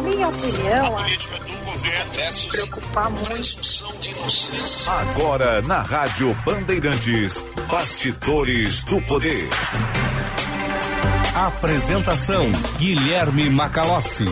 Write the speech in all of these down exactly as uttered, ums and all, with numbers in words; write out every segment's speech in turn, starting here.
Na minha opinião, a política do governo é se preocupar muito. Agora na Rádio Bandeirantes, Bastidores do Poder. Apresentação: Guilherme Macalossi.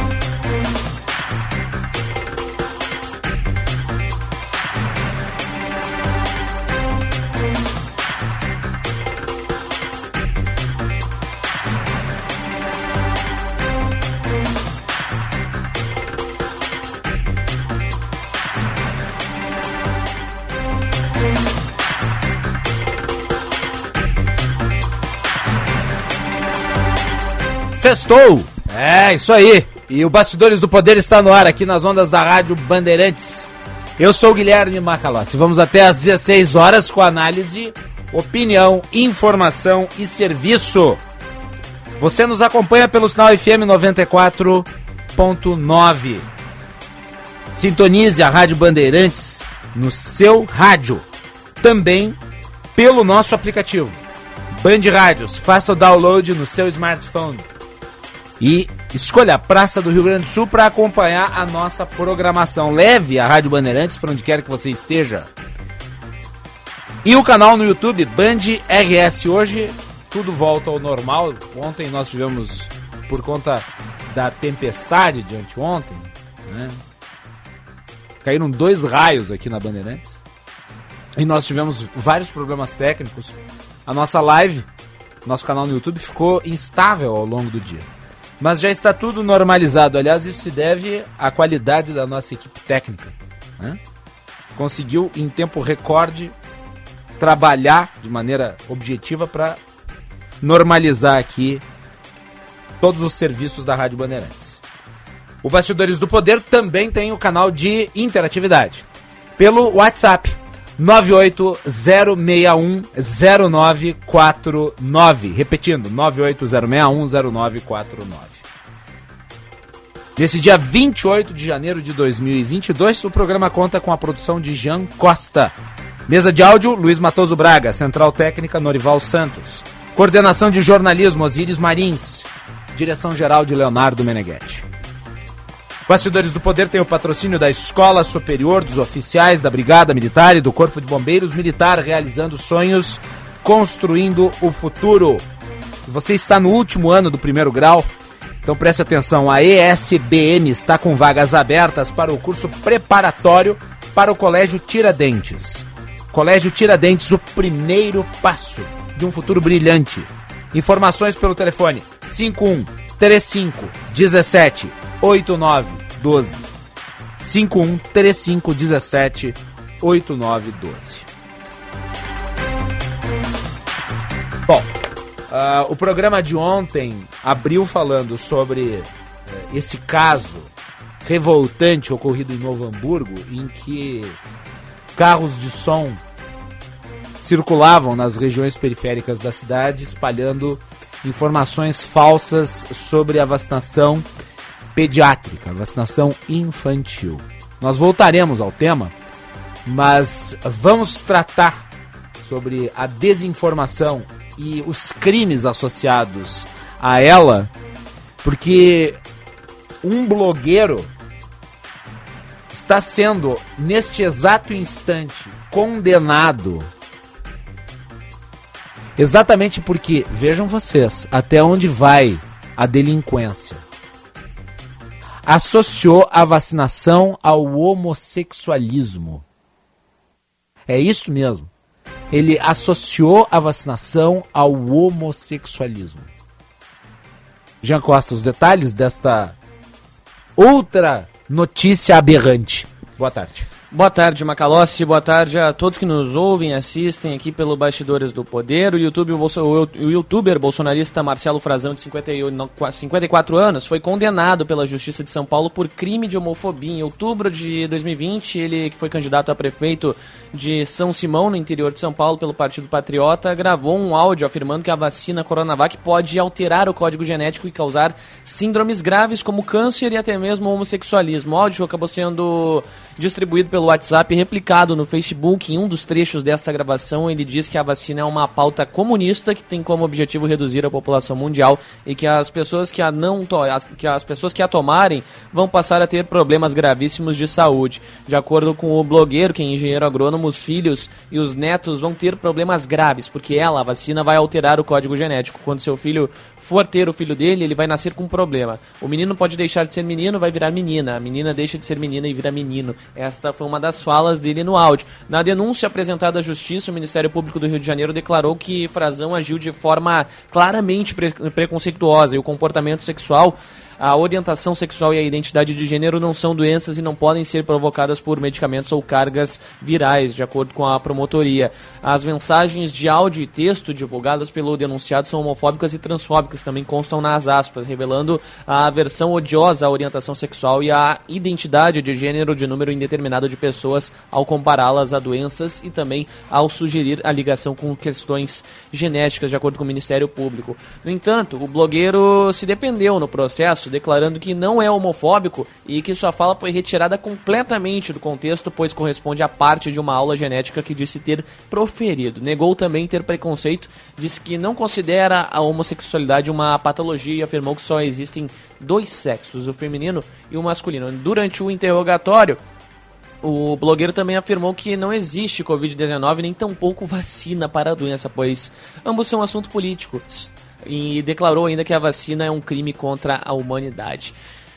Sextou! É, isso aí! E o Bastidores do Poder está no ar aqui nas ondas da Rádio Bandeirantes. Eu sou o Guilherme Macalossi. Vamos até às dezesseis horas com análise, opinião, informação e serviço. Você nos acompanha pelo sinal F M noventa e quatro ponto nove. Sintonize a Rádio Bandeirantes no seu rádio. Também pelo nosso aplicativo Band Rádios. Faça o download no seu smartphone. E escolha a Praça do Rio Grande do Sul para acompanhar a nossa programação. Leve a Rádio Bandeirantes para onde quer que você esteja. E o canal no YouTube, Band R S. Hoje tudo volta ao normal. Ontem nós tivemos, por conta da tempestade de anteontem, né? Caíram dois raios aqui na Bandeirantes. E nós tivemos vários problemas técnicos. A nossa live, nosso canal no YouTube, ficou instável ao longo do dia. Mas já está tudo normalizado. Aliás, isso se deve à qualidade da nossa equipe técnica, né? Conseguiu, em tempo recorde, trabalhar de maneira objetiva para normalizar aqui todos os serviços da Rádio Bandeirantes. O Bastidores do Poder também tem o canal de interatividade pelo WhatsApp nove oito zero seis um zero nove quatro nove. Repetindo, nove oito zero seis um zero nove quatro nove. Nesse dia vinte e oito de janeiro de dois mil e vinte e dois, o programa conta com a produção de Jean Costa. Mesa de áudio, Luiz Matoso Braga. Central técnica, Norival Santos. Coordenação de jornalismo, Osíris Marins. Direção-geral de Leonardo Meneghetti. Bastidores do Poder tem o patrocínio da Escola Superior dos Oficiais da Brigada Militar e do Corpo de Bombeiros Militar, realizando sonhos, construindo o futuro. Você está no último ano do primeiro grau, então preste atenção, a E S B M está com vagas abertas para o curso preparatório para o Colégio Tiradentes. Colégio Tiradentes, o primeiro passo de um futuro brilhante. Informações pelo telefone cinco um três cinco um sete oito nove doze. cinco um três cinco um sete oito nove doze. Bom, uh, o programa de ontem abriu falando sobre uh, esse caso revoltante ocorrido em Novo Hamburgo, em que carros de som circulavam nas regiões periféricas da cidade espalhando informações falsas sobre a vacinação pediátrica, vacinação infantil. Nós voltaremos ao tema, mas vamos tratar sobre a desinformação e os crimes associados a ela, porque um blogueiro está sendo, neste exato instante, condenado. Exatamente porque, vejam vocês, até onde vai a delinquência. Associou a vacinação ao homossexualismo. É isso mesmo. Ele associou a vacinação ao homossexualismo. Jean Costa, os detalhes desta outra notícia aberrante. Boa tarde. Boa tarde, Macalossi. Boa tarde a todos que nos ouvem e assistem aqui pelo Bastidores do Poder. O, YouTube, o, bolso, o youtuber bolsonarista Marcelo Frazão, de cinquenta e quatro anos, foi condenado pela Justiça de São Paulo por crime de homofobia. Em outubro de dois mil e vinte, ele, que foi candidato a prefeito de São Simão, no interior de São Paulo, pelo Partido Patriota, gravou um áudio afirmando que a vacina Coronavac pode alterar o código genético e causar síndromes graves como câncer e até mesmo homossexualismo. O áudio acabou sendo distribuído pelo WhatsApp e replicado no Facebook. Em um dos trechos desta gravação, ele diz que a vacina é uma pauta comunista que tem como objetivo reduzir a população mundial e que as pessoas que a não to- as, que as pessoas que a tomarem vão passar a ter problemas gravíssimos de saúde. De acordo com o blogueiro, que é engenheiro agrônomo, os filhos e os netos vão ter problemas graves, porque ela, a vacina, vai alterar o código genético. Quando seu filho for ter o filho dele, ele vai nascer com um problema. O menino pode deixar de ser menino, vai virar menina. A menina deixa de ser menina e vira menino. Esta foi uma das falas dele no áudio. Na denúncia apresentada à Justiça, o Ministério Público do Rio de Janeiro declarou que Frazão agiu de forma claramente pre- preconceituosa e o comportamento sexual, a orientação sexual e a identidade de gênero não são doenças e não podem ser provocadas por medicamentos ou cargas virais, de acordo com a promotoria. As mensagens de áudio e texto divulgadas pelo denunciado são homofóbicas e transfóbicas, também constam nas aspas, revelando a aversão odiosa à orientação sexual e à identidade de gênero de número indeterminado de pessoas ao compará-las a doenças e também ao sugerir a ligação com questões genéticas, de acordo com o Ministério Público. No entanto, o blogueiro se defendeu no processo, declarando que não é homofóbico e que sua fala foi retirada completamente do contexto, pois corresponde a parte de uma aula genética que disse ter proferido. Negou também ter preconceito, disse que não considera a homossexualidade uma patologia e afirmou que só existem dois sexos, o feminino e o masculino. Durante o interrogatório, o blogueiro também afirmou que não existe covid dezenove nem tampouco vacina para a doença, pois ambos são assunto político. E declarou ainda que a vacina é um crime contra a humanidade.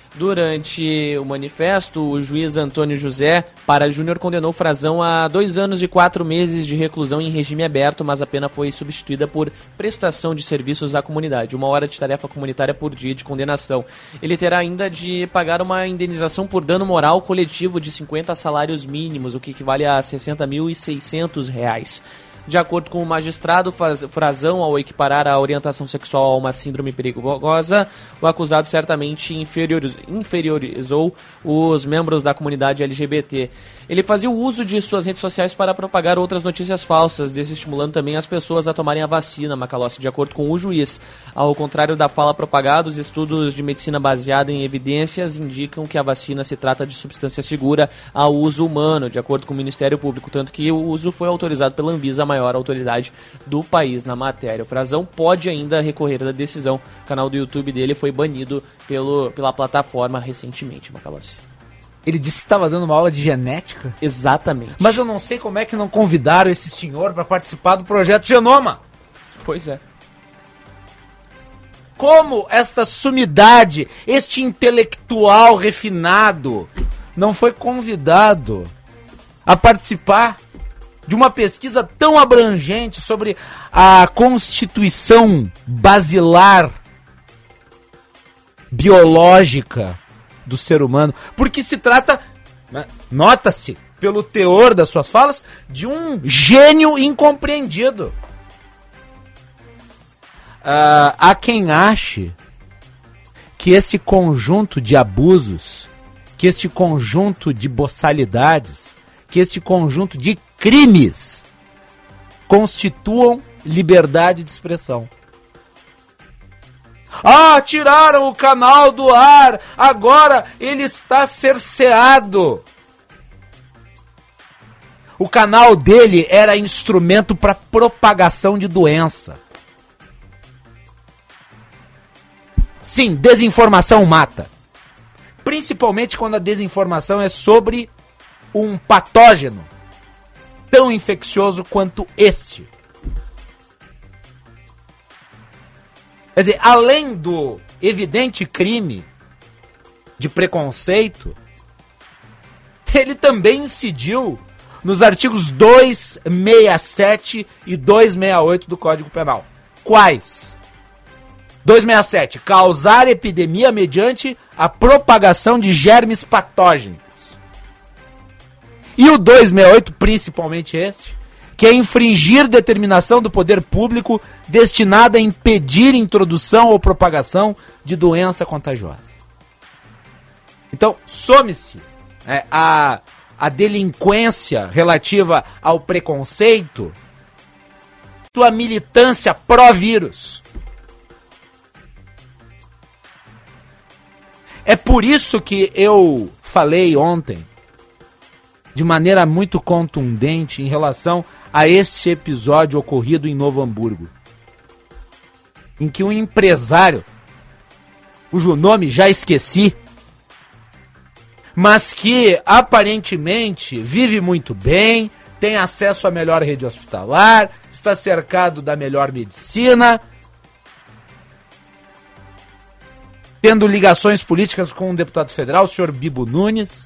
Durante o manifesto, o juiz Antônio José Para Júnior condenou Frazão a dois anos e quatro meses de reclusão em regime aberto, mas a pena foi substituída por prestação de serviços à comunidade, uma hora de tarefa comunitária por dia de condenação. Ele terá ainda de pagar uma indenização por dano moral coletivo de cinquenta salários mínimos, o que equivale a sessenta mil e seiscentos reais. De acordo com o magistrado Frazão, ao equiparar a orientação sexual a uma síndrome perigosa, o acusado certamente inferioriz- inferiorizou os membros da comunidade L G B T. Ele fazia o uso de suas redes sociais para propagar outras notícias falsas, desestimulando também as pessoas a tomarem a vacina, Macalossi, de acordo com o juiz. Ao contrário da fala propagada, os estudos de medicina baseada em evidências indicam que a vacina se trata de substância segura ao uso humano, de acordo com o Ministério Público, tanto que o uso foi autorizado pela Anvisa, a maior autoridade do país na matéria. O Frazão pode ainda recorrer da decisão. O canal do YouTube dele foi banido pelo, pela plataforma recentemente, Macalossi. Ele disse que estava dando uma aula de genética? Exatamente. Mas eu não sei como é que não convidaram esse senhor para participar do projeto Genoma. Pois é. Como esta sumidade, este intelectual refinado, não foi convidado a participar de uma pesquisa tão abrangente sobre a constituição basilar biológica do ser humano, porque se trata, né, nota-se pelo teor das suas falas, de um gênio incompreendido. Uh, há quem ache que esse conjunto de abusos, que este conjunto de boçalidades, que este conjunto de crimes constituam liberdade de expressão. Ah, tiraram o canal do ar, agora ele está cerceado. O canal dele era instrumento para propagação de doença. Sim, desinformação mata. Principalmente quando a desinformação é sobre um patógeno tão infeccioso quanto este. Quer dizer, além do evidente crime de preconceito, ele também incidiu nos artigos duzentos e sessenta e sete e duzentos e sessenta e oito do Código Penal. Quais? duzentos e sessenta e sete. Causar epidemia mediante a propagação de germes patógenos. E o duzentos e sessenta e oito, principalmente este, que é infringir determinação do poder público destinada a impedir introdução ou propagação de doença contagiosa. Então, some-se é, a, a delinquência relativa ao preconceito, sua militância pró-vírus. É por isso que eu falei ontem de maneira muito contundente em relação a este episódio ocorrido em Novo Hamburgo, em que um empresário, cujo nome já esqueci, mas que aparentemente vive muito bem, tem acesso à melhor rede hospitalar, está cercado da melhor medicina, tendo ligações políticas com o deputado federal, o senhor Bibo Nunes,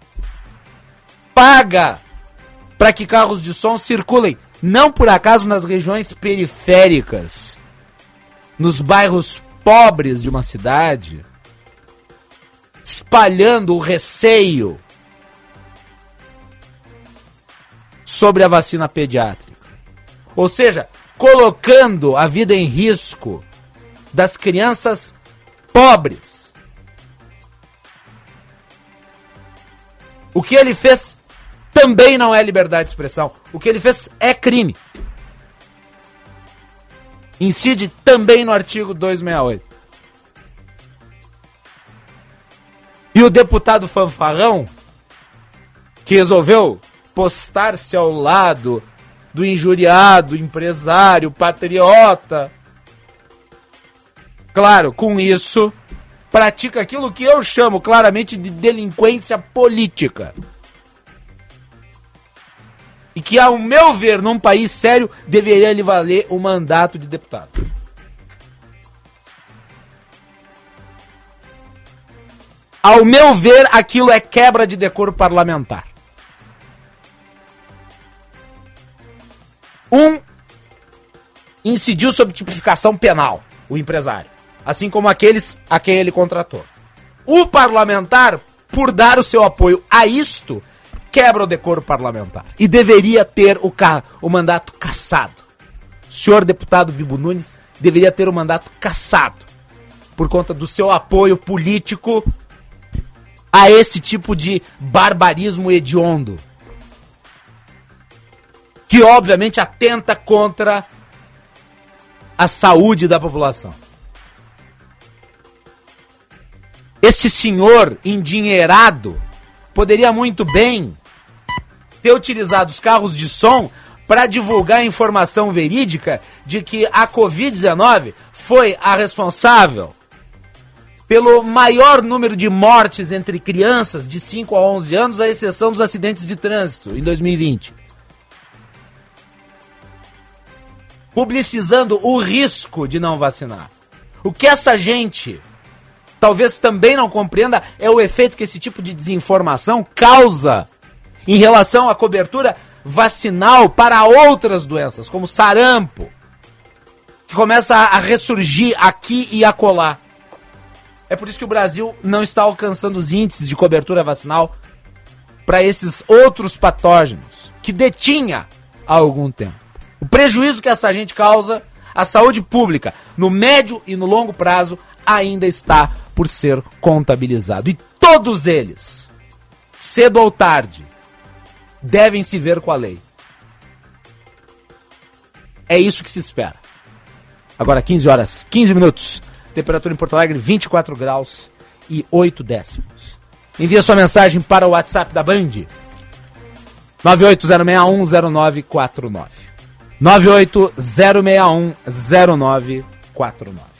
paga para que carros de som circulem, não por acaso nas regiões periféricas, nos bairros pobres de uma cidade, espalhando o receio sobre a vacina pediátrica. Ou seja, colocando a vida em risco das crianças pobres. O que ele fez também não é liberdade de expressão. O que ele fez é crime. Incide também no artigo duzentos e sessenta e oito. E o deputado fanfarrão, que resolveu postar-se ao lado do injuriado, empresário, patriota, claro, com isso, pratica aquilo que eu chamo claramente de delinquência política. E que, ao meu ver, num país sério, deveria lhe valer o mandato de deputado. Ao meu ver, aquilo é quebra de decoro parlamentar. Um incidiu sobre tipificação penal, o empresário, assim como aqueles a quem ele contratou. O parlamentar, por dar o seu apoio a isto, quebra o decoro parlamentar e deveria ter o, ca- o mandato cassado. O senhor deputado Bibo Nunes deveria ter o mandato cassado por conta do seu apoio político a esse tipo de barbarismo hediondo, que obviamente atenta contra a saúde da população. Este senhor endinheirado poderia muito bem ter utilizado os carros de som para divulgar a informação verídica de que a covid dezenove foi a responsável pelo maior número de mortes entre crianças de cinco a onze anos, à exceção dos acidentes de trânsito, em dois mil e vinte. Publicizando o risco de não vacinar. O que essa gente talvez também não compreenda é o efeito que esse tipo de desinformação causa em relação à cobertura vacinal para outras doenças, como sarampo, que começa a ressurgir aqui e acolá. É por isso que o Brasil não está alcançando os índices de cobertura vacinal para esses outros patógenos que detinha há algum tempo. O prejuízo que essa gente causa à saúde pública no médio e no longo prazo ainda está por ser contabilizado. E todos eles, cedo ou tarde, devem se ver com a lei. É isso que se espera. Agora quinze horas, quinze minutos. Temperatura em Porto Alegre, vinte e quatro graus e oito décimos. Envie sua mensagem para o WhatsApp da Band. nove oito zero seis um zero nove quatro nove. nove oito zero seis um zero nove quatro nove.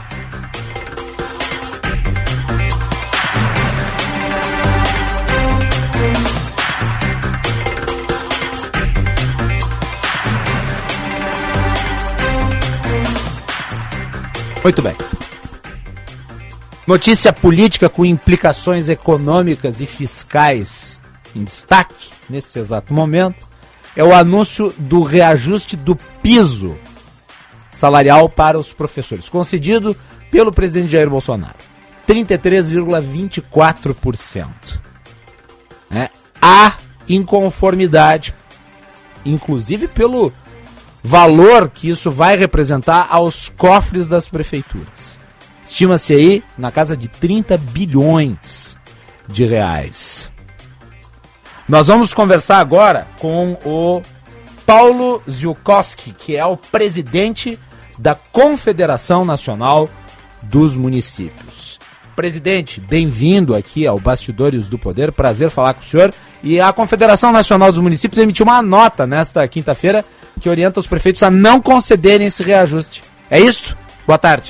Muito bem. Notícia política com implicações econômicas e fiscais em destaque nesse exato momento é o anúncio do reajuste do piso salarial para os professores, concedido pelo presidente Jair Bolsonaro. trinta e três vírgula vinte e quatro por cento. É, há inconformidade, inclusive pelo valor que isso vai representar aos cofres das prefeituras. Estima-se aí na casa de trinta bilhões de reais. Nós vamos conversar agora com o Paulo Ziukowski, que é o presidente da Confederação Nacional dos Municípios. Presidente, bem-vindo aqui ao Bastidores do Poder, prazer falar com o senhor. E a Confederação Nacional dos Municípios emitiu uma nota nesta quinta-feira que orienta os prefeitos a não concederem esse reajuste. É isso? Boa tarde.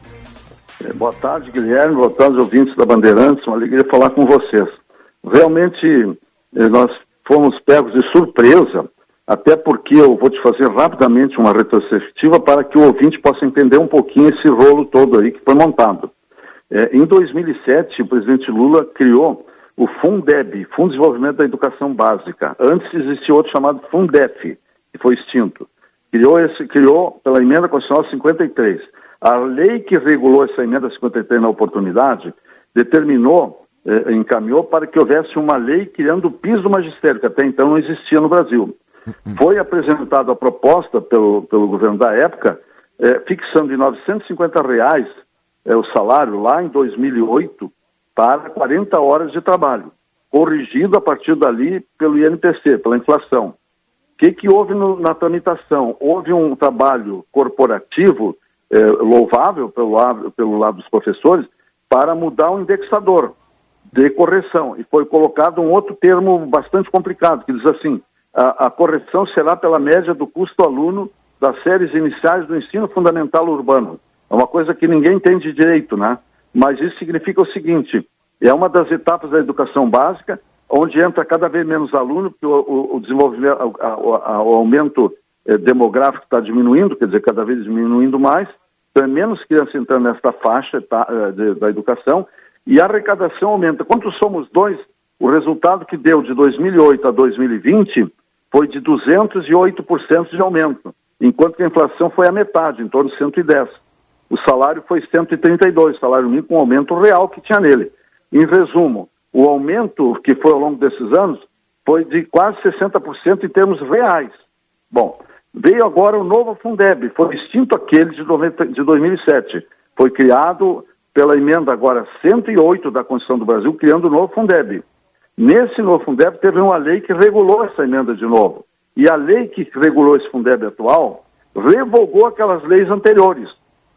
É, boa tarde, Guilherme, boa tarde, ouvintes da Bandeirantes, uma alegria falar com vocês. Realmente, nós fomos pegos de surpresa, até porque eu vou te fazer rapidamente uma retrospectiva para que o ouvinte possa entender um pouquinho esse rolo todo aí que foi montado. É, em dois mil e sete, o presidente Lula criou o Fundeb, Fundo de Desenvolvimento da Educação Básica. Antes existia outro chamado Fundef, que foi extinto. Criou, esse, criou pela emenda constitucional cinquenta e três. A lei que regulou essa emenda cinquenta e três na oportunidade determinou, eh, encaminhou para que houvesse uma lei criando o piso do magistério, que até então não existia no Brasil. Uhum. Foi apresentada a proposta pelo, pelo governo da época, eh, fixando em novecentos e cinquenta reais eh, o salário lá em dois mil e oito para quarenta horas de trabalho, corrigido a partir dali pelo I N P C, pela inflação. O que, que houve no, na tramitação? Houve um trabalho corporativo eh, louvável pelo lado, pelo lado dos professores para mudar o indexador de correção. E foi colocado um outro termo bastante complicado, que diz assim, a, a correção será pela média do custo aluno das séries iniciais do ensino fundamental urbano. É uma coisa que ninguém entende direito, né? Mas isso significa o seguinte, é uma das etapas da educação básica, onde entra cada vez menos aluno, porque o, o, o desenvolvimento, a, a, a, o aumento eh, demográfico está diminuindo, quer dizer, cada vez diminuindo mais, então é menos crianças entrando nessa faixa tá, de, da educação, e a arrecadação aumenta. Quando somos dois, o resultado que deu de dois mil e oito a dois mil e vinte foi de duzentos e oito por cento de aumento, enquanto que a inflação foi a metade, em torno de cento e dez. O salário foi cento e trinta e dois, salário mínimo com o aumento real que tinha nele. Em resumo, o aumento que foi ao longo desses anos foi de quase sessenta por cento em termos reais. Bom, veio agora o novo Fundeb, foi extinto aquele de dois mil e sete. Foi criado pela emenda agora cento e oito da Constituição do Brasil, criando o novo Fundeb. Nesse novo Fundeb teve uma lei que regulou essa emenda de novo. E a lei que regulou esse Fundeb atual revogou aquelas leis anteriores.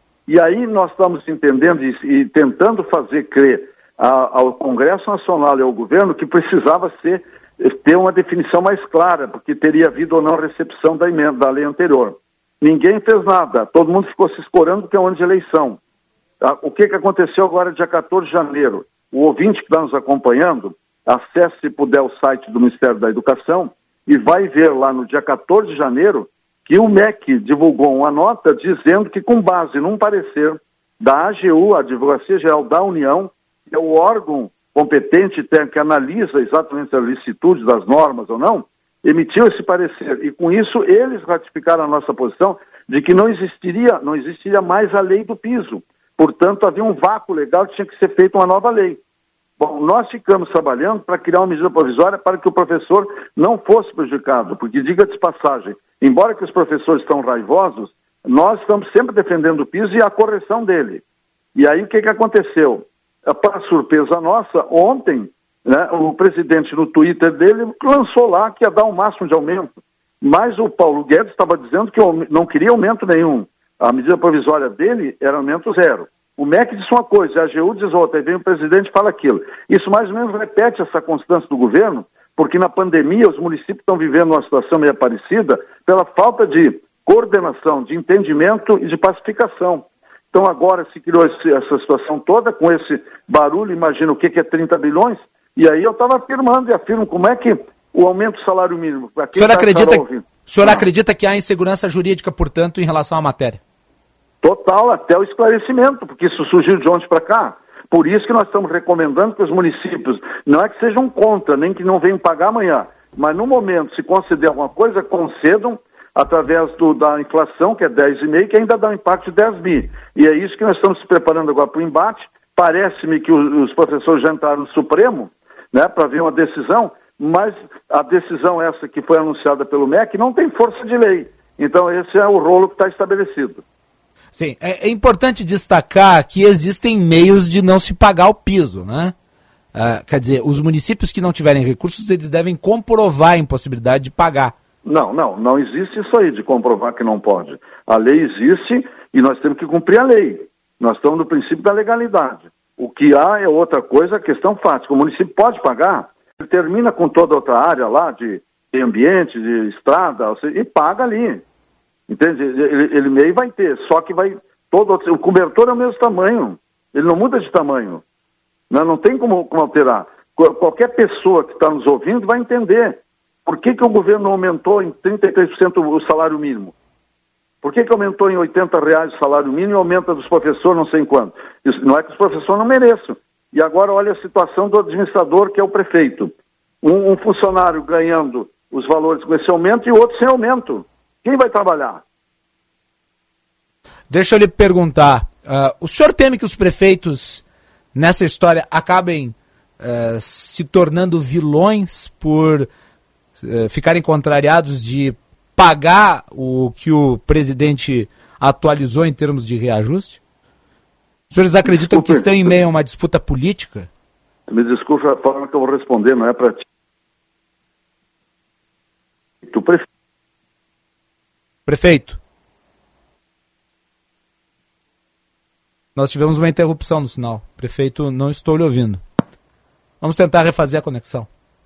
E aí nós estamos entendendo e, e tentando fazer crer a, ao Congresso Nacional e ao governo que precisava ser, ter uma definição mais clara, porque teria havido ou não recepção da emenda, da lei anterior. Ninguém fez nada, todo mundo ficou se escorando que é um ano de eleição. Tá? O que, que aconteceu agora dia quatorze de janeiro? O ouvinte que está nos acompanhando, acesse se puder o site do Ministério da Educação e vai ver lá no dia quatorze de janeiro que o M E C divulgou uma nota dizendo que, com base num parecer da A G U, a Advocacia Geral da União, que é o órgão competente que analisa exatamente a licitude das normas ou não, emitiu esse parecer. E, com isso, eles ratificaram a nossa posição de que não existiria, não existiria mais a lei do piso. Portanto, havia um vácuo legal que tinha que ser feita uma nova lei. Bom, nós ficamos trabalhando para criar uma medida provisória para que o professor não fosse prejudicado, porque, diga-se de passagem, embora que os professores estão raivosos, nós estamos sempre defendendo o piso e a correção dele. E aí o que, que aconteceu? Para surpresa nossa, ontem, né, o presidente no Twitter dele lançou lá que ia dar um máximo de aumento, mas o Paulo Guedes estava dizendo que não queria aumento nenhum. A medida provisória dele era aumento zero. O M E C disse uma coisa, a A G U diz outra, aí vem o presidente e fala aquilo. Isso mais ou menos repete essa constância do governo, porque na pandemia os municípios estão vivendo uma situação meio parecida pela falta de coordenação, de entendimento e de pacificação. Então agora se criou esse, essa situação toda com esse barulho, imagina o que, que é trinta bilhões, e aí eu estava afirmando e afirmo como é que o aumento do salário mínimo... O senhor, acredita, o senhor acredita que há insegurança jurídica, portanto, em relação à matéria? Total, até o esclarecimento, porque isso surgiu de ontem para cá. Por isso que nós estamos recomendando que os municípios, não é que sejam contra, nem que não venham pagar amanhã, mas no momento, se conceder alguma coisa, concedam através do, da inflação, que é dez vírgula cinco, que ainda dá um impacto de dez bi. E é isso que nós estamos se preparando agora para o embate. Parece-me que os, os professores já entraram no Supremo, né, para ver uma decisão, mas a decisão essa que foi anunciada pelo M E C não tem força de lei. Então esse é o rolo que está estabelecido. Sim, é, é importante destacar que existem meios de não se pagar o piso, né? Ah, quer dizer, os municípios que não tiverem recursos, eles devem comprovar a impossibilidade de pagar. Não, não, não existe isso aí de comprovar que não pode. A lei existe e nós temos que cumprir a lei. Nós estamos no princípio da legalidade. O que há é outra coisa, a questão fática. O município pode pagar, ele termina com toda outra área lá de ambiente, de estrada, e paga ali. Entende? Ele, ele meio vai ter, só que vai... todo o cobertor é o mesmo tamanho. Ele não muda de tamanho. Não, não tem como, como alterar. Qualquer pessoa que está nos ouvindo vai entender. Por que, que o governo aumentou em trinta e três por cento o salário mínimo? Por que, que aumentou em oitenta reais o salário mínimo e aumenta dos professores não sei em quanto? Isso não é que os professores não mereçam. E agora olha a situação do administrador, que é o prefeito. Um, um funcionário ganhando os valores com esse aumento e outro sem aumento. Quem vai trabalhar? Deixa eu lhe perguntar, uh, o senhor teme que os prefeitos, nessa história, acabem uh, se tornando vilões por uh, ficarem contrariados de pagar o que o presidente atualizou em termos de reajuste? Os senhores acreditam desculpe, que estão em meio a uma disputa política? Me desculpe a forma que eu vou responder, não é para ti. Tu prefe... Prefeito. Nós tivemos uma interrupção no sinal. Prefeito, não estou lhe ouvindo. Vamos tentar refazer a conexão.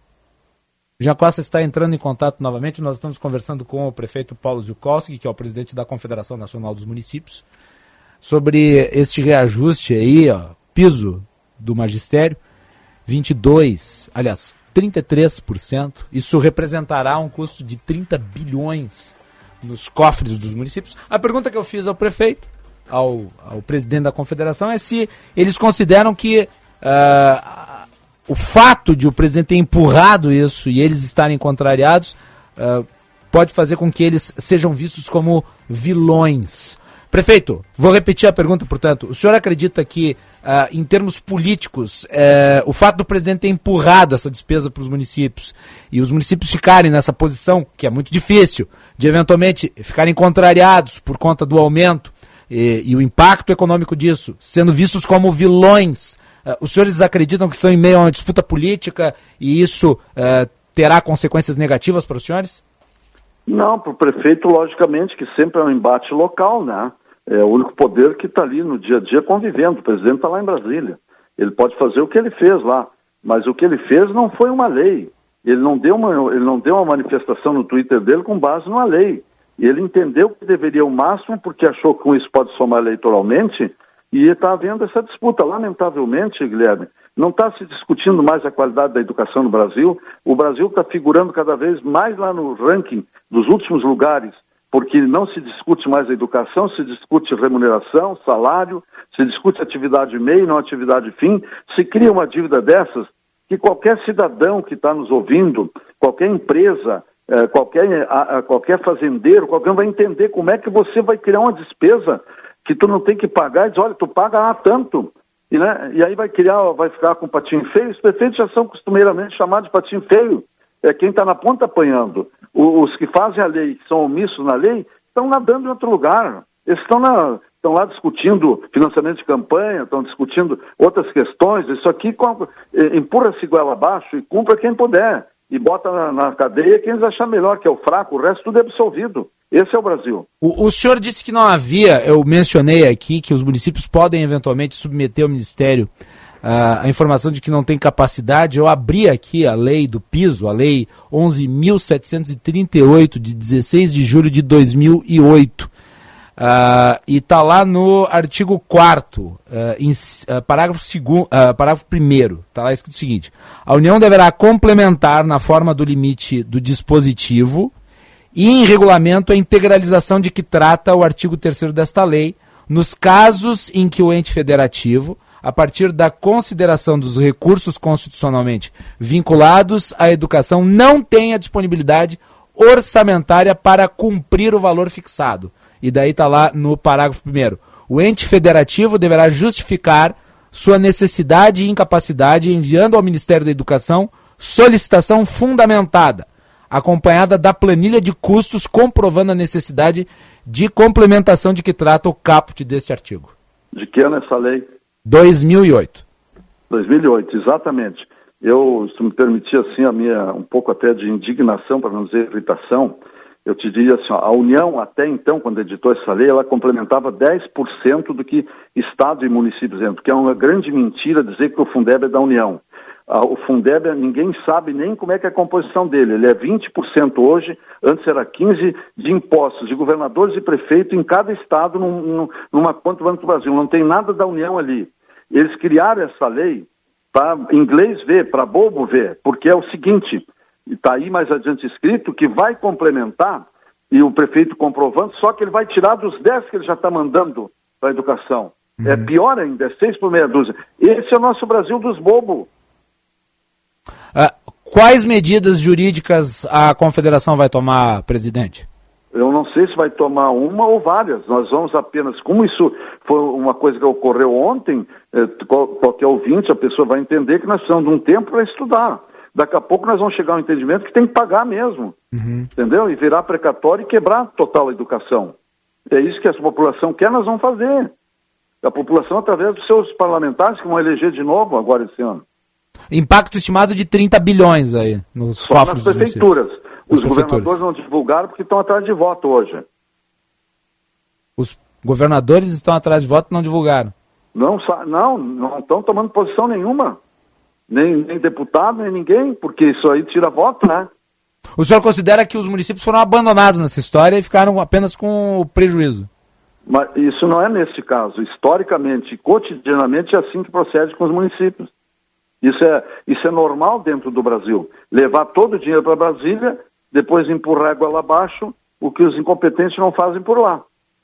Jean Costa está entrando em contato novamente. Nós estamos conversando com o prefeito Paulo Ziukowski, que é o presidente da Confederação Nacional dos Municípios, sobre este reajuste aí, ó, piso do magistério, vinte e dois, aliás, trinta e três por cento. Isso representará um custo de trinta bilhões nos cofres dos municípios. A pergunta que eu fiz ao prefeito, Ao, ao presidente da confederação, é se eles consideram que uh, o fato de o presidente ter empurrado isso e eles estarem contrariados uh, pode fazer com que eles sejam vistos como vilões. Prefeito, vou repetir a pergunta, portanto. O senhor acredita que, uh, em termos políticos, uh, o fato do presidente ter empurrado essa despesa para os municípios e os municípios ficarem nessa posição, que é muito difícil, de eventualmente ficarem contrariados por conta do aumento E, e o impacto econômico disso, sendo vistos como vilões, uh, os senhores acreditam que estão em meio a uma disputa política e isso uh, terá consequências negativas para os senhores? Não, para o prefeito, logicamente, que sempre é um embate local, né? É o único poder que está ali no dia a dia convivendo. O presidente está lá em Brasília. Ele pode fazer o que ele fez lá, mas o que ele fez não foi uma lei. Ele não deu uma, ele não deu uma manifestação no Twitter dele com base numa lei. E ele entendeu que deveria o máximo porque achou que com isso pode somar eleitoralmente e está havendo essa disputa. Lamentavelmente, Guilherme, não está se discutindo mais a qualidade da educação no Brasil. O Brasil está figurando cada vez mais lá no ranking dos últimos lugares, porque não se discute mais a educação, se discute remuneração, salário, se discute atividade meio, não atividade fim. Se cria uma dívida dessas que qualquer cidadão que está nos ouvindo, qualquer empresa, É, qualquer, a, a, qualquer fazendeiro, qualquer um vai entender como é que você vai criar uma despesa que tu não tem que pagar e diz, olha, tu paga ah, tanto, e, né, e aí vai criar, vai ficar com patinho feio. Os prefeitos já são costumeiramente chamados de patinho feio, é quem está na ponta apanhando. O, os que fazem a lei, que são omissos na lei, estão nadando em outro lugar. Eles estão, na, estão lá discutindo financiamento de campanha, estão discutindo outras questões. Isso aqui empurra-se goela abaixo e cumpra quem puder. E bota na, na cadeia quem eles achar melhor, que é o fraco, o resto tudo é absolvido. Esse é o Brasil. O, o senhor disse que não havia, eu mencionei aqui, que os municípios podem eventualmente submeter ao Ministério uh, a informação de que não tem capacidade. Eu abri aqui a lei do piso, a lei onze mil setecentos e trinta e oito, de dezesseis de julho de dois mil e oito. Uh, e está lá no artigo quarto, uh, em, uh, parágrafo segundo, uh, parágrafo primeiro, está lá escrito o seguinte: a União deverá complementar na forma do limite do dispositivo e em regulamento a integralização de que trata o artigo terceiro desta lei, nos casos em que o ente federativo, a partir da consideração dos recursos constitucionalmente vinculados à educação, não tenha disponibilidade orçamentária para cumprir o valor fixado. E daí está lá no parágrafo primeiro. O ente federativo deverá justificar sua necessidade e incapacidade enviando ao Ministério da Educação solicitação fundamentada, acompanhada da planilha de custos comprovando a necessidade de complementação de que trata o caput deste artigo. De que ano essa lei? dois mil e oito. dois mil e oito, exatamente. Eu, se me permitir assim, a minha, um pouco até de indignação, para não dizer irritação, eu te diria assim, ó, a União, até então, quando editou essa lei, ela complementava dez por cento do que Estado e municípios entram, que é uma grande mentira dizer que o Fundeb é da União. Ah, o Fundeb, ninguém sabe nem como é que é a composição dele. Ele é vinte por cento hoje, antes era quinze por cento de impostos de governadores e prefeitos em cada estado, num, num, numa conta do Banco do Brasil. Não tem nada da União ali. Eles criaram essa lei para inglês ver, para bobo ver, porque é o seguinte, está aí mais adiante escrito, que vai complementar, e o prefeito comprovando, só que ele vai tirar dos dez que ele já está mandando para a educação. Uhum. É pior ainda, é seis por meia dúzia. Esse é o nosso Brasil dos bobos. Uh, quais medidas jurídicas a Confederação vai tomar, presidente? Eu não sei se vai tomar uma ou várias. Nós vamos apenas, como isso foi uma coisa que ocorreu ontem, eh, qualquer ouvinte, a pessoa vai entender que nós precisamos de um tempo para estudar. Daqui a pouco nós vamos chegar ao entendimento que tem que pagar mesmo, uhum. entendeu? E virar precatório e quebrar total a educação. É isso que essa população quer, nós vamos fazer. A população, através dos seus parlamentares, que vão eleger de novo agora esse ano. Impacto estimado de trinta bilhões aí nos Só cofres nas prefeituras. Os prefeituras. governadores não divulgaram porque estão atrás de voto hoje. Os governadores estão atrás de voto e não divulgaram? Não, não, não estão tomando posição nenhuma. Nem, nem deputado, nem ninguém, porque isso aí tira voto, né? O senhor considera que os municípios foram abandonados nessa história e ficaram apenas com o prejuízo? Mas isso não é nesse caso. Historicamente, cotidianamente, é assim que procede com os municípios. Isso é, isso é normal dentro do Brasil. Levar todo o dinheiro para Brasília, depois empurrar a água lá abaixo, o que os incompetentes não fazem por lá.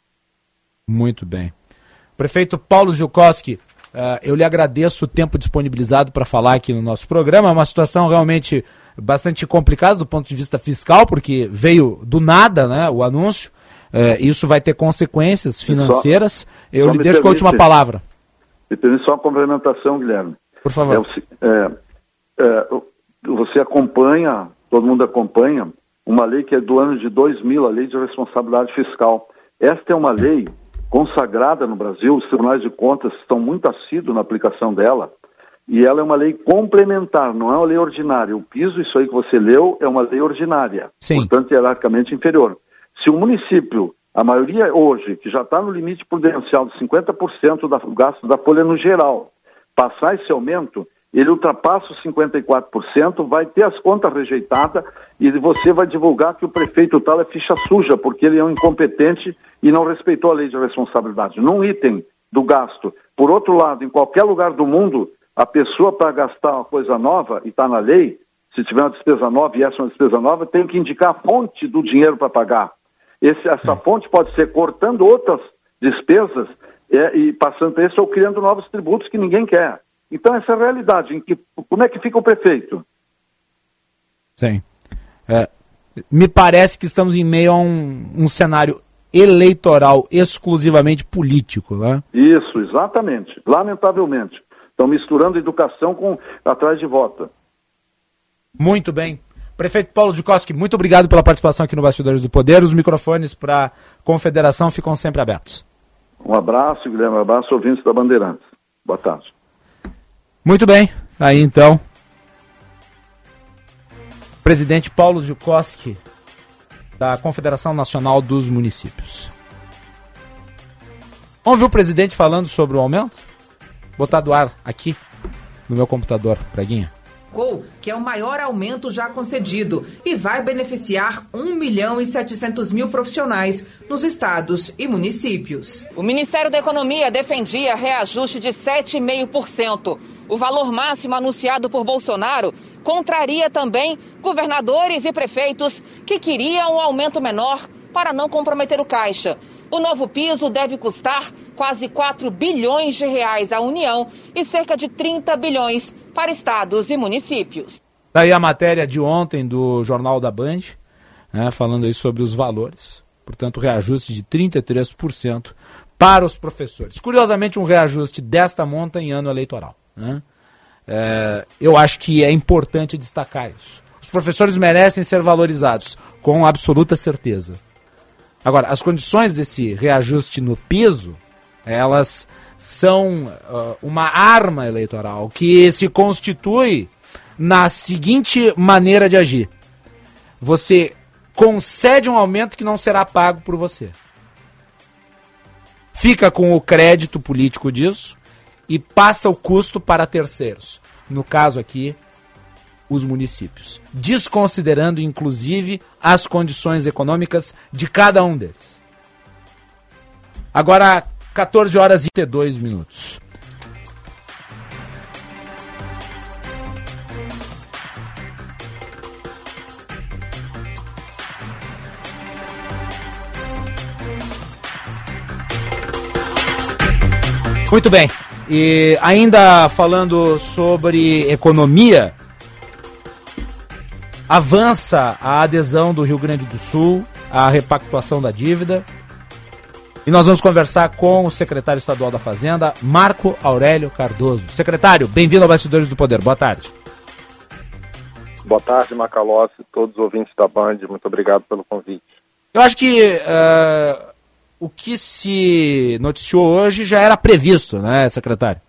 Muito bem. Prefeito Paulo Ziolkowski, uh, eu lhe agradeço o tempo disponibilizado para falar aqui no nosso programa. É uma situação realmente bastante complicada do ponto de vista fiscal, porque veio do nada, né, o anúncio. Uh, isso vai ter consequências financeiras. Só, eu só lhe deixo com a última palavra. Me permite só uma complementação, Guilherme. Por favor. É, é, é, você acompanha, todo mundo acompanha, uma lei que é do ano de dois mil, a Lei de Responsabilidade Fiscal. Esta é uma lei consagrada no Brasil, os tribunais de contas estão muito assíduos na aplicação dela, e ela é uma lei complementar, não é uma lei ordinária. O piso, isso aí que você leu, é uma lei ordinária, Sim. portanto, hierarquicamente inferior. Se o município, a maioria hoje, que já está no limite prudencial de cinquenta por cento do gasto da folha no geral, passar esse aumento, ele ultrapassa os cinquenta e quatro por cento, vai ter as contas rejeitadas e você vai divulgar que o prefeito tal é ficha suja, porque ele é um incompetente e não respeitou a lei de responsabilidade. Num item do gasto. Por outro lado, em qualquer lugar do mundo, a pessoa para gastar uma coisa nova, e está na lei, se tiver uma despesa nova e essa é uma despesa nova, tem que indicar a fonte do dinheiro para pagar. Esse, essa fonte pode ser cortando outras despesas, É, e passando para isso ou criando novos tributos que ninguém quer. Então essa é a realidade. Em que, como é que fica o prefeito? Sim. É, me parece que estamos em meio a um, um cenário eleitoral exclusivamente político, né? Isso, exatamente. Lamentavelmente. Estão misturando educação com atrás de voto. Muito bem. Prefeito Paulo Ziolkowski, muito obrigado pela participação aqui no Bastidores do Poder. Os microfones para a Confederação ficam sempre abertos. Um abraço, Guilherme, um abraço, ouvintes da Bandeirantes. Boa tarde. Muito bem, aí então, presidente Paulo Ziolkowski, da Confederação Nacional dos Municípios. Vamos ver o presidente falando sobre o aumento? Botar do ar aqui, no meu computador, Braguinha. Que é o maior aumento já concedido e vai beneficiar um milhão e setecentos mil profissionais nos estados e municípios. O Ministério da Economia defendia reajuste de sete vírgula cinco por cento. O valor máximo anunciado por Bolsonaro contraria também governadores e prefeitos que queriam um aumento menor para não comprometer o caixa. O novo piso deve custar quase quatro bilhões de reais à União e cerca de trinta bilhões para estados e municípios. Daí a matéria de ontem do Jornal da Band, né, falando aí sobre os valores. Portanto, reajuste de trinta e três por cento para os professores. Curiosamente, um reajuste desta monta em ano eleitoral. Né? É, eu acho que é importante destacar isso. Os professores merecem ser valorizados, com absoluta certeza. Agora, as condições desse reajuste no piso, elas são uh, uma arma eleitoral que se constitui na seguinte maneira de agir. Você concede um aumento que não será pago por você. Fica com o crédito político disso e passa o custo para terceiros. No caso aqui, os municípios. Desconsiderando, inclusive, as condições econômicas de cada um deles. Agora, quatorze horas e trinta e dois minutos. Muito bem. E ainda falando sobre economia, avança a adesão do Rio Grande do Sul à repactuação da dívida. E nós vamos conversar com o secretário estadual da Fazenda, Marco Aurélio Cardoso. Secretário, bem-vindo ao Bastidores do Poder. Boa tarde. Boa tarde, Macalossi, todos os ouvintes da Band. Muito obrigado pelo convite. Eu acho que uh, o que se noticiou hoje já era previsto, né, secretário?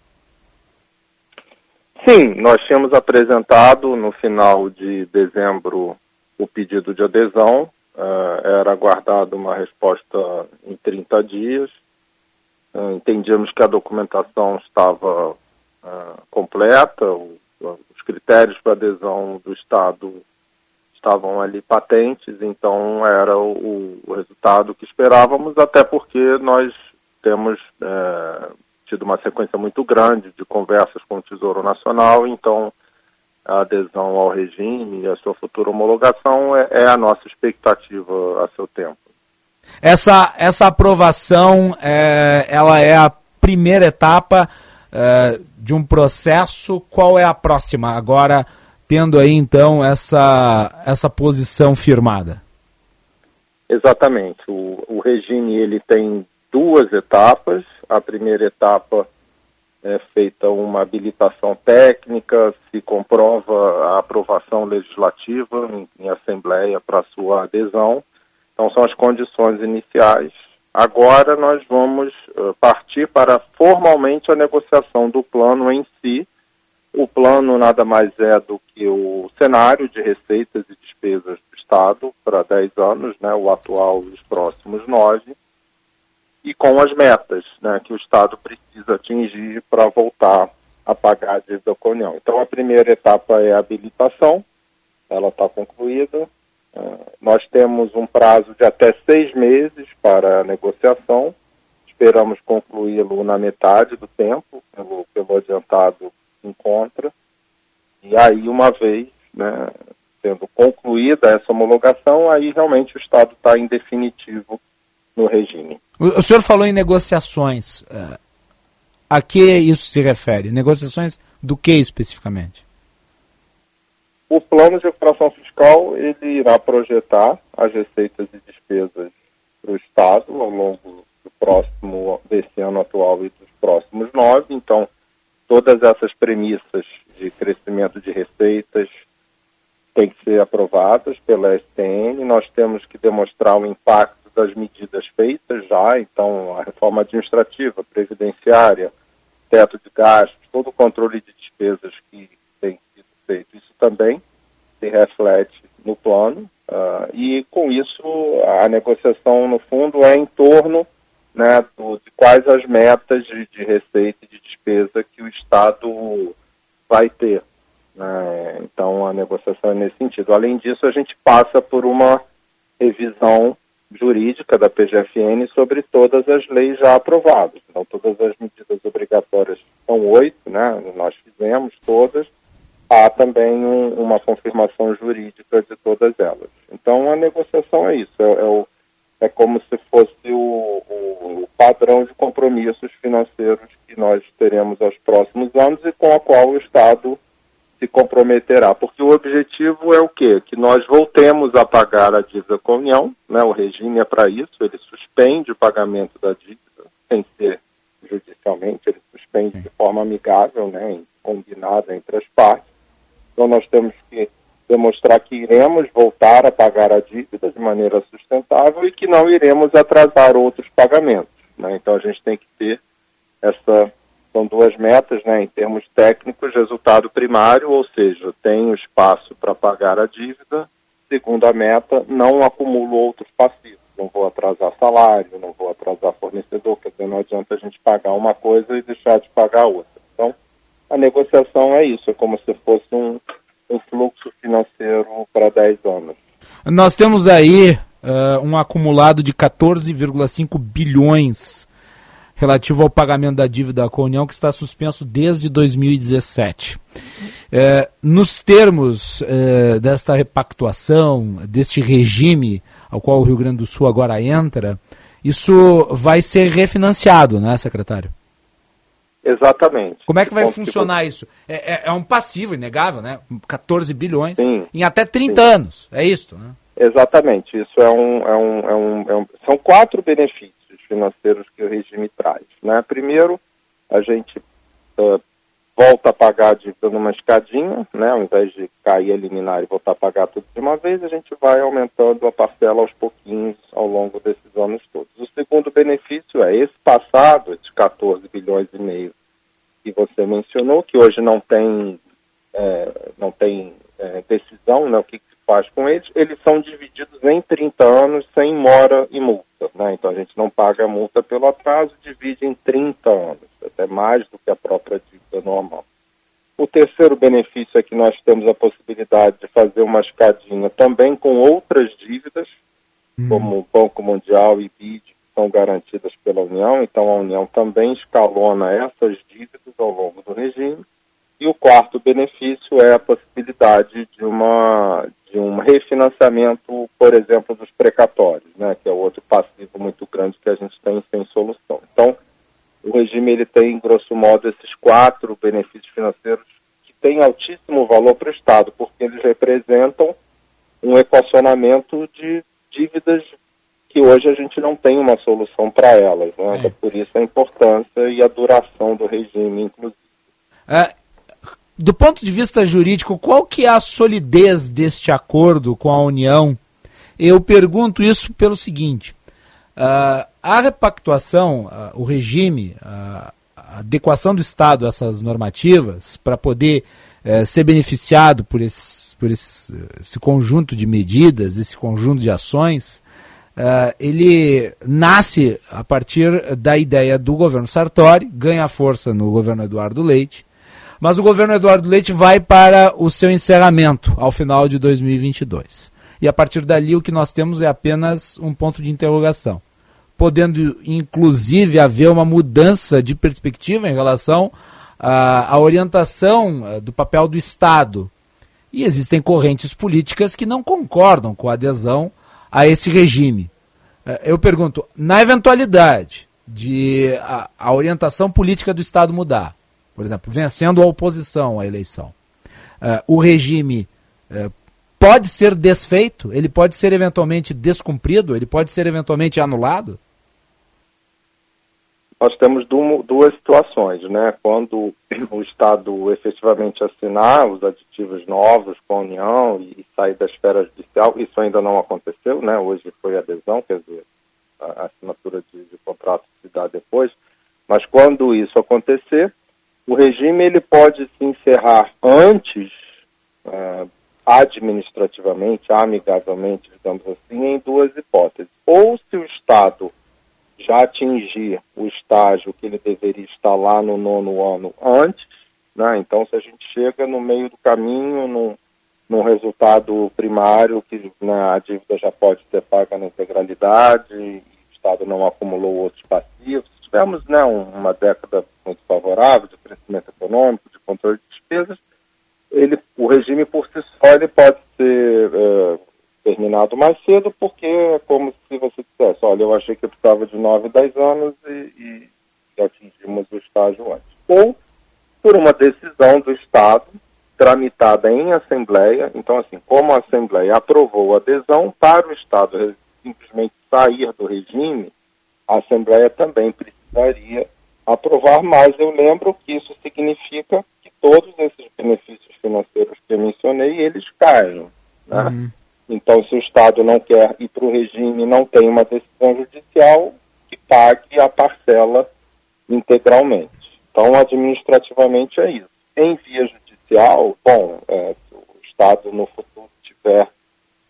Sim, nós tínhamos apresentado no final de dezembro o pedido de adesão. Uh, era aguardada uma resposta em trinta dias. Uh, entendíamos que a documentação estava uh, completa, o, os critérios para adesão do Estado estavam ali patentes, então era o, o resultado que esperávamos, até porque nós temos uh, tido uma sequência muito grande de conversas com o Tesouro Nacional, então a adesão ao regime e a sua futura homologação é, é a nossa expectativa a seu tempo. Essa, essa aprovação, é, ela é a primeira etapa é, de um processo. Qual é a próxima? Agora, tendo aí, então, essa, essa posição firmada. Exatamente. O, o regime ele tem duas etapas. A primeira etapa é feita uma habilitação técnica, se comprova a aprovação legislativa em, em assembleia para sua adesão. Então são as condições iniciais. Agora nós vamos uh, partir para formalmente a negociação do plano em si. O plano nada mais é do que o cenário de receitas e despesas do Estado para dez anos, né, o atual e os próximos nove. E com as metas, né, que o Estado precisa atingir para voltar a pagar a dívida com a União. Então, a primeira etapa é a habilitação, ela está concluída. Uh, nós temos um prazo de até seis meses para a negociação, esperamos concluí-lo na metade do tempo, pelo, pelo adiantado encontro. E aí, uma vez, né, sendo concluída essa homologação, aí realmente o Estado está em definitivo no regime. O senhor falou em negociações. A que isso se refere? Negociações do que especificamente? O plano de recuperação fiscal ele irá projetar as receitas e despesas do Estado ao longo do próximo, desse ano atual e dos próximos nove. Então, todas essas premissas de crescimento de receitas têm que ser aprovadas pela S T N. Nós temos que demonstrar o impacto das medidas feitas já, então a reforma administrativa, previdenciária, teto de gastos, todo o controle de despesas que tem sido feito, isso também se reflete no plano, uh, e com isso a negociação no fundo é em torno, né, do, de quais as metas de, de receita e de despesa que o Estado vai ter, né? Então a negociação é nesse sentido. Além disso, a gente passa por uma revisão jurídica da P G F N sobre todas as leis já aprovadas. Então, todas as medidas obrigatórias, são oito, né? Nós fizemos todas. Há também um, uma confirmação jurídica de todas elas. Então, a negociação é isso. É, é, o, é como se fosse o, o padrão de compromissos financeiros que nós teremos aos próximos anos e com a qual o Estado se comprometerá, porque o objetivo é o quê? Que nós voltemos a pagar a dívida com a União, né? O regime é para isso, ele suspende o pagamento da dívida, sem ser judicialmente, ele suspende de forma amigável, né? Combinada entre as partes. Então nós temos que demonstrar que iremos voltar a pagar a dívida de maneira sustentável e que não iremos atrasar outros pagamentos, né? Então a gente tem que ter essa... São duas metas, né, em termos técnicos, resultado primário, ou seja, tem o espaço para pagar a dívida segundo a meta, não acumulo outros passivos. Não vou atrasar salário, não vou atrasar fornecedor, quer dizer, não adianta a gente pagar uma coisa e deixar de pagar outra. Então, a negociação é isso, é como se fosse um, um fluxo financeiro para dez anos. Nós temos aí uh, um acumulado de quatorze vírgula cinco bilhões relativo ao pagamento da dívida com a União, que está suspenso desde dois mil e dezessete. É, nos termos é, desta repactuação, deste regime ao qual o Rio Grande do Sul agora entra, isso vai ser refinanciado, né, secretário? Exatamente. Como é que vai funcionar isso? É, é, é um passivo inegável, né? quatorze bilhões sim, em até trinta sim. anos, é isso, né? Exatamente, isso é um, é um, é um, é um, são quatro benefícios financeiros que o regime traz, né? Primeiro, a gente uh, volta a pagar a dívida numa escadinha, né? Ao invés de cair, eliminar e voltar a pagar tudo de uma vez, a gente vai aumentando a parcela aos pouquinhos ao longo desses anos todos. O segundo benefício é esse passado, esses quatorze bilhões e meio que você mencionou, que hoje não tem, é, não tem é, decisão, né? O que, que se faz com eles, eles são divididos em trinta anos sem mora e multa, né? Então a gente não paga a multa pelo atraso, divide em trinta anos, até mais do que a própria dívida normal. O terceiro benefício é que nós temos a possibilidade de fazer uma escadinha também com outras dívidas, hum. como o Banco Mundial e B I D, que são garantidas pela União, então a União também escalona essas dívidas ao longo do regime. E o quarto benefício é a possibilidade de, uma, de um refinanciamento, por exemplo, dos precatórios, né, que é outro passivo muito grande que a gente tem sem solução. Então, o regime ele tem, grosso modo, esses quatro benefícios financeiros que têm altíssimo valor para o Estado, porque eles representam um equacionamento de dívidas que hoje a gente não tem uma solução para elas, né? É. Por isso a importância e a duração do regime, inclusive. É. Do ponto de vista jurídico, qual que é a solidez deste acordo com a União? Eu pergunto isso pelo seguinte, uh, a repactuação, uh, o regime, uh, a adequação do Estado a essas normativas para poder uh, ser beneficiado por, esse, por esse, esse conjunto de medidas, esse conjunto de ações, uh, ele nasce a partir da ideia do governo Sartori, ganha força no governo Eduardo Leite, mas o governo Eduardo Leite vai para o seu encerramento ao final de dois mil e vinte e dois. E a partir dali o que nós temos é apenas um ponto de interrogação, podendo inclusive haver uma mudança de perspectiva em relação à, à orientação do papel do Estado. E existem correntes políticas que não concordam com a adesão a esse regime. Eu pergunto, na eventualidade de a, a orientação política do Estado mudar, por exemplo, vencendo a oposição à eleição, uh, o regime uh, pode ser desfeito? Ele pode ser eventualmente descumprido? Ele pode ser eventualmente anulado? Nós temos duas situações, né? Quando o Estado efetivamente assinar os aditivos novos com a União e sair da esfera judicial, isso ainda não aconteceu, né? Hoje foi adesão, quer dizer, a assinatura de, de contrato se dá depois, mas quando isso acontecer, o regime ele pode se encerrar antes, uh, administrativamente, amigavelmente, digamos assim, em duas hipóteses. Ou se o Estado já atingir o estágio que ele deveria estar lá no nono ano antes, né? Então se a gente chega no meio do caminho, num, num resultado primário, que né, a dívida já pode ser paga na integralidade, e o Estado não acumulou outros passivos, tivemos né, uma década muito favorável de crescimento econômico, de controle de despesas, ele, o regime por si só ele pode ser é, terminado mais cedo, porque é como se você dissesse, olha, eu achei que eu precisava de nove, dez anos e, e, e atingimos o estágio antes. Ou por uma decisão do Estado tramitada em Assembleia, então assim, como a Assembleia aprovou a adesão, para o Estado simplesmente sair do regime, a Assembleia também precisaria aprovar, mas eu lembro que isso significa que todos esses benefícios financeiros que eu mencionei, eles caem. Né? Uhum. Então, se o Estado não quer ir para o regime, não tem uma decisão judicial, que pague a parcela integralmente. Então, administrativamente é isso. Em via judicial, bom, é, se o Estado no futuro tiver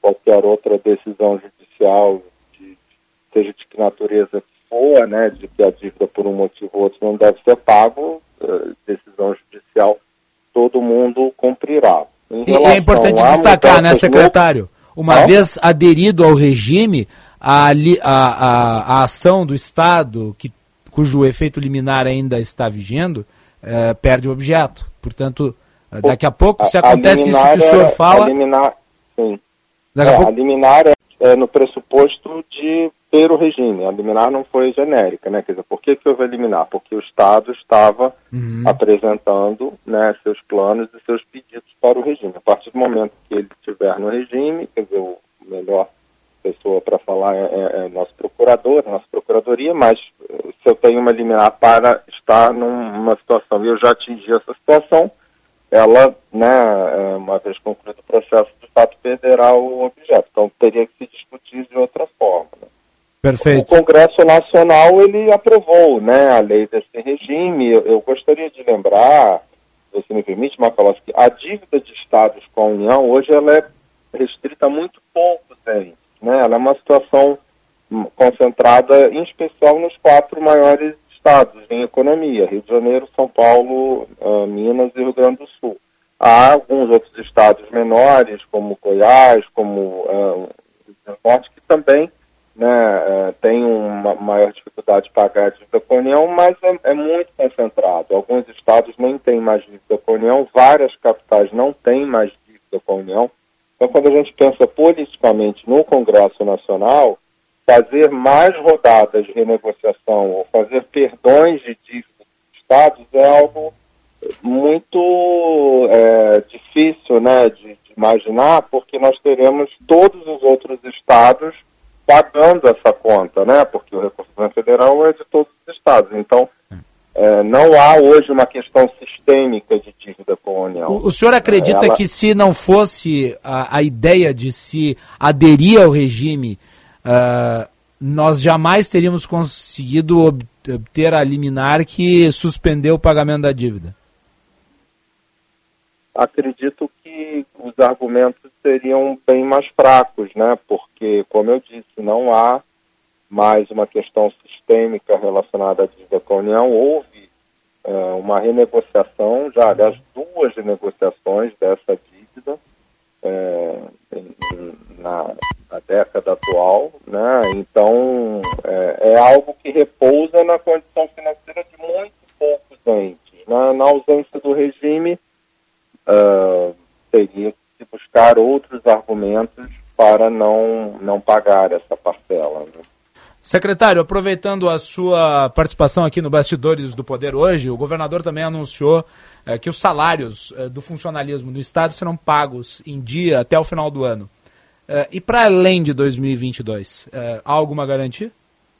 qualquer outra decisão judicial, de, seja de que natureza for, né, de que a dívida por um motivo ou outro não deve ser pago, uh, decisão judicial, todo mundo cumprirá. E é importante destacar, né, secretário, uma ah? vez aderido ao regime, a, a, a, a ação do Estado, que, cujo efeito liminar ainda está vigendo, uh, perde o objeto. Portanto, uh, daqui a pouco, se acontece isso que o senhor fala... A liminar, sim. Daqui é, a, pouco... a liminar é, é no pressuposto de ter o regime. A liminar não foi genérica, né? Quer dizer, por que que houve a liminar? Porque o Estado estava uhum. apresentando, né, seus planos e seus pedidos para o regime. A partir do momento que ele estiver no regime, quer dizer, o melhor pessoa para falar é, é, é nosso procurador, nossa procuradoria, mas se eu tenho uma liminar para estar numa situação e eu já atingi essa situação, ela, né, uma vez concluído o processo, de fato perderá o objeto. Então teria que se discutir de outra forma, né? Perfeito. O Congresso Nacional, ele aprovou, né, a lei desse regime. Eu, eu gostaria de lembrar, se você me permite, Macalossi, que a dívida de estados com a União, hoje, ela é restrita a muito poucos entes, né? Ela é uma situação concentrada, em especial, nos quatro maiores estados em economia: Rio de Janeiro, São Paulo, uh, Minas e Rio Grande do Sul. Há alguns outros estados menores, como Goiás, como uh, Rio Grande do Norte, que também, né, uh, tem uma maior dificuldade de pagar a dívida com a União, mas é, é muito concentrado. Alguns estados nem têm mais dívida com a União, várias capitais não têm mais dívida com a União. Então, quando a gente pensa politicamente no Congresso Nacional, fazer mais rodadas de renegociação ou fazer perdões de dívida dos estados é algo muito é, difícil, né, de, de imaginar, porque nós teremos todos os outros estados pagando essa conta, né? Porque o recurso federal é de todos os estados. Então, é, não há hoje uma questão sistêmica de dívida com a União. O, o senhor acredita Ela... que se não fosse a, a ideia de se aderir ao regime, uh, nós jamais teríamos conseguido obter a liminar que suspendeu o pagamento da dívida? Acredito que os argumentos seriam bem mais fracos, né? Porque, como eu disse, não há mais uma questão sistêmica relacionada à dívida com a União. Houve uh, uma renegociação, já, aliás, duas renegociações dessa dívida é, na, na década atual, né? Então, é, é algo que repousa na condição financeira de muito poucos entes. Na, na ausência do regime, Uh, teria que se buscar outros argumentos para não, não pagar essa parcela, né? Secretário, aproveitando a sua participação aqui no Bastidores do Poder hoje, o governador também anunciou eh, que os salários eh, do funcionalismo no Estado serão pagos em dia até o final do ano. Eh, e para além de dois mil e vinte e dois, eh, há alguma garantia?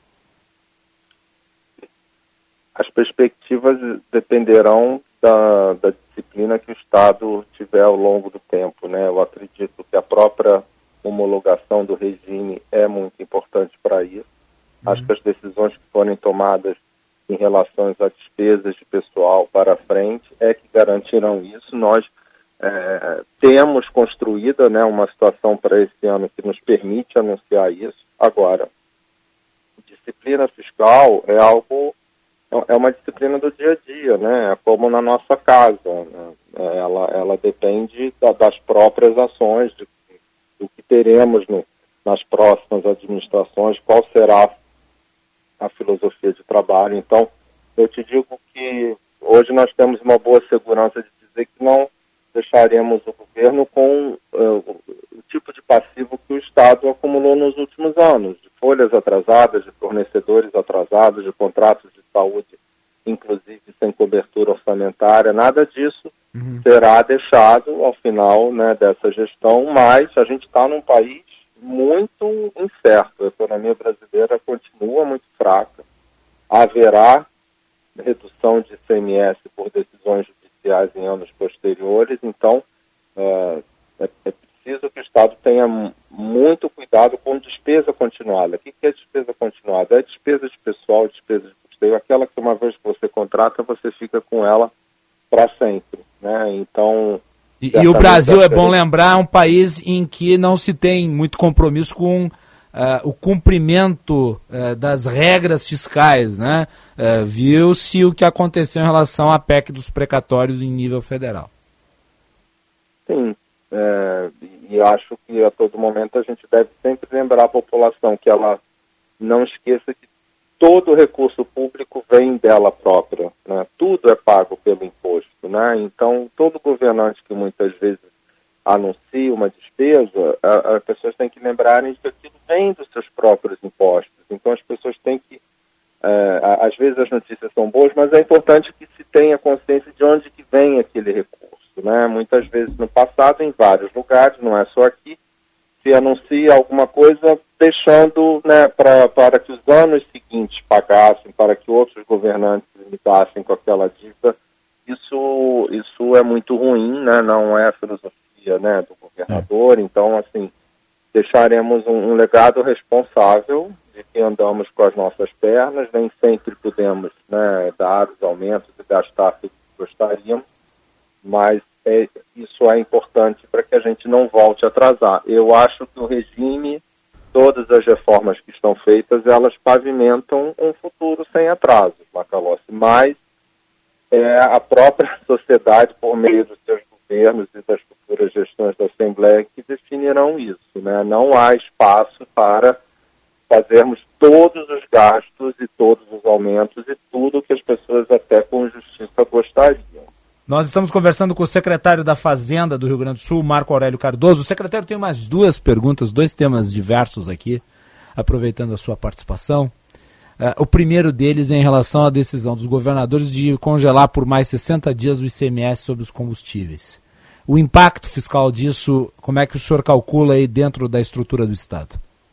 As perspectivas dependerão Da, da disciplina que o Estado tiver ao longo do tempo, né? Eu acredito que a própria homologação do regime é muito importante para isso. Uhum. Acho que as decisões que forem tomadas em relação a despesas de pessoal para frente é que garantirão isso. Nós é, temos construída, né, uma situação para esse ano que nos permite anunciar isso. Agora, disciplina fiscal é algo... é uma disciplina do dia a dia, né? É como na nossa casa, né? Ela, ela depende da, das próprias ações, de, do que teremos no, nas próximas administrações, qual será a filosofia de trabalho. Então, eu te digo que hoje nós temos uma boa segurança de dizer que não deixaremos o governo com uh, o tipo de passivo que o Estado acumulou nos últimos anos, de folhas atrasadas, de fornecedores atrasados, de contratos de saúde, inclusive sem cobertura orçamentária. Nada disso uhum. será deixado ao final, né, dessa gestão, mas a gente está num país muito incerto. A economia brasileira continua muito fraca. Haverá redução de I C M S por decisões judiciais em anos posteriores, então é, é, é preciso que o Estado tenha muito cuidado com despesa continuada. O que é despesa continuada? É despesa de pessoal, despesa de custeio, aquela que uma vez que você contrata, você fica com ela para sempre, né? Então, E, e o Brasil, é bom lembrar, é um país em que não se tem muito compromisso com uh, o cumprimento uh, das regras fiscais, né? Uh, viu-se o que aconteceu em relação à P E C dos precatórios em nível federal. Sim, é, e acho que a todo momento a gente deve sempre lembrar a população que ela não esqueça que todo recurso público vem dela própria, né? Tudo é pago pelo imposto, né? Então, todo governante que muitas vezes anuncia uma despesa, as pessoas têm que lembrarem que aquilo vem dos seus próprios impostos. Então, as pessoas têm que, é, às vezes as notícias são boas, mas é importante que se tenha consciência de onde que vem aquele recurso, né? Muitas vezes no passado, em vários lugares, não é só aqui, se anuncia alguma coisa deixando, né, pra, para que os anos seguintes pagassem, para que outros governantes lidassem com aquela dívida. Isso, isso é muito ruim, né? Não é a filosofia, né, do governador. Então, assim, deixaremos um, um legado responsável de que andamos com as nossas pernas, nem sempre podemos, né, dar os aumentos e gastar o que gostaríamos, mas é, isso é importante para que a gente não volte a atrasar. Eu acho que o regime, todas as reformas que estão feitas, elas pavimentam um futuro sem atrasos, Macalossi, mas é a própria sociedade, por meio dos seus governos e das futuras gestões da Assembleia, que definirão isso, né? Não há espaço para fazermos todos os gastos e todos os aumentos e tudo que as pessoas até com justiça gostariam. Nós estamos conversando com o secretário da Fazenda do Rio Grande do Sul, Marco Aurélio Cardoso. O secretário tem mais duas perguntas, dois temas diversos aqui, aproveitando a sua participação. Uh, o primeiro deles é em relação à decisão dos governadores de congelar por mais sessenta dias o I C M S sobre os combustíveis. O impacto fiscal disso, como é que o senhor calcula aí dentro da estrutura do Estado?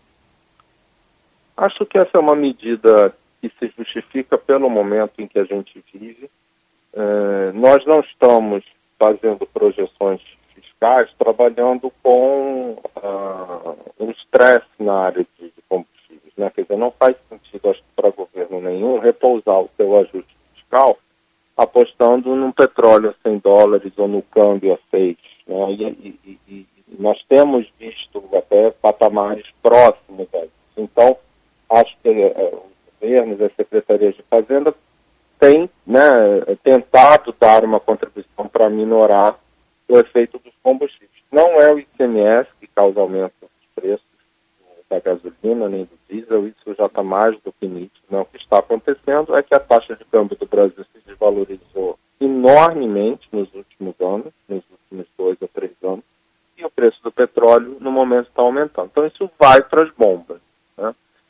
Acho que essa é uma medida que se justifica pelo momento em que a gente vive. Uh, nós não estamos fazendo projeções fiscais trabalhando com uh, um estresse na área de, de combustíveis, né? Quer dizer, não faz sentido, acho que para governo nenhum, repousar o seu ajuste fiscal apostando num petróleo a cem dólares ou no câmbio a seis, né? E, e, e, e nós temos visto até patamares próximos a isso. Então, acho que uh, os governos, as secretarias de Fazenda tem, né, tentado dar uma contribuição para minorar o efeito dos combustíveis. Não é o I C M S que causa aumento dos preços da gasolina nem do diesel, isso já está mais do que nítido. Não, o que está acontecendo é que a taxa de câmbio do Brasil se desvalorizou enormemente nos últimos anos, nos últimos dois ou três anos, e o preço do petróleo no momento está aumentando. Então isso vai para as bombas, né?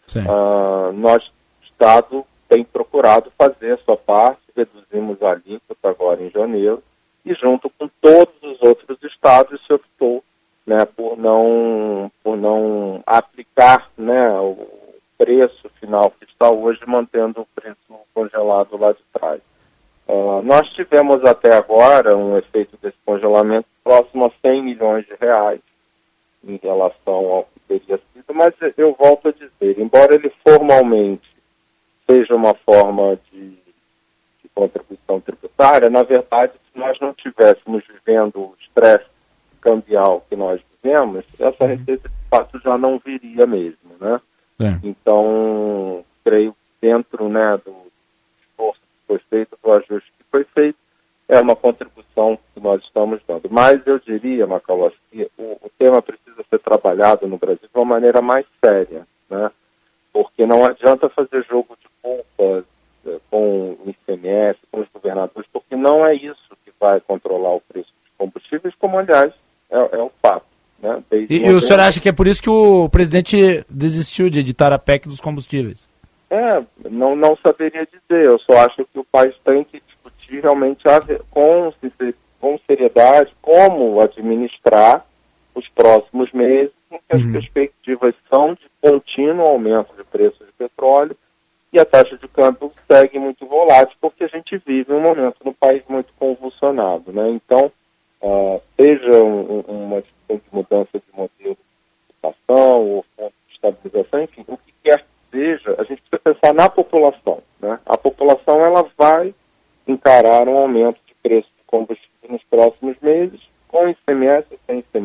Uh, nós, Estado, tem procurado fazer a sua parte, reduzimos a alíquota agora em janeiro, e junto com todos os outros estados se optou, né, por não, por não aplicar, né, o preço final que está hoje, mantendo o preço congelado lá de trás. Uh, nós tivemos até agora um efeito desse congelamento próximo a cem milhões de reais em relação ao que teria sido, mas eu volto a dizer, embora ele formalmente seja uma forma de, de contribuição tributária, na verdade, se nós não estivéssemos vivendo o estresse cambial que nós vivemos, essa receita de fato já não viria mesmo, né? É. Então, creio que dentro, né, do esforço que foi feito, do ajuste que foi feito, é uma contribuição que nós estamos dando. Mas eu diria, Macalossi, que o, o tema precisa ser trabalhado no Brasil de uma maneira mais séria, né? Porque não adianta fazer jogo de culpa eh, com o I C M S, com os governadores, porque não é isso que vai controlar o preço dos combustíveis, como, aliás, é, é um fato, né? E, e o senhor acha que é por isso que o presidente desistiu de editar a P E C dos combustíveis? É, não, não saberia dizer. Eu só acho que o país tem que discutir realmente com, com seriedade como administrar os próximos meses, em que as uhum. perspectivas são de contínuo aumento de preço de petróleo e a taxa de câmbio segue muito volátil, porque a gente vive um momento no país muito convulsionado, né? Então, uh, seja um, uma discussão de mudança de modelo de educação ou fundo de estabilização, enfim, o que quer que seja, a gente precisa pensar na população, né? A população, ela vai encarar um aumento de preço de combustível nos próximos meses, com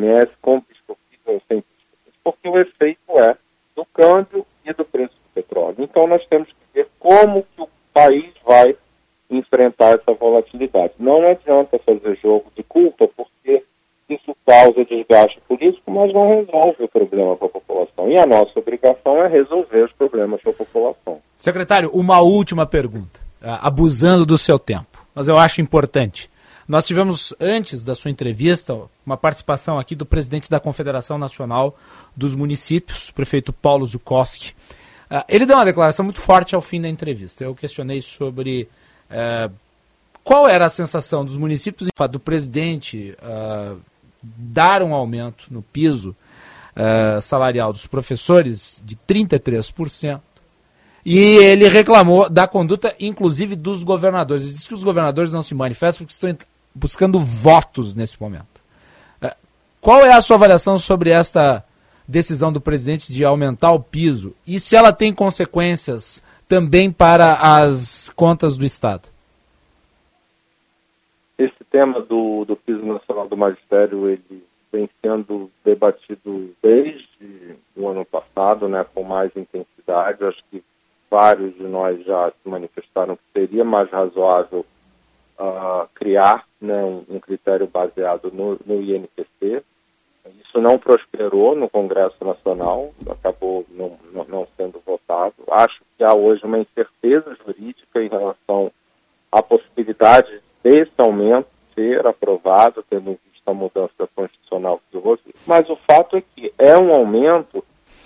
M S, com piscofibra, sem piscofibra, porque o efeito é do câmbio e do preço do petróleo. Então nós temos que ver como que o país vai enfrentar essa volatilidade. Não adianta fazer jogo de culpa, porque isso causa desgaste político, mas não resolve o problema para a população. E a nossa obrigação é resolver os problemas para a população. Secretário, uma última pergunta, abusando do seu tempo, mas eu acho importante. Nós tivemos, antes da sua entrevista, uma participação aqui do presidente da Confederação Nacional dos Municípios, o prefeito Paulo Zukoski. Ele deu uma declaração muito forte ao fim da entrevista. Eu questionei sobre uh, qual era a sensação dos municípios e do presidente uh, dar um aumento no piso uh, salarial dos professores de trinta e três por cento. E ele reclamou da conduta, inclusive, dos governadores. Ele disse que os governadores não se manifestam porque estão buscando votos nesse momento. Uh, qual é a sua avaliação sobre esta decisão do presidente de aumentar o piso e se ela tem consequências também para as contas do Estado? Esse tema do, do piso nacional do magistério, ele vem sendo debatido desde o ano passado, né, com mais intensidade. Acho que vários de nós já se manifestaram que seria mais razoável uh, criar, né, um, um critério baseado no, no I N P C. Isso não prosperou no Congresso Nacional, acabou não, não, não sendo votado. Acho que há hoje uma incerteza jurídica em relação à possibilidade desse aumento ser aprovado, tendo em vista a mudança constitucional que houve. Mas o fato é que é um aumento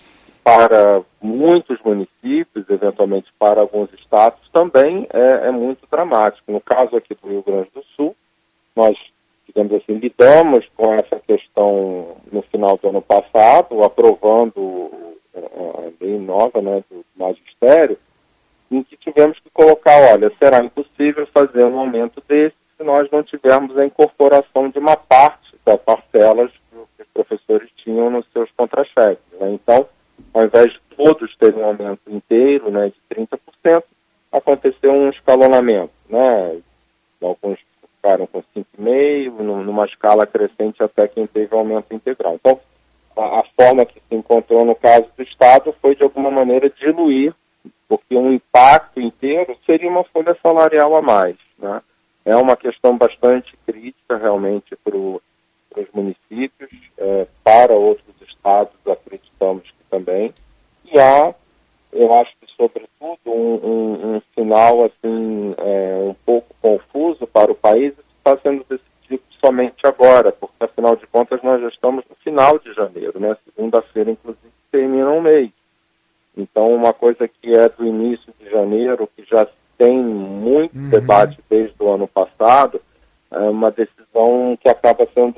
para muitos municípios, eventualmente para alguns estados, também é, é muito dramático. No caso aqui do Rio Grande do Sul, nós, digamos assim, lidamos com essa questão no final do ano passado, aprovando a lei nova, né, do magistério, em que tivemos que colocar, olha, será impossível fazer um aumento desse se nós não tivermos a incorporação de uma parte das parcelas que os professores tinham nos seus contra-cheques, né? Então, ao invés de todos terem um aumento inteiro, né, de trinta por cento, aconteceu um escalonamento, né? Alguns ficaram com cinco vírgula cinco por cento, numa escala crescente até quem teve aumento integral. Então, a, a forma que se encontrou no caso do Estado foi, de alguma maneira, diluir, porque um impacto inteiro seria uma folha salarial a mais, né? É uma questão bastante crítica, realmente, para os municípios, é, para outros estados, acreditamos que também. E há, eu acho que, sobretudo, um, um, um sinal assim, é, um pouco confuso para o país, isso está sendo decidido somente agora, porque, afinal de contas, nós já estamos no final de janeiro, né? Segunda-feira, inclusive, termina um mês. Então, uma coisa que é do início de janeiro, que já tem muito uhum. debate desde o ano passado, é uma decisão que acaba sendo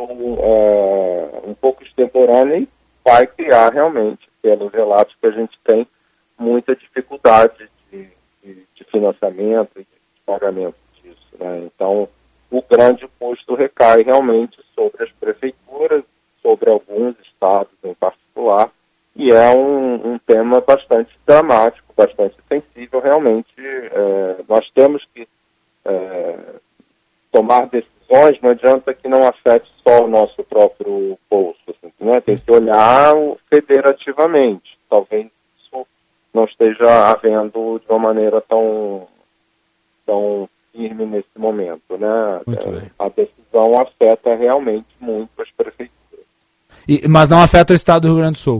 é, um pouco extemporânea e vai criar realmente, pelos relatos que a gente tem, muita dificuldade de, de, de financiamento e de pagamento disso, né? Então, o grande custo recai realmente sobre as prefeituras, sobre alguns estados em particular, e é um, um tema bastante dramático, bastante sensível, realmente. É, nós temos que é, tomar decisões, não adianta que não afete só o nosso próprio bolso, assim, né? Tem que olhar federativamente. Talvez isso não esteja havendo de uma maneira tão, tão firme nesse momento, né? É, a decisão afeta realmente muito as prefeituras. E, mas não afeta o estado do Rio Grande do Sul?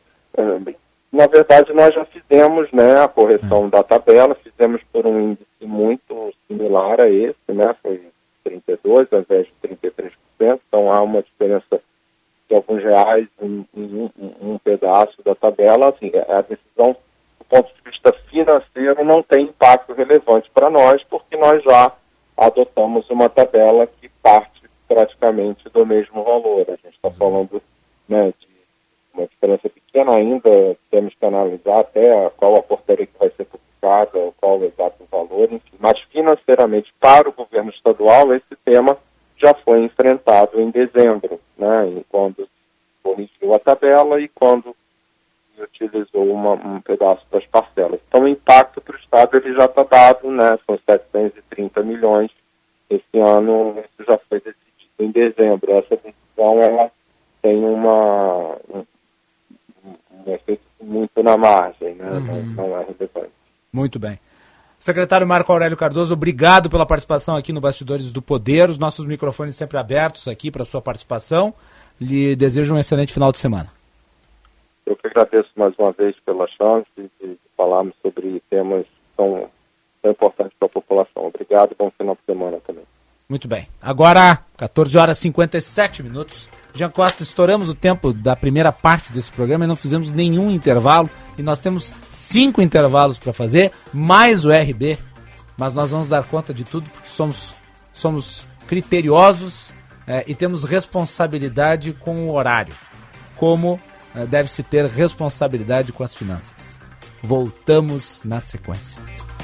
Na verdade, nós já fizemos, né, a correção da tabela, fizemos por um índice muito similar a esse, né, foi trinta e dois por cento ao invés de trinta e três por cento, então há uma diferença de alguns reais em, em, em um pedaço da tabela. Assim, a decisão, do ponto de vista financeiro, não tem impacto relevante para nós, porque nós já adotamos uma tabela que parte praticamente do mesmo valor. A gente está falando, né, de uma diferença pequena ainda, temos que analisar até qual a portaria que vai ser publicada, qual o exato valor, enfim. Mas financeiramente, para o governo estadual, esse tema já foi enfrentado em dezembro, né, quando corrigiu a tabela e quando utilizou uma, um pedaço das parcelas. Então, o impacto para o Estado ele já está dado, né, são setecentos e trinta milhões. Esse ano, isso já foi decidido em dezembro. Essa decisão, ela tem uma, um, um efeito muito na margem, né? Uhum. não, não é relevante. Muito bem. Secretário Marco Aurélio Cardoso, obrigado pela participação aqui no Bastidores do Poder, os nossos microfones sempre abertos aqui para a sua participação. Lhe desejo um excelente final de semana. Eu que agradeço mais uma vez pela chance de, de falarmos sobre temas tão, tão importantes para a população. Obrigado e bom final de semana também. Muito bem. Agora, quatorze horas e cinquenta e sete minutos. Jean Costa, estouramos o tempo da primeira parte desse programa e não fizemos nenhum intervalo. E nós temos cinco intervalos para fazer, mais o R B. Mas nós vamos dar conta de tudo porque somos, somos criteriosos é, e temos responsabilidade com o horário. Como é, deve-se ter responsabilidade com as finanças. Voltamos na sequência.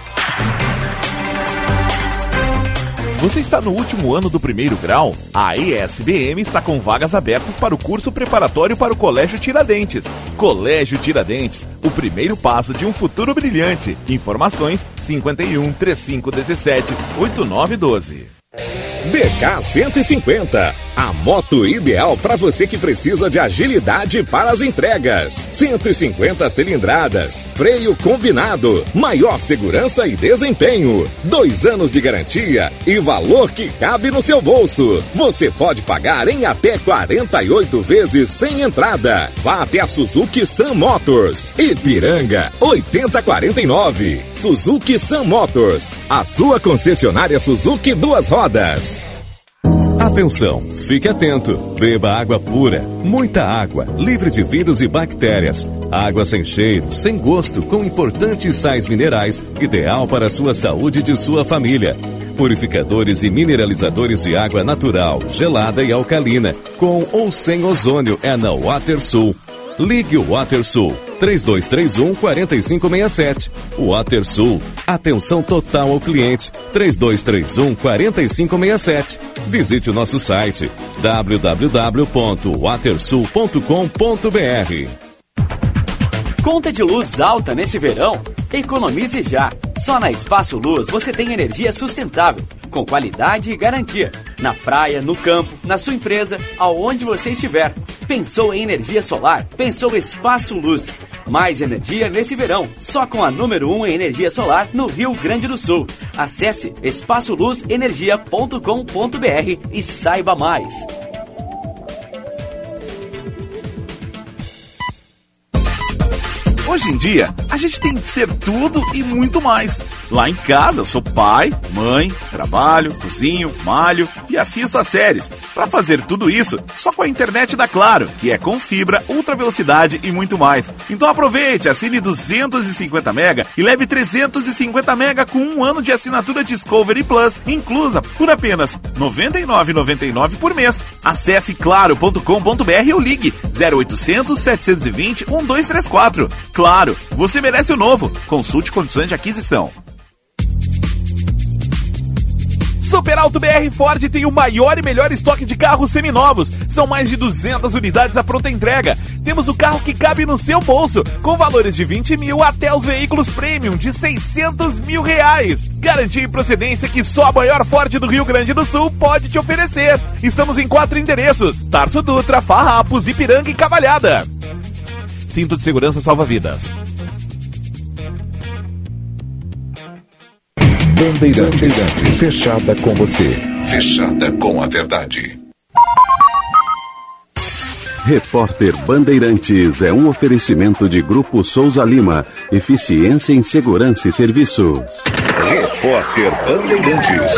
Você está no último ano do primeiro grau? A E S B M está com vagas abertas para o curso preparatório para o Colégio Tiradentes. Colégio Tiradentes, o primeiro passo de um futuro brilhante. Informações cinquenta e um, trinta e cinco, dezessete, oitenta e nove, doze. B K cento e cinquenta, a moto ideal para você que precisa de agilidade para as entregas. cento e cinquenta cilindradas, freio combinado, maior segurança e desempenho, dois anos de garantia e valor que cabe no seu bolso. Você pode pagar em até quarenta e oito vezes sem entrada. Vá até a Suzuki Sun Motors, Ipiranga, oitenta e quarenta e nove. Suzuki Sun Motors, a sua concessionária Suzuki duas rodas. Atenção, fique atento, beba água pura, muita água, livre de vírus e bactérias, água sem cheiro, sem gosto, com importantes sais minerais, ideal para a sua saúde e de sua família. Purificadores e mineralizadores de água natural, gelada e alcalina, com ou sem ozônio é na WaterSul. Ligue o WaterSul, três dois três um, quatro cinco seis sete. WaterSul, atenção total ao cliente, três dois três um, quatro cinco seis sete. Visite o nosso site, w w w ponto watersul ponto com ponto b r. Conta de luz alta nesse verão? Economize já! Só na Espaço Luz você tem energia sustentável, com qualidade e garantia. Na praia, no campo, na sua empresa, aonde você estiver. Pensou em energia solar? Pensou Espaço Luz. Mais energia nesse verão, só com a número um em energia solar no Rio Grande do Sul. Acesse espaço luz energia ponto com ponto b r e saiba mais. Hoje em dia, a gente tem que ser tudo e muito mais. Lá em casa, eu sou pai, mãe, trabalho, cozinho, malho e assisto as séries. Para fazer tudo isso, só com a internet da Claro, que é com fibra, ultra velocidade e muito mais. Então aproveite, assine duzentos e cinquenta mega e leve trezentos e cinquenta mega com um ano de assinatura Discovery Plus, inclusa por apenas noventa e nove reais e noventa e nove centavos por mês. Acesse claro ponto com ponto b r ou ligue zero oitocentos, setecentos e vinte, doze trinta e quatro. Claro, você merece o novo. Consulte condições de aquisição. Super Alto B R Ford tem o maior e melhor estoque de carros seminovos. São mais de duzentas unidades à pronta entrega. Temos o carro que cabe no seu bolso, com valores de vinte mil até os veículos premium de seiscentos mil reais. Garantia e procedência que só a maior Ford do Rio Grande do Sul pode te oferecer. Estamos em quatro endereços: Tarso Dutra, Farrapos, Ipiranga e Cavalhada. Cinto de segurança salva vidas. Bandeirantes, fechada com você. Fechada com a verdade. Repórter Bandeirantes é um oferecimento de Grupo Souza Lima. Eficiência em Segurança e Serviços. Repórter Bandeirantes.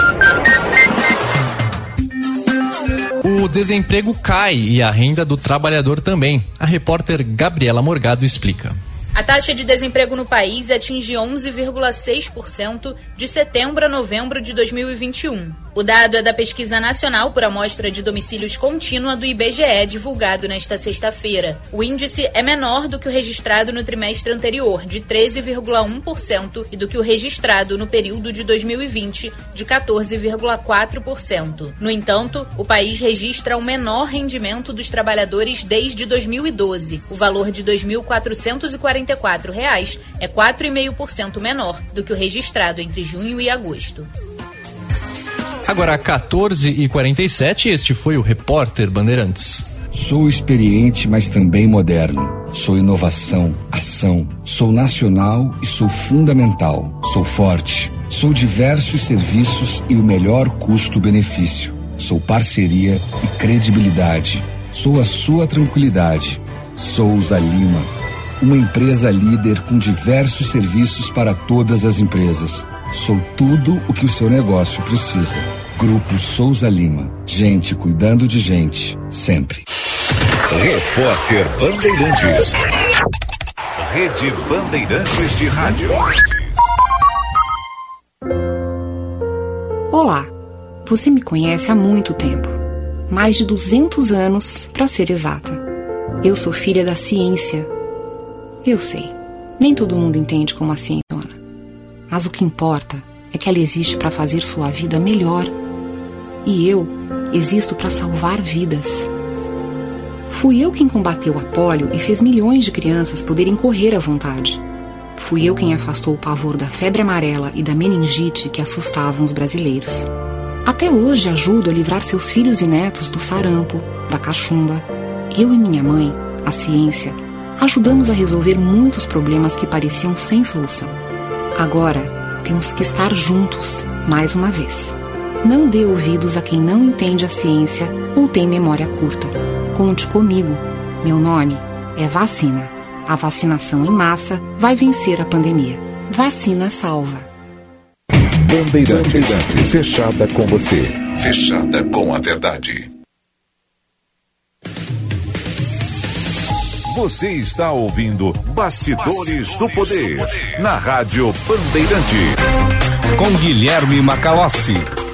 O desemprego cai e a renda do trabalhador também. A repórter Gabriela Morgado explica. A taxa de desemprego no país atinge onze vírgula seis por cento de setembro a novembro de dois mil e vinte e um. O dado é da Pesquisa Nacional por Amostra de Domicílios Contínua do I B G E, divulgado nesta sexta-feira. O índice é menor do que o registrado no trimestre anterior, de treze vírgula um por cento, e do que o registrado no período de dois mil e vinte, de quatorze vírgula quatro por cento. No entanto, o país registra o menor rendimento dos trabalhadores desde dois mil e doze. O valor de dois mil quatrocentos e quarenta e quatro reais é quatro vírgula cinco por cento menor do que o registrado entre junho e agosto. Agora, quatorze e quarenta e sete, este foi o Repórter Bandeirantes. Sou experiente, mas também moderno. Sou inovação, ação. Sou nacional e sou fundamental. Sou forte. Sou diversos serviços e o melhor custo-benefício. Sou parceria e credibilidade. Sou a sua tranquilidade. Souza Lima, uma empresa líder com diversos serviços para todas as empresas. Sou tudo o que o seu negócio precisa. Grupo Souza Lima. Gente cuidando de gente, sempre. Repórter Bandeirantes. Rede Bandeirantes de Rádio. Olá, você me conhece há muito tempo. Mais de duzentos anos, para ser exata. Eu sou filha da ciência. Eu sei, nem todo mundo entende como a ciência funciona. Mas o que importa é que ela existe para fazer sua vida melhor. E eu existo para salvar vidas. Fui eu quem combateu a polio e fez milhões de crianças poderem correr à vontade. Fui eu quem afastou o pavor da febre amarela e da meningite que assustavam os brasileiros. Até hoje ajudo a livrar seus filhos e netos do sarampo, da cachumba. Eu e minha mãe, a ciência, ajudamos a resolver muitos problemas que pareciam sem solução. Agora, temos que estar juntos, mais uma vez. Não dê ouvidos a quem não entende a ciência ou tem memória curta. Conte comigo. Meu nome é vacina. A vacinação em massa vai vencer a pandemia. Vacina salva. Bandeirantes, Bandeirantes, fechada com você. Fechada com a verdade. Você está ouvindo Bastidores, Bastidores do, Poder, do Poder, na Rádio Bandeirante. Com Guilherme Macalossi.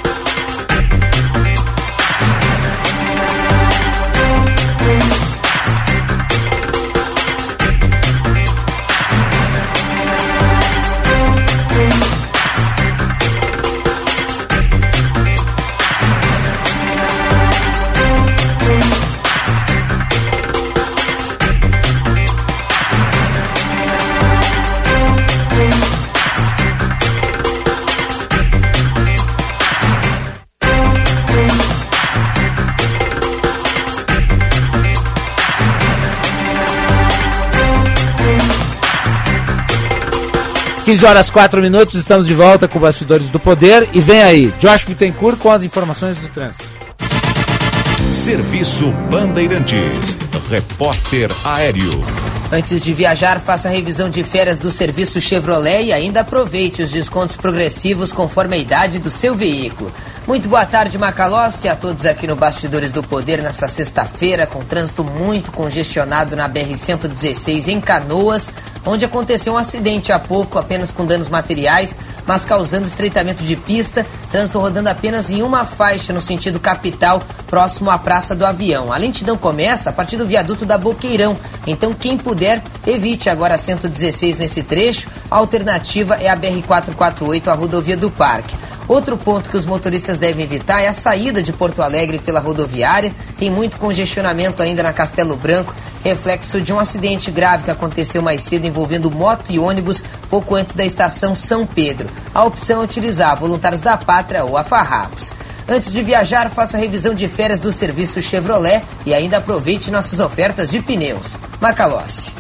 quinze horas quatro minutos, estamos de volta com Bastidores do Poder e vem aí, Josh Bittencourt com as informações do trânsito. Serviço Bandeirantes, repórter aéreo. Antes de viajar, faça a revisão de férias do serviço Chevrolet e ainda aproveite os descontos progressivos conforme a idade do seu veículo. Muito boa tarde, Macalossi, a todos aqui no Bastidores do Poder nessa sexta-feira, com trânsito muito congestionado na B R cento e dezesseis em Canoas, onde aconteceu um acidente há pouco, apenas com danos materiais, mas causando estreitamento de pista, trânsito rodando apenas em uma faixa no sentido capital, próximo à Praça do Avião. A lentidão começa a partir do viaduto da Boqueirão, então quem puder, evite agora a cento e dezesseis nesse trecho. A alternativa é a B R quatrocentos e quarenta e oito, a rodovia do Parque. Outro ponto que os motoristas devem evitar é a saída de Porto Alegre pela rodoviária. Tem muito congestionamento ainda na Castelo Branco, reflexo de um acidente grave que aconteceu mais cedo envolvendo moto e ônibus pouco antes da estação São Pedro. A opção é utilizar voluntários da Pátria ou a Farrapos. Antes de viajar, faça a revisão de férias do serviço Chevrolet e ainda aproveite nossas ofertas de pneus. Macalossi.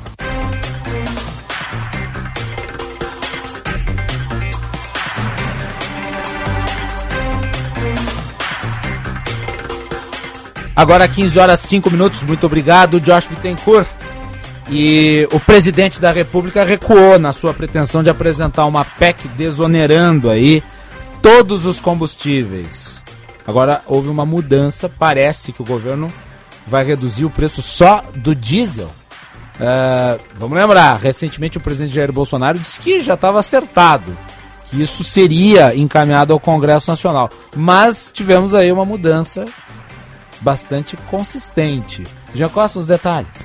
Agora quinze horas e cinco minutos, muito obrigado, Josh Bittencourt. E o presidente da República recuou na sua pretensão de apresentar uma P E C desonerando aí todos os combustíveis. Agora houve uma mudança, parece que o governo vai reduzir o preço só do diesel. Uh, vamos lembrar, recentemente o presidente Jair Bolsonaro disse que já estava acertado, que isso seria encaminhado ao Congresso Nacional. Mas tivemos aí uma mudança bastante consistente. Já quais são os detalhes?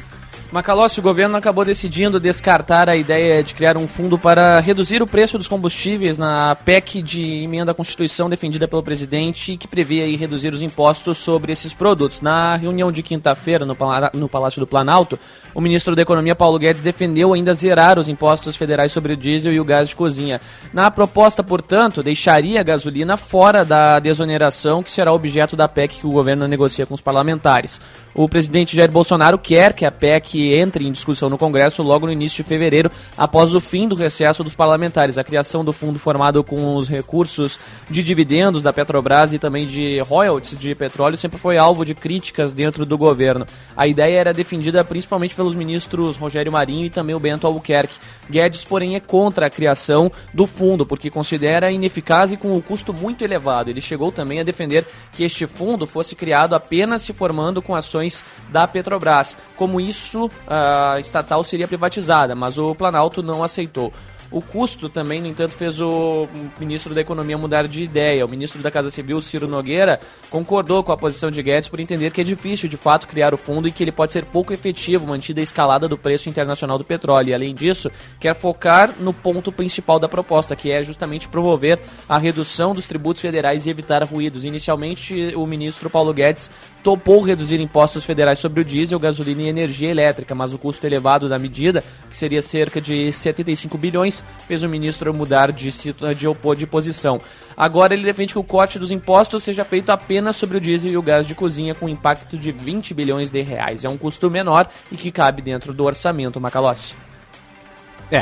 Macalossi, o governo acabou decidindo descartar a ideia de criar um fundo para reduzir o preço dos combustíveis na P E C de emenda à Constituição defendida pelo presidente, que prevê aí reduzir os impostos sobre esses produtos. Na reunião de quinta-feira no, no Palácio do Planalto, o ministro da Economia, Paulo Guedes, defendeu ainda zerar os impostos federais sobre o diesel e o gás de cozinha. Na proposta, portanto, deixaria a gasolina fora da desoneração, que será objeto da P E C que o governo negocia com os parlamentares. O presidente Jair Bolsonaro quer que a P E C entre em discussão no Congresso logo no início de fevereiro, após o fim do recesso dos parlamentares. A criação do fundo formado com os recursos de dividendos da Petrobras e também de royalties de petróleo sempre foi alvo de críticas dentro do governo. A ideia era defendida principalmente pelos ministros Rogério Marinho e também o Bento Albuquerque. Guedes, porém, é contra a criação do fundo, porque considera ineficaz e com um custo muito elevado. Ele chegou também a defender que este fundo fosse criado apenas se formando com ações da Petrobras. Como isso, a estatal seria privatizada, mas o Planalto não aceitou. O custo também, no entanto, fez o ministro da Economia mudar de ideia. O ministro da Casa Civil, Ciro Nogueira, concordou com a posição de Guedes por entender que é difícil, de fato, criar o fundo e que ele pode ser pouco efetivo, mantida a escalada do preço internacional do petróleo. E, além disso, quer focar no ponto principal da proposta, que é justamente promover a redução dos tributos federais e evitar ruídos. Inicialmente, o ministro Paulo Guedes topou reduzir impostos federais sobre o diesel, gasolina e energia elétrica, mas o custo elevado da medida, que seria cerca de setenta e cinco bilhões, fez o ministro mudar de, de, de posição. Agora ele defende que o corte dos impostos seja feito apenas sobre o diesel e o gás de cozinha, com impacto de vinte bilhões de reais. É um custo menor e que cabe dentro do orçamento, Macalossi. É.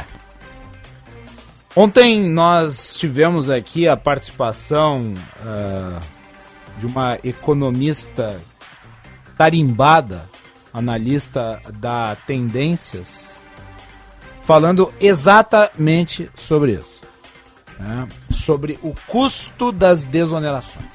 Ontem nós tivemos aqui a participação uh, de uma economista tarimbada, analista da Tendências, falando exatamente sobre isso, né? Sobre o custo das desonerações.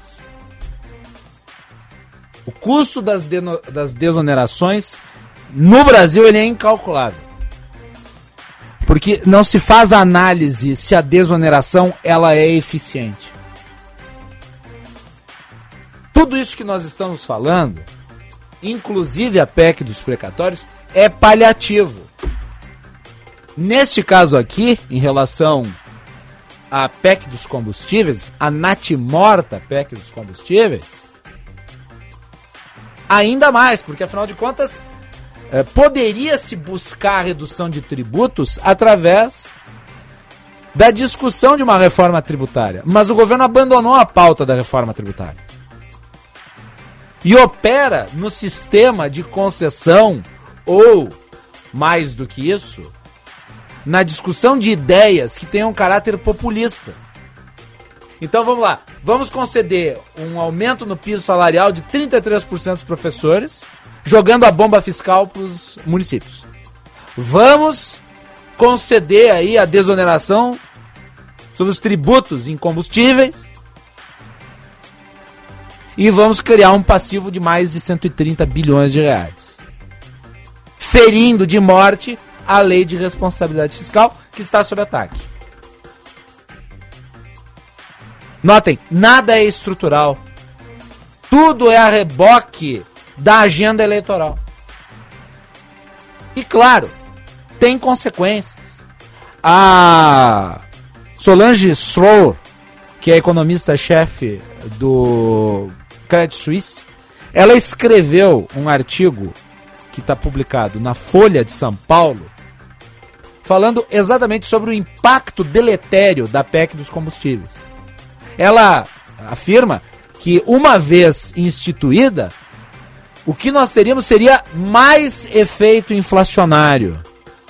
O custo das, deno- das desonerações no Brasil ele é incalculável, porque não se faz análise se a desoneração ela é eficiente. Tudo isso que nós estamos falando, inclusive a P E C dos precatórios, é paliativo. Neste caso aqui, em relação à P E C dos combustíveis, a natimorta P E C dos combustíveis, ainda mais, porque afinal de contas, eh, poderia-se buscar a redução de tributos através da discussão de uma reforma tributária, mas o governo abandonou a pauta da reforma tributária e opera no sistema de concessão, ou, mais do que isso, na discussão de ideias que tenham caráter populista. Então vamos lá, vamos conceder um aumento no piso salarial de trinta e três por cento dos professores, jogando a bomba fiscal para os municípios. Vamos conceder aí a desoneração sobre os tributos em combustíveis e vamos criar um passivo de mais de cento e trinta bilhões de reais, ferindo de morte a lei de responsabilidade fiscal, que está sob ataque. Notem, nada é estrutural. Tudo é a reboque da agenda eleitoral. E claro, tem consequências. A Solange Stroll, que é economista-chefe do Credit Suisse, ela escreveu um artigo que está publicado na Folha de São Paulo, falando exatamente sobre o impacto deletério da P E C dos combustíveis. Ela afirma que, uma vez instituída, o que nós teríamos seria mais efeito inflacionário.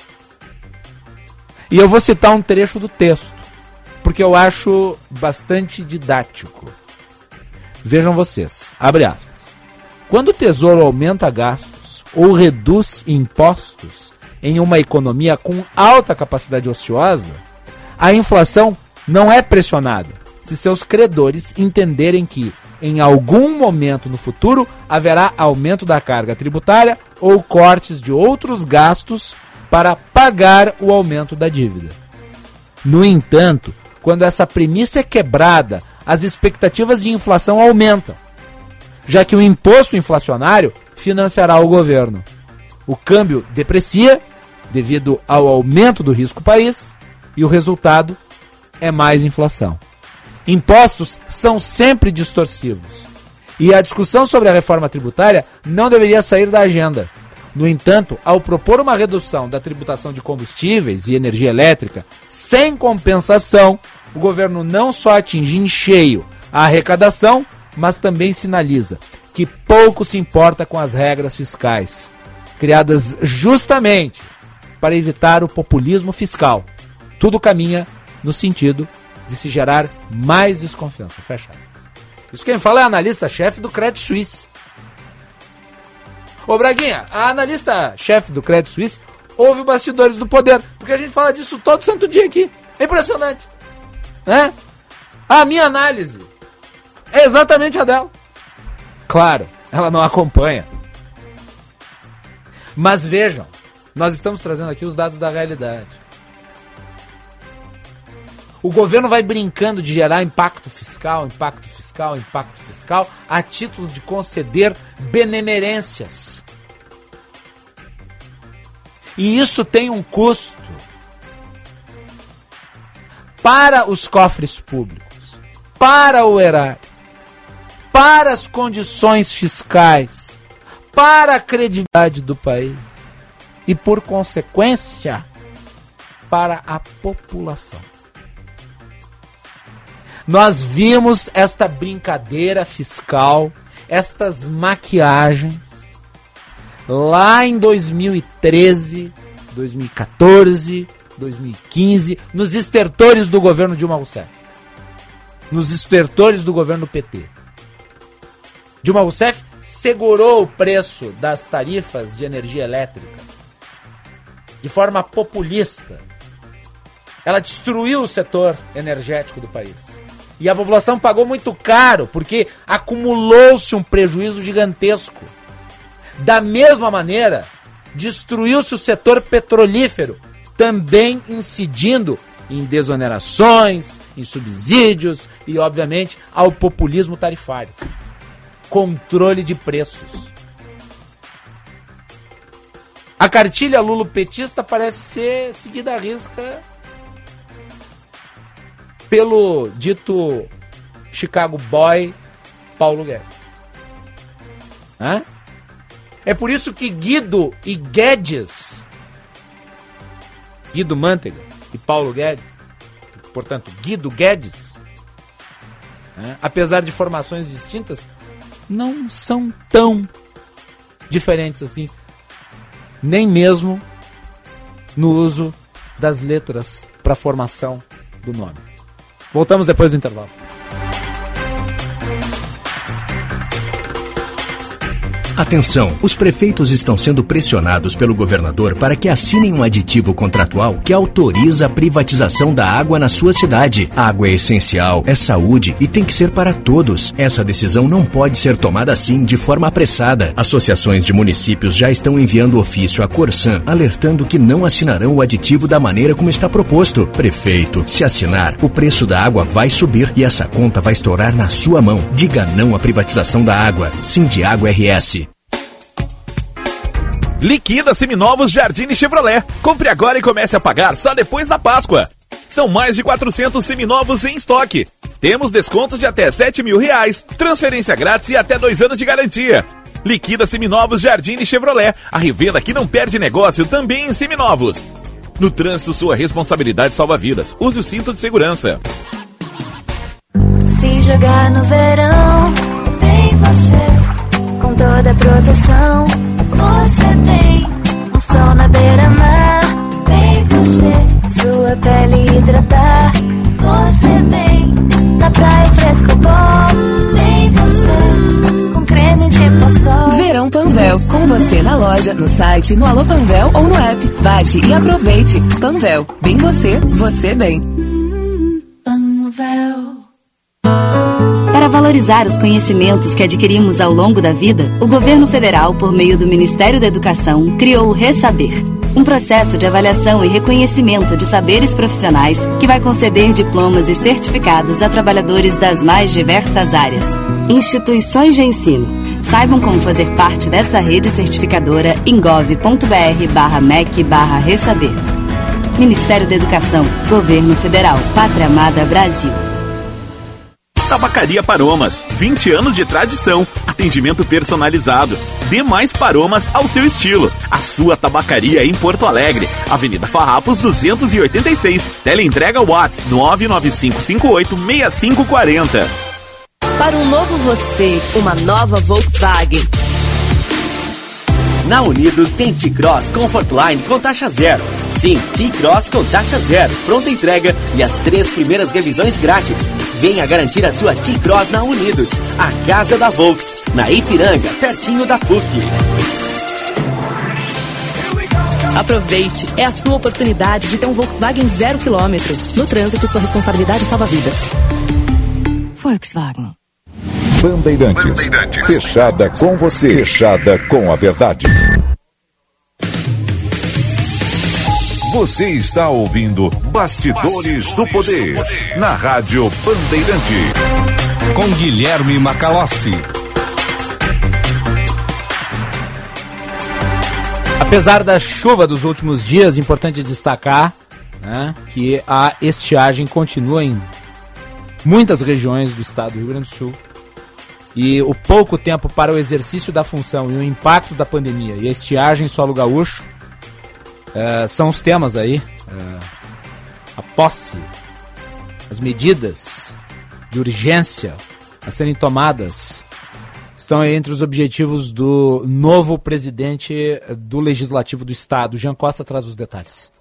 E eu vou citar um trecho do texto, porque eu acho bastante didático. Vejam vocês, abre aspas. Quando o Tesouro aumenta gastos ou reduz impostos em uma economia com alta capacidade ociosa, a inflação não é pressionada se seus credores entenderem que, em algum momento no futuro, haverá aumento da carga tributária ou cortes de outros gastos para pagar o aumento da dívida. No entanto, quando essa premissa é quebrada, as expectativas de inflação aumentam, já que o imposto inflacionário financiará o governo. O câmbio deprecia devido ao aumento do risco país e o resultado é mais inflação. Impostos são sempre distorsivos e a discussão sobre a reforma tributária não deveria sair da agenda. No entanto, ao propor uma redução da tributação de combustíveis e energia elétrica sem compensação, o governo não só atinge em cheio a arrecadação, mas também sinaliza que pouco se importa com as regras fiscais, criadas justamente para evitar o populismo fiscal. Tudo caminha no sentido de se gerar mais desconfiança. Fecha aspas. Isso quem fala é a analista-chefe do Credit Suisse. Ô Braguinha, a analista-chefe do Credit Suisse ouve o Bastidores do Poder, porque a gente fala disso todo santo dia aqui. É impressionante. Né? A minha análise é exatamente a dela. Claro, ela não acompanha. Mas vejam, nós estamos trazendo aqui os dados da realidade. O governo vai brincando de gerar impacto fiscal, impacto fiscal, impacto fiscal, a título de conceder benemerências. E isso tem um custo para os cofres públicos, para o erário, para as condições fiscais, para a credibilidade do país e, por consequência, para a população. Nós vimos esta brincadeira fiscal, estas maquiagens, lá em dois mil e treze, dois mil e quatorze, dois mil e quinze, nos estertores do governo Dilma Rousseff. Nos estertores do governo P T. Dilma Rousseff segurou o preço das tarifas de energia elétrica de forma populista. Ela destruiu o setor energético do país. E a população pagou muito caro, porque acumulou-se um prejuízo gigantesco. Da mesma maneira, destruiu-se o setor petrolífero, também incidindo em desonerações, em subsídios e, obviamente, ao populismo tarifário. Controle de preços. A cartilha lulopetista parece ser seguida à risca pelo dito Chicago Boy Paulo Guedes. Hã? É por isso que Guido e Guedes, Guido Mantega e Paulo Guedes, portanto Guido Guedes, né, apesar de formações distintas, não são tão diferentes assim, nem mesmo no uso das letras para a formação do nome. Voltamos depois do intervalo. Atenção, os prefeitos estão sendo pressionados pelo governador para que assinem um aditivo contratual que autoriza a privatização da água na sua cidade. A água é essencial, é saúde e tem que ser para todos. Essa decisão não pode ser tomada assim, de forma apressada. Associações de municípios já estão enviando ofício à Corsan, alertando que não assinarão o aditivo da maneira como está proposto. Prefeito, se assinar, o preço da água vai subir e essa conta vai estourar na sua mão. Diga não à privatização da água. Sindiágua R S. Liquida Seminovos Jardine Chevrolet. Compre agora e comece a pagar só depois da Páscoa. São mais de quatrocentos seminovos em estoque. Temos descontos de até sete mil reais, transferência grátis e até dois anos de garantia. Liquida Seminovos Jardine Chevrolet. A revenda que não perde negócio também em seminovos. No trânsito, sua responsabilidade salva vidas. Use o cinto de segurança. Se jogar no verão, vem você, com toda a proteção. Você tem um sol na beira-mar. Vem você, sua pele hidratar. Você vem na praia fresco bom. Vem você, com creme de poçol. Verão Panvel, com você na loja, no site, no Alô Panvel ou no app. Baixe e aproveite. Panvel, bem você, você bem. Panvel. Para valorizar os conhecimentos que adquirimos ao longo da vida, o governo federal, por meio do Ministério da Educação, criou o Resaber, um processo de avaliação e reconhecimento de saberes profissionais que vai conceder diplomas e certificados a trabalhadores das mais diversas áreas. Instituições de ensino, Saibam como fazer parte dessa rede certificadora em gov.br barra mec barra ressaber. Ministério da Educação, Governo Federal, Pátria Amada Brasil. Tabacaria Paromas, vinte anos de tradição, atendimento personalizado. Dê mais Paromas ao seu estilo. A sua tabacaria em Porto Alegre, Avenida Farrapos duzentos e oitenta e seis. Teleentrega WhatsApp nove nove cinco cinco oito seis cinco quatro zero. Para um novo você, uma nova Volkswagen. Na Unidos tem T-Cross Comfortline com taxa zero. Sim, T-Cross com taxa zero, pronta entrega e as três primeiras revisões grátis. Venha garantir a sua T-Cross na Unidos, a casa da Volks, na Ipiranga, pertinho da P U C. Aproveite, é a sua oportunidade de ter um Volkswagen zero quilômetro. No trânsito, sua responsabilidade salva vidas. Volkswagen. Bandeirantes. Bandeirantes. Fechada com você. Fechada com a verdade. Você está ouvindo Bastidores, Bastidores do, Poder, do Poder na Rádio Bandeirante. Com Guilherme Macalossi. Apesar da chuva dos últimos dias, importante destacar, né, que a estiagem continua em muitas regiões do estado do Rio Grande do Sul. E o pouco tempo para o exercício da função e o impacto da pandemia e a estiagem em solo gaúcho uh, são os temas aí. Uh, a posse, as medidas de urgência a serem tomadas estão aí entre os objetivos do novo presidente do Legislativo do Estado. Jean Costa traz os detalhes.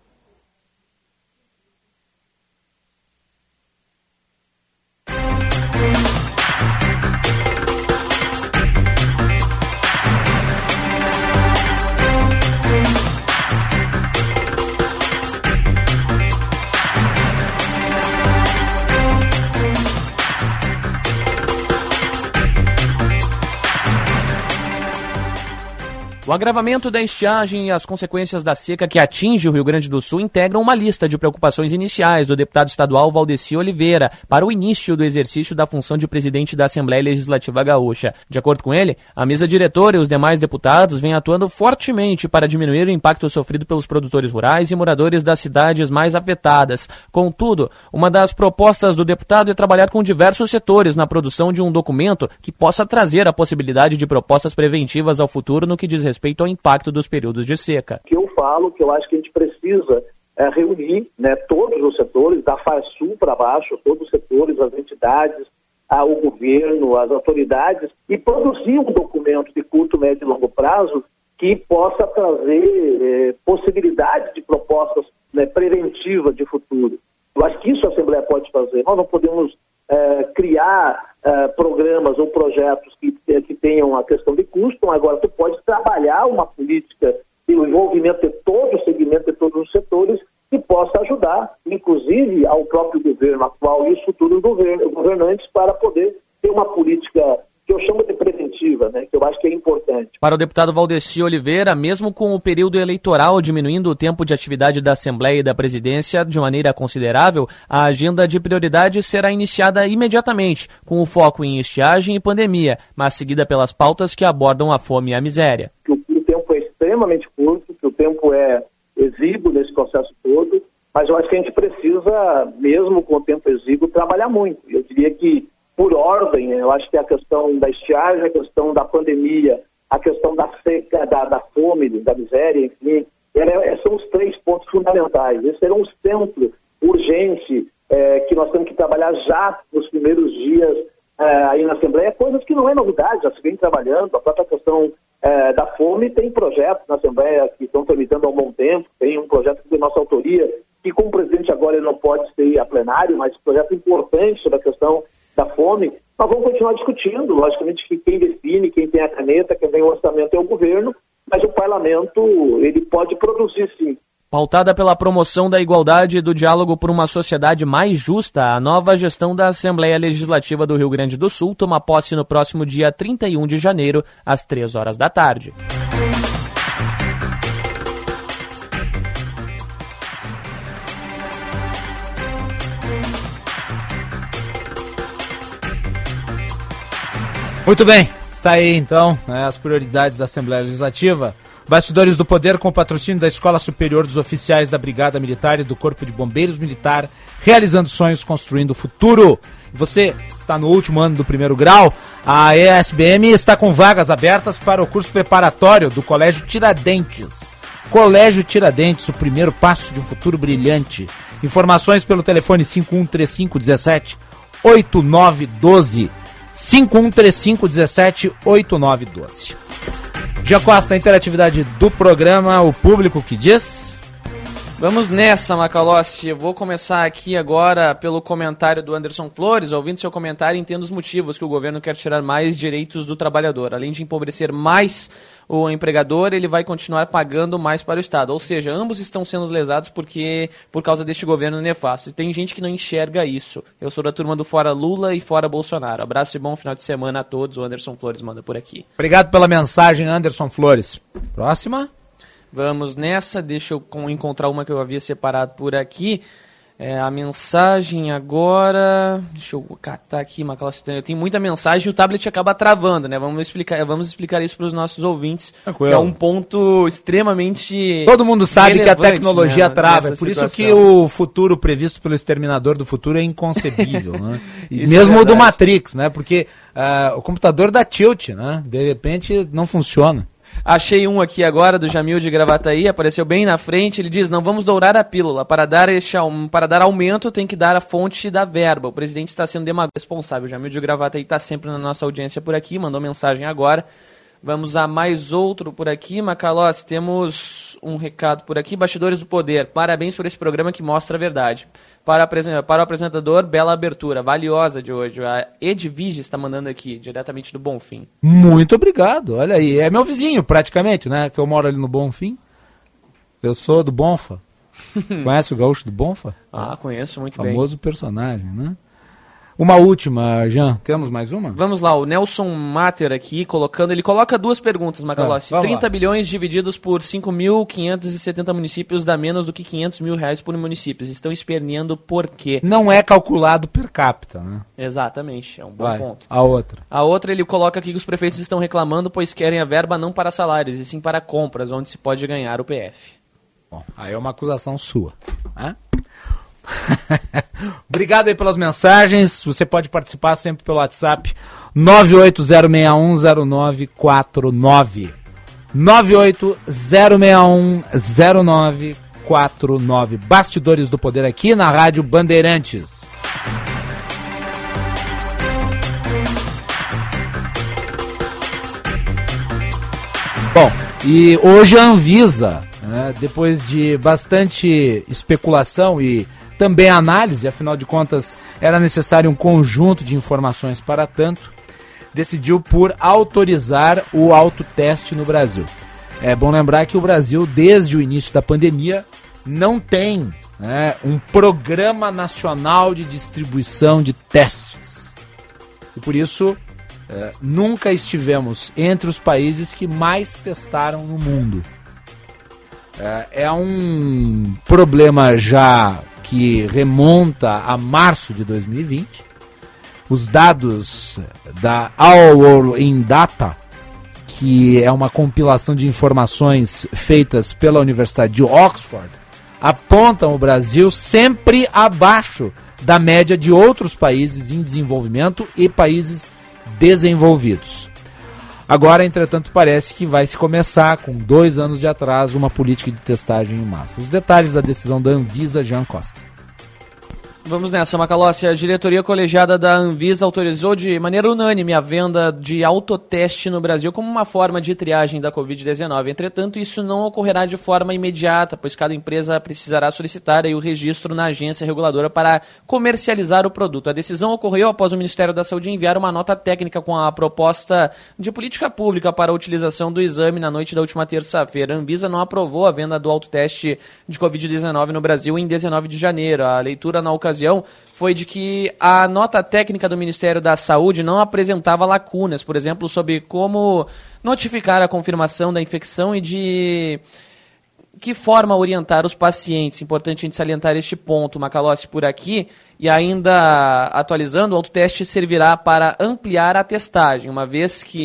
O agravamento da estiagem e as consequências da seca que atinge o Rio Grande do Sul integram uma lista de preocupações iniciais do deputado estadual Valdeci Oliveira para o início do exercício da função de presidente da Assembleia Legislativa Gaúcha. De acordo com ele, a mesa diretora e os demais deputados vêm atuando fortemente para diminuir o impacto sofrido pelos produtores rurais e moradores das cidades mais afetadas. Contudo, uma das propostas do deputado é trabalhar com diversos setores na produção de um documento que possa trazer a possibilidade de propostas preventivas ao futuro no que diz respeito respeito ao impacto dos períodos de seca. Que eu falo que eu acho que a gente precisa é, reunir, né, todos os setores, da FARSUL para baixo, todos os setores, as entidades, a, o governo, as autoridades, e produzir um documento de curto, médio e longo prazo que possa trazer é, possibilidade de propostas, né, preventivas de futuro. Eu acho que isso a Assembleia pode fazer. Nós não podemos é, criar é, programas ou projetos que, que tenham a questão de custo. Agora, tu pode trabalhar uma política e o envolvimento de todo o segmento, de todos os setores, que possa ajudar, inclusive, ao próprio governo atual e os futuros govern- governantes para poder ter uma política que eu chamo de preventiva, né, que eu acho que é importante. Para o deputado Valdeci Oliveira, mesmo com o período eleitoral diminuindo o tempo de atividade da Assembleia e da Presidência de maneira considerável, a agenda de prioridades será iniciada imediatamente, com o foco em estiagem e pandemia, mas seguida pelas pautas que abordam a fome e a miséria. Que o, o tempo é extremamente curto, que o tempo é exíguo nesse processo todo, mas eu acho que a gente precisa, mesmo com o tempo exíguo, trabalhar muito. Eu diria que, por ordem, eu acho que a questão da estiagem, a questão da pandemia, a questão da seca, da, da fome, da miséria, enfim, é, são os três pontos fundamentais. Esse será um centro urgente é, que nós temos que trabalhar já nos primeiros dias é, aí na Assembleia, coisas que não é novidade, já se vem trabalhando. A própria questão é, da fome tem projetos na Assembleia que estão tramitando há um bom tempo, tem um projeto de nossa autoria, que como presidente agora ele não pode ser a plenário, mas um projeto importante sobre a questão da fome. Nós vamos continuar discutindo, logicamente que quem define, quem tem a caneta, quem tem o orçamento é o governo, mas o parlamento, ele pode produzir sim. Pautada pela promoção da igualdade e do diálogo por uma sociedade mais justa, a nova gestão da Assembleia Legislativa do Rio Grande do Sul toma posse no próximo dia trinta e um de janeiro, às três horas da tarde. Muito bem, está tá aí então, né, as prioridades da Assembleia Legislativa. Bastidores do Poder com o patrocínio da Escola Superior dos Oficiais da Brigada Militar e do Corpo de Bombeiros Militar, realizando sonhos, construindo o futuro. Você está no último ano do primeiro grau, a E S B M está com vagas abertas para o curso preparatório do Colégio Tiradentes. Colégio Tiradentes, o primeiro passo de um futuro brilhante. Informações pelo telefone cinco um três cinco um sete oito nove um dois, cinco um três cinco um sete oito nove um dois. Gia Costa, a interatividade do programa, o público que diz... Vamos nessa, Macalossi. Eu vou começar aqui agora pelo comentário do Anderson Flores. Ouvindo seu comentário, entendo os motivos que o governo quer tirar mais direitos do trabalhador. Além de empobrecer mais o empregador, ele vai continuar pagando mais para o Estado. Ou seja, ambos estão sendo lesados porque, por causa deste governo nefasto. E tem gente que não enxerga isso. Eu sou da turma do Fora Lula e Fora Bolsonaro. Abraço e bom final de semana a todos. O Anderson Flores manda por aqui. Obrigado pela mensagem, Anderson Flores. Próxima. Vamos nessa, deixa eu encontrar uma que eu havia separado por aqui. É, a mensagem agora... Deixa eu catar aqui, Macalossi. Eu tenho muita mensagem e o tablet acaba travando, né? Vamos explicar, vamos explicar isso para os nossos ouvintes, Tranquilo. Que é um ponto extremamente... Todo mundo sabe que a tecnologia, né, trava, é por situação. Isso que o futuro previsto pelo Exterminador do Futuro é inconcebível, né? E mesmo é o do Matrix, né? Porque uh, o computador dá tilt, né? De repente não funciona. Achei um aqui agora do Jamil de Gravataí, apareceu bem na frente, ele diz, não vamos dourar a pílula, para dar, este, para dar aumento tem que dar a fonte da verba, o presidente está sendo demagogo responsável. O Jamil de Gravataí está sempre na nossa audiência por aqui, mandou mensagem agora. Vamos a mais outro por aqui, Macalossi, temos um recado por aqui, Bastidores do Poder, parabéns por esse programa que mostra a verdade. Para, apresen- para o apresentador, bela abertura, valiosa de hoje. A Edvige está mandando aqui, diretamente do Bonfim. Muito obrigado, olha aí, é meu vizinho praticamente, né, que eu moro ali no Bonfim. Eu sou do Bonfa. Conhece o gaúcho do Bonfa? Ah, conheço muito Famoso bem. Famoso personagem, né? Uma última, Jean. Temos mais uma? Vamos lá, o Nelson Mater aqui, colocando, ele coloca duas perguntas, Macalossi. Ah, trinta lá. Bilhões divididos por cinco mil quinhentos e setenta municípios dá menos do que quinhentos mil reais por município. Estão esperneando por quê? Não é calculado per capita, né? Exatamente, é um bom Vai, ponto. A outra. A outra, ele coloca aqui que os prefeitos estão reclamando, pois querem a verba não para salários, e sim para compras, onde se pode ganhar o P F. Bom, aí é uma acusação sua, né? Obrigado aí pelas mensagens. Você pode participar sempre pelo WhatsApp nove oito zero seis um zero nove quatro nove nove oito zero seis um zero nove quatro nove. Bastidores do Poder aqui na Rádio Bandeirantes. Bom, e hoje a Anvisa, né, depois de bastante especulação e também análise, afinal de contas era necessário um conjunto de informações para tanto, decidiu por autorizar o autoteste no Brasil. É bom lembrar que o Brasil, desde o início da pandemia, não tem, né, um programa nacional de distribuição de testes. E por isso, é, nunca estivemos entre os países que mais testaram no mundo. É, é um problema já que remonta a março de dois mil e vinte. Os dados da Our World in Data, que é uma compilação de informações feitas pela Universidade de Oxford, apontam o Brasil sempre abaixo da média de outros países em desenvolvimento e países desenvolvidos. Agora, entretanto, parece que vai se começar, com dois anos de atraso, uma política de testagem em massa. Os detalhes da decisão da Anvisa, Jean Costa. Vamos nessa, Macalossi. A diretoria colegiada da Anvisa autorizou de maneira unânime a venda de autoteste no Brasil como uma forma de triagem da covid dezenove. Entretanto, isso não ocorrerá de forma imediata, pois cada empresa precisará solicitar aí o registro na agência reguladora para comercializar o produto. A decisão ocorreu após o Ministério da Saúde enviar uma nota técnica com a proposta de política pública para a utilização do exame na noite da última terça-feira. A Anvisa não aprovou a venda do autoteste de covid dezenove no Brasil em dezenove de janeiro. A leitura na ocasião foi de que a nota técnica do Ministério da Saúde não apresentava lacunas, por exemplo, sobre como notificar a confirmação da infecção e de que forma orientar os pacientes. Importante a gente salientar este ponto, Macalossi, por aqui. E ainda atualizando, o autoteste servirá para ampliar a testagem, uma vez que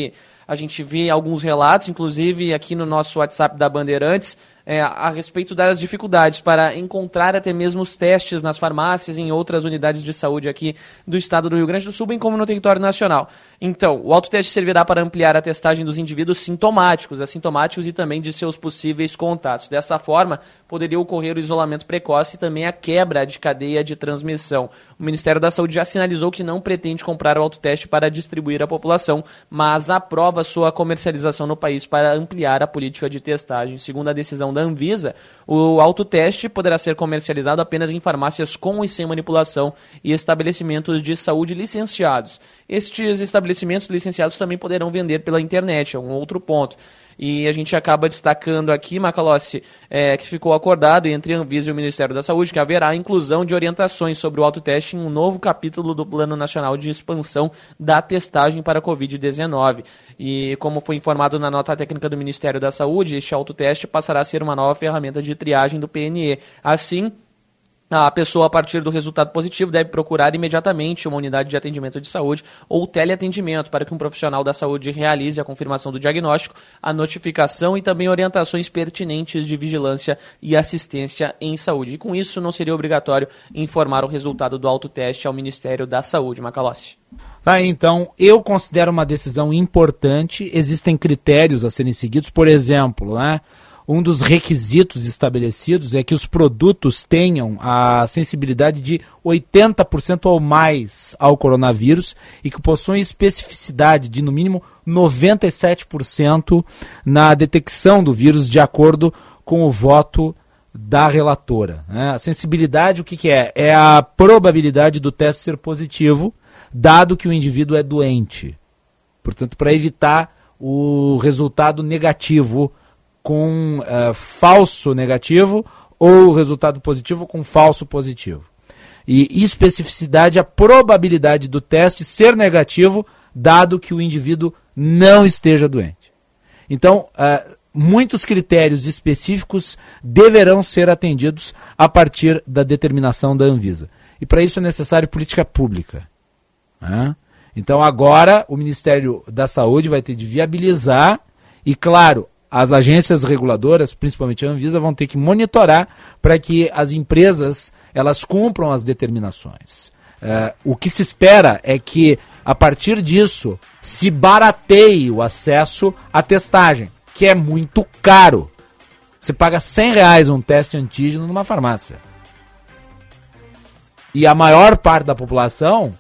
A gente vê alguns relatos, inclusive aqui no nosso WhatsApp da Bandeirantes, É, a respeito das dificuldades para encontrar até mesmo os testes nas farmácias e em outras unidades de saúde aqui do estado do Rio Grande do Sul, bem como no território nacional. Então, o autoteste servirá para ampliar a testagem dos indivíduos sintomáticos, assintomáticos e também de seus possíveis contatos. Desta forma, poderia ocorrer o isolamento precoce e também a quebra de cadeia de transmissão. O Ministério da Saúde já sinalizou que não pretende comprar o autoteste para distribuir à população, mas aprova sua comercialização no país para ampliar a política de testagem. Segundo a decisão da Anvisa, o autoteste poderá ser comercializado apenas em farmácias com e sem manipulação e estabelecimentos de saúde licenciados. Estes estabelecimentos licenciados também poderão vender pela internet, é um outro ponto. E a gente acaba destacando aqui, Macalossi, é, que ficou acordado entre a Anvisa e o Ministério da Saúde que haverá a inclusão de orientações sobre o autoteste em um novo capítulo do Plano Nacional de Expansão da Testagem para a covid dezenove. E como foi informado na nota técnica do Ministério da Saúde, este autoteste passará a ser uma nova ferramenta de triagem do P N E. Assim, a pessoa, a partir do resultado positivo, deve procurar imediatamente uma unidade de atendimento de saúde ou teleatendimento para que um profissional da saúde realize a confirmação do diagnóstico, a notificação e também orientações pertinentes de vigilância e assistência em saúde. E com isso, não seria obrigatório informar o resultado do autoteste ao Ministério da Saúde. Macalossi. Tá, então, eu considero uma decisão importante. Existem critérios a serem seguidos, por exemplo, né? Um dos requisitos estabelecidos é que os produtos tenham a sensibilidade de oitenta por cento ou mais ao coronavírus e que possuem especificidade de, no mínimo, noventa e sete por cento na detecção do vírus, de acordo com o voto da relatora. Né? A sensibilidade, o que, que é? É a probabilidade do teste ser positivo, dado que o indivíduo é doente. Portanto, para evitar o resultado negativo com uh, falso negativo ou resultado positivo com falso positivo. E especificidade, a probabilidade do teste ser negativo, dado que o indivíduo não esteja doente. Então, uh, muitos critérios específicos deverão ser atendidos a partir da determinação da Anvisa. E para isso é necessário política pública. Né? Então agora o Ministério da Saúde vai ter de viabilizar e, claro, as agências reguladoras, principalmente a Anvisa, vão ter que monitorar para que as empresas elas cumpram as determinações. Uh, o que se espera é que, a partir disso, se barateie o acesso à testagem, que é muito caro. Você paga cem reais um teste antígeno numa farmácia. E a maior parte da população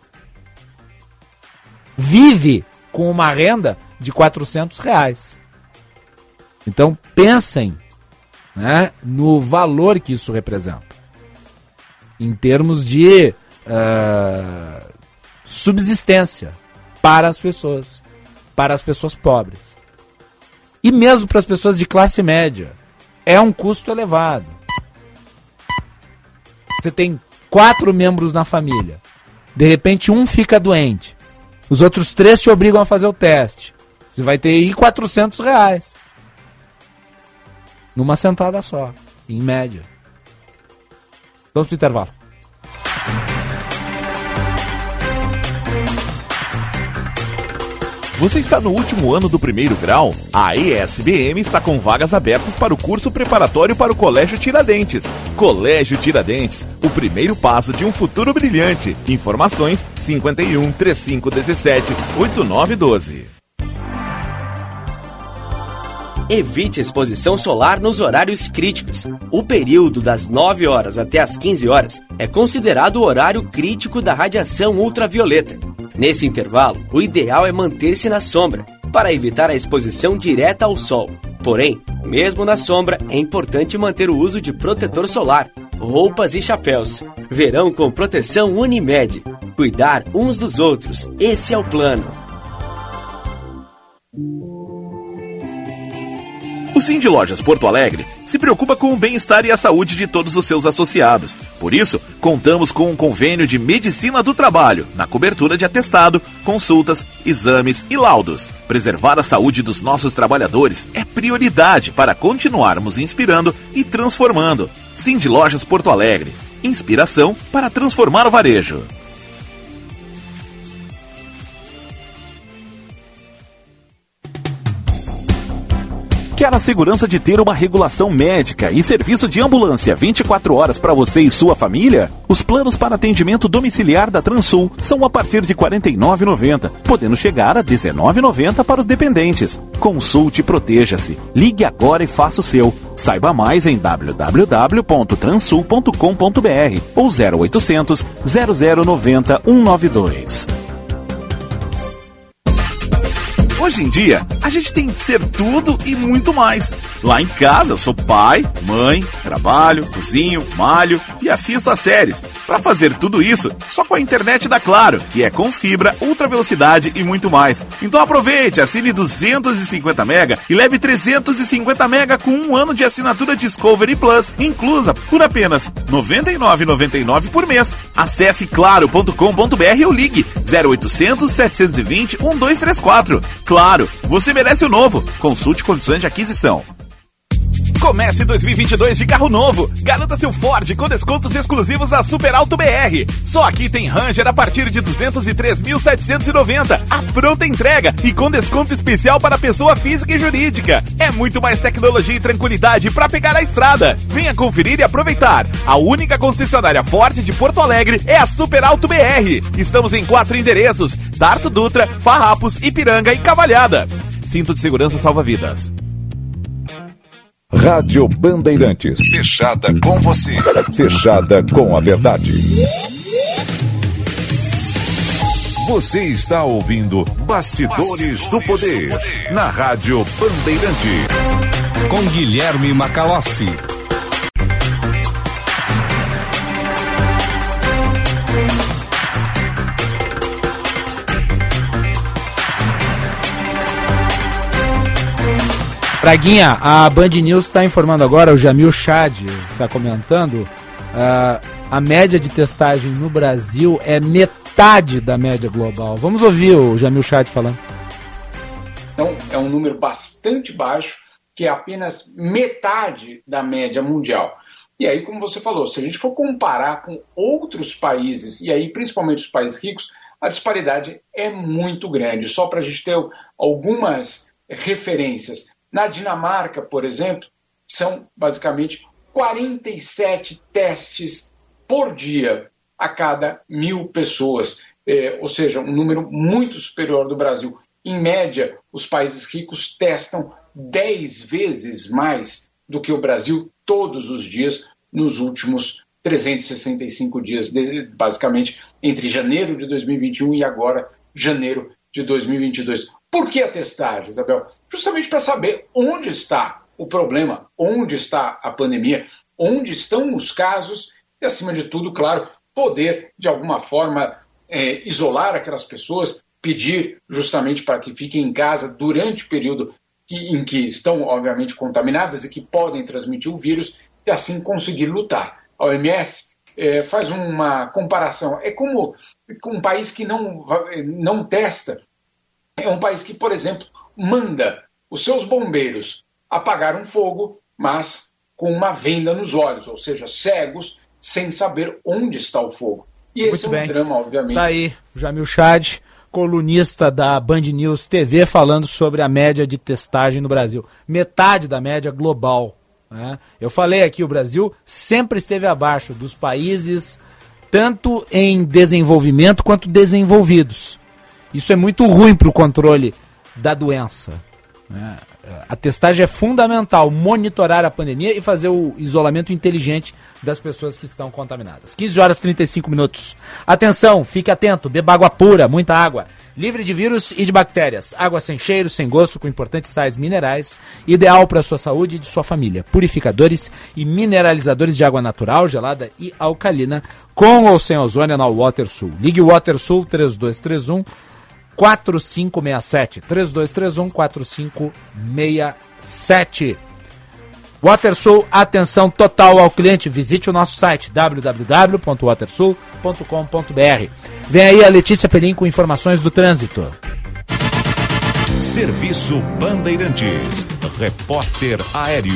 vive com uma renda de quatrocentos reais. Então pensem, né, no valor que isso representa em termos de uh, subsistência para as pessoas, para as pessoas pobres e mesmo para as pessoas de classe média. É um custo elevado. Você tem quatro membros na família, de repente um fica doente, os outros três te obrigam a fazer o teste, você vai ter aí quatrocentos reais. Numa sentada só, em média. Vamos para o intervalo. Você está no último ano do primeiro grau? A E S B M está com vagas abertas para o curso preparatório para o Colégio Tiradentes. Colégio Tiradentes, o primeiro passo de um futuro brilhante. Informações cinquenta e um, trinta e cinco, dezessete, oitenta e nove, doze. Evite exposição solar nos horários críticos. O período das nove horas até as quinze horas é considerado o horário crítico da radiação ultravioleta. Nesse intervalo, o ideal é manter-se na sombra, para evitar a exposição direta ao sol. Porém, mesmo na sombra, é importante manter o uso de protetor solar, roupas e chapéus. Verão com proteção Unimed. Cuidar uns dos outros, esse é o plano. O Cindy Lojas Porto Alegre se preocupa com o bem-estar e a saúde de todos os seus associados. Por isso, contamos com um convênio de medicina do trabalho, na cobertura de atestado, consultas, exames e laudos. Preservar a saúde dos nossos trabalhadores é prioridade para continuarmos inspirando e transformando. Cindy Lojas Porto Alegre. Inspiração para transformar o varejo. Quer a segurança de ter uma regulação médica e serviço de ambulância vinte e quatro horas para você e sua família? Os planos para atendimento domiciliar da Transul são a partir de quarenta e nove reais e noventa centavos, podendo chegar a dezenove reais e noventa centavos para os dependentes. Consulte e proteja-se. Ligue agora e faça o seu. Saiba mais em w w w ponto transul ponto com ponto b r ou zero oitocentos, zero zero noventa, cento e noventa e dois. Hoje em dia, a gente tem que ser tudo e muito mais. Lá em casa, eu sou pai, mãe, trabalho, cozinho, malho e assisto às séries. Para fazer tudo isso, só com a internet da Claro, que é com fibra, ultra velocidade e muito mais. Então aproveite, assine duzentos e cinquenta mega e leve trezentos e cinquenta mega com um ano de assinatura Discovery Plus, inclusa por apenas noventa e nove reais e noventa e nove centavos por mês. Acesse claro ponto com ponto b r ou ligue zero oitocentos, setecentos e vinte, doze trinta e quatro. Claro, você merece o novo. Consulte condições de aquisição. Comece dois mil e vinte e dois de carro novo. Garanta seu Ford com descontos exclusivos da Super Alto B R. Só aqui tem Ranger a partir de duzentos e três mil, setecentos e noventa. A pronta entrega e com desconto especial para pessoa física e jurídica. É muito mais tecnologia e tranquilidade para pegar a estrada. Venha conferir e aproveitar. A única concessionária Ford de Porto Alegre é a Super Alto B R. Estamos em quatro endereços: Tarso Dutra, Farrapos, Ipiranga e Cavalhada. Cinto de segurança salva vidas. Rádio Bandeirantes. Fechada com você. Fechada com a verdade. Você está ouvindo Bastidores, Bastidores do, Poder, do Poder na Rádio Bandeirante. Com Guilherme Macalossi. Braguinha, a Band News está informando agora, o Jamil Chad está comentando, uh, a média de testagem no Brasil é metade da média global. Vamos ouvir o Jamil Chad falando. Então, é um número bastante baixo, que é apenas metade da média mundial. E aí, como você falou, se a gente for comparar com outros países, e aí principalmente os países ricos, a disparidade é muito grande. Só para a gente ter algumas referências. Na Dinamarca, por exemplo, são basicamente quarenta e sete testes por dia a cada mil pessoas, é, ou seja, um número muito superior do Brasil. Em média, os países ricos testam dez vezes mais do que o Brasil todos os dias nos últimos trezentos e sessenta e cinco dias, basicamente entre janeiro de dois mil e vinte e um e agora janeiro de dois mil e vinte e dois. Por que a testagem, Isabel? Justamente para saber onde está o problema, onde está a pandemia, onde estão os casos e, acima de tudo, claro, poder, de alguma forma, é, isolar aquelas pessoas, pedir justamente para que fiquem em casa durante o período que, em que estão, obviamente, contaminadas e que podem transmitir o vírus e, assim, conseguir lutar. A O M S é, faz uma comparação. É como um país que não, não testa. É um país que, por exemplo, manda os seus bombeiros apagar um fogo, mas com uma venda nos olhos, ou seja, cegos, sem saber onde está o fogo. E esse Muito é um bem. drama, obviamente. Tá aí, Jamil Chad, colunista da Band News T V, falando sobre a média de testagem no Brasil. Metade da média global. Né? Eu falei aqui, o Brasil sempre esteve abaixo dos países, tanto em desenvolvimento quanto desenvolvidos. Isso é muito ruim para o controle da doença. Né? A testagem é fundamental, monitorar a pandemia e fazer o isolamento inteligente das pessoas que estão contaminadas. quinze horas e trinta e cinco minutos. Atenção, fique atento, beba água pura, muita água, livre de vírus e de bactérias. Água sem cheiro, sem gosto, com importantes sais minerais, ideal para a sua saúde e de sua família. Purificadores e mineralizadores de água natural, gelada e alcalina, com ou sem ozônio na WaterSul. Ligue o WaterSul três dois três um quatro cinco seis sete, três dois três um quatro cinco seis sete. WaterSul, atenção total ao cliente. Visite o nosso site w w w ponto watersul ponto com ponto b r. Vem aí a Letícia Pelim com informações do trânsito. Serviço Bandeirantes. Repórter Aéreo.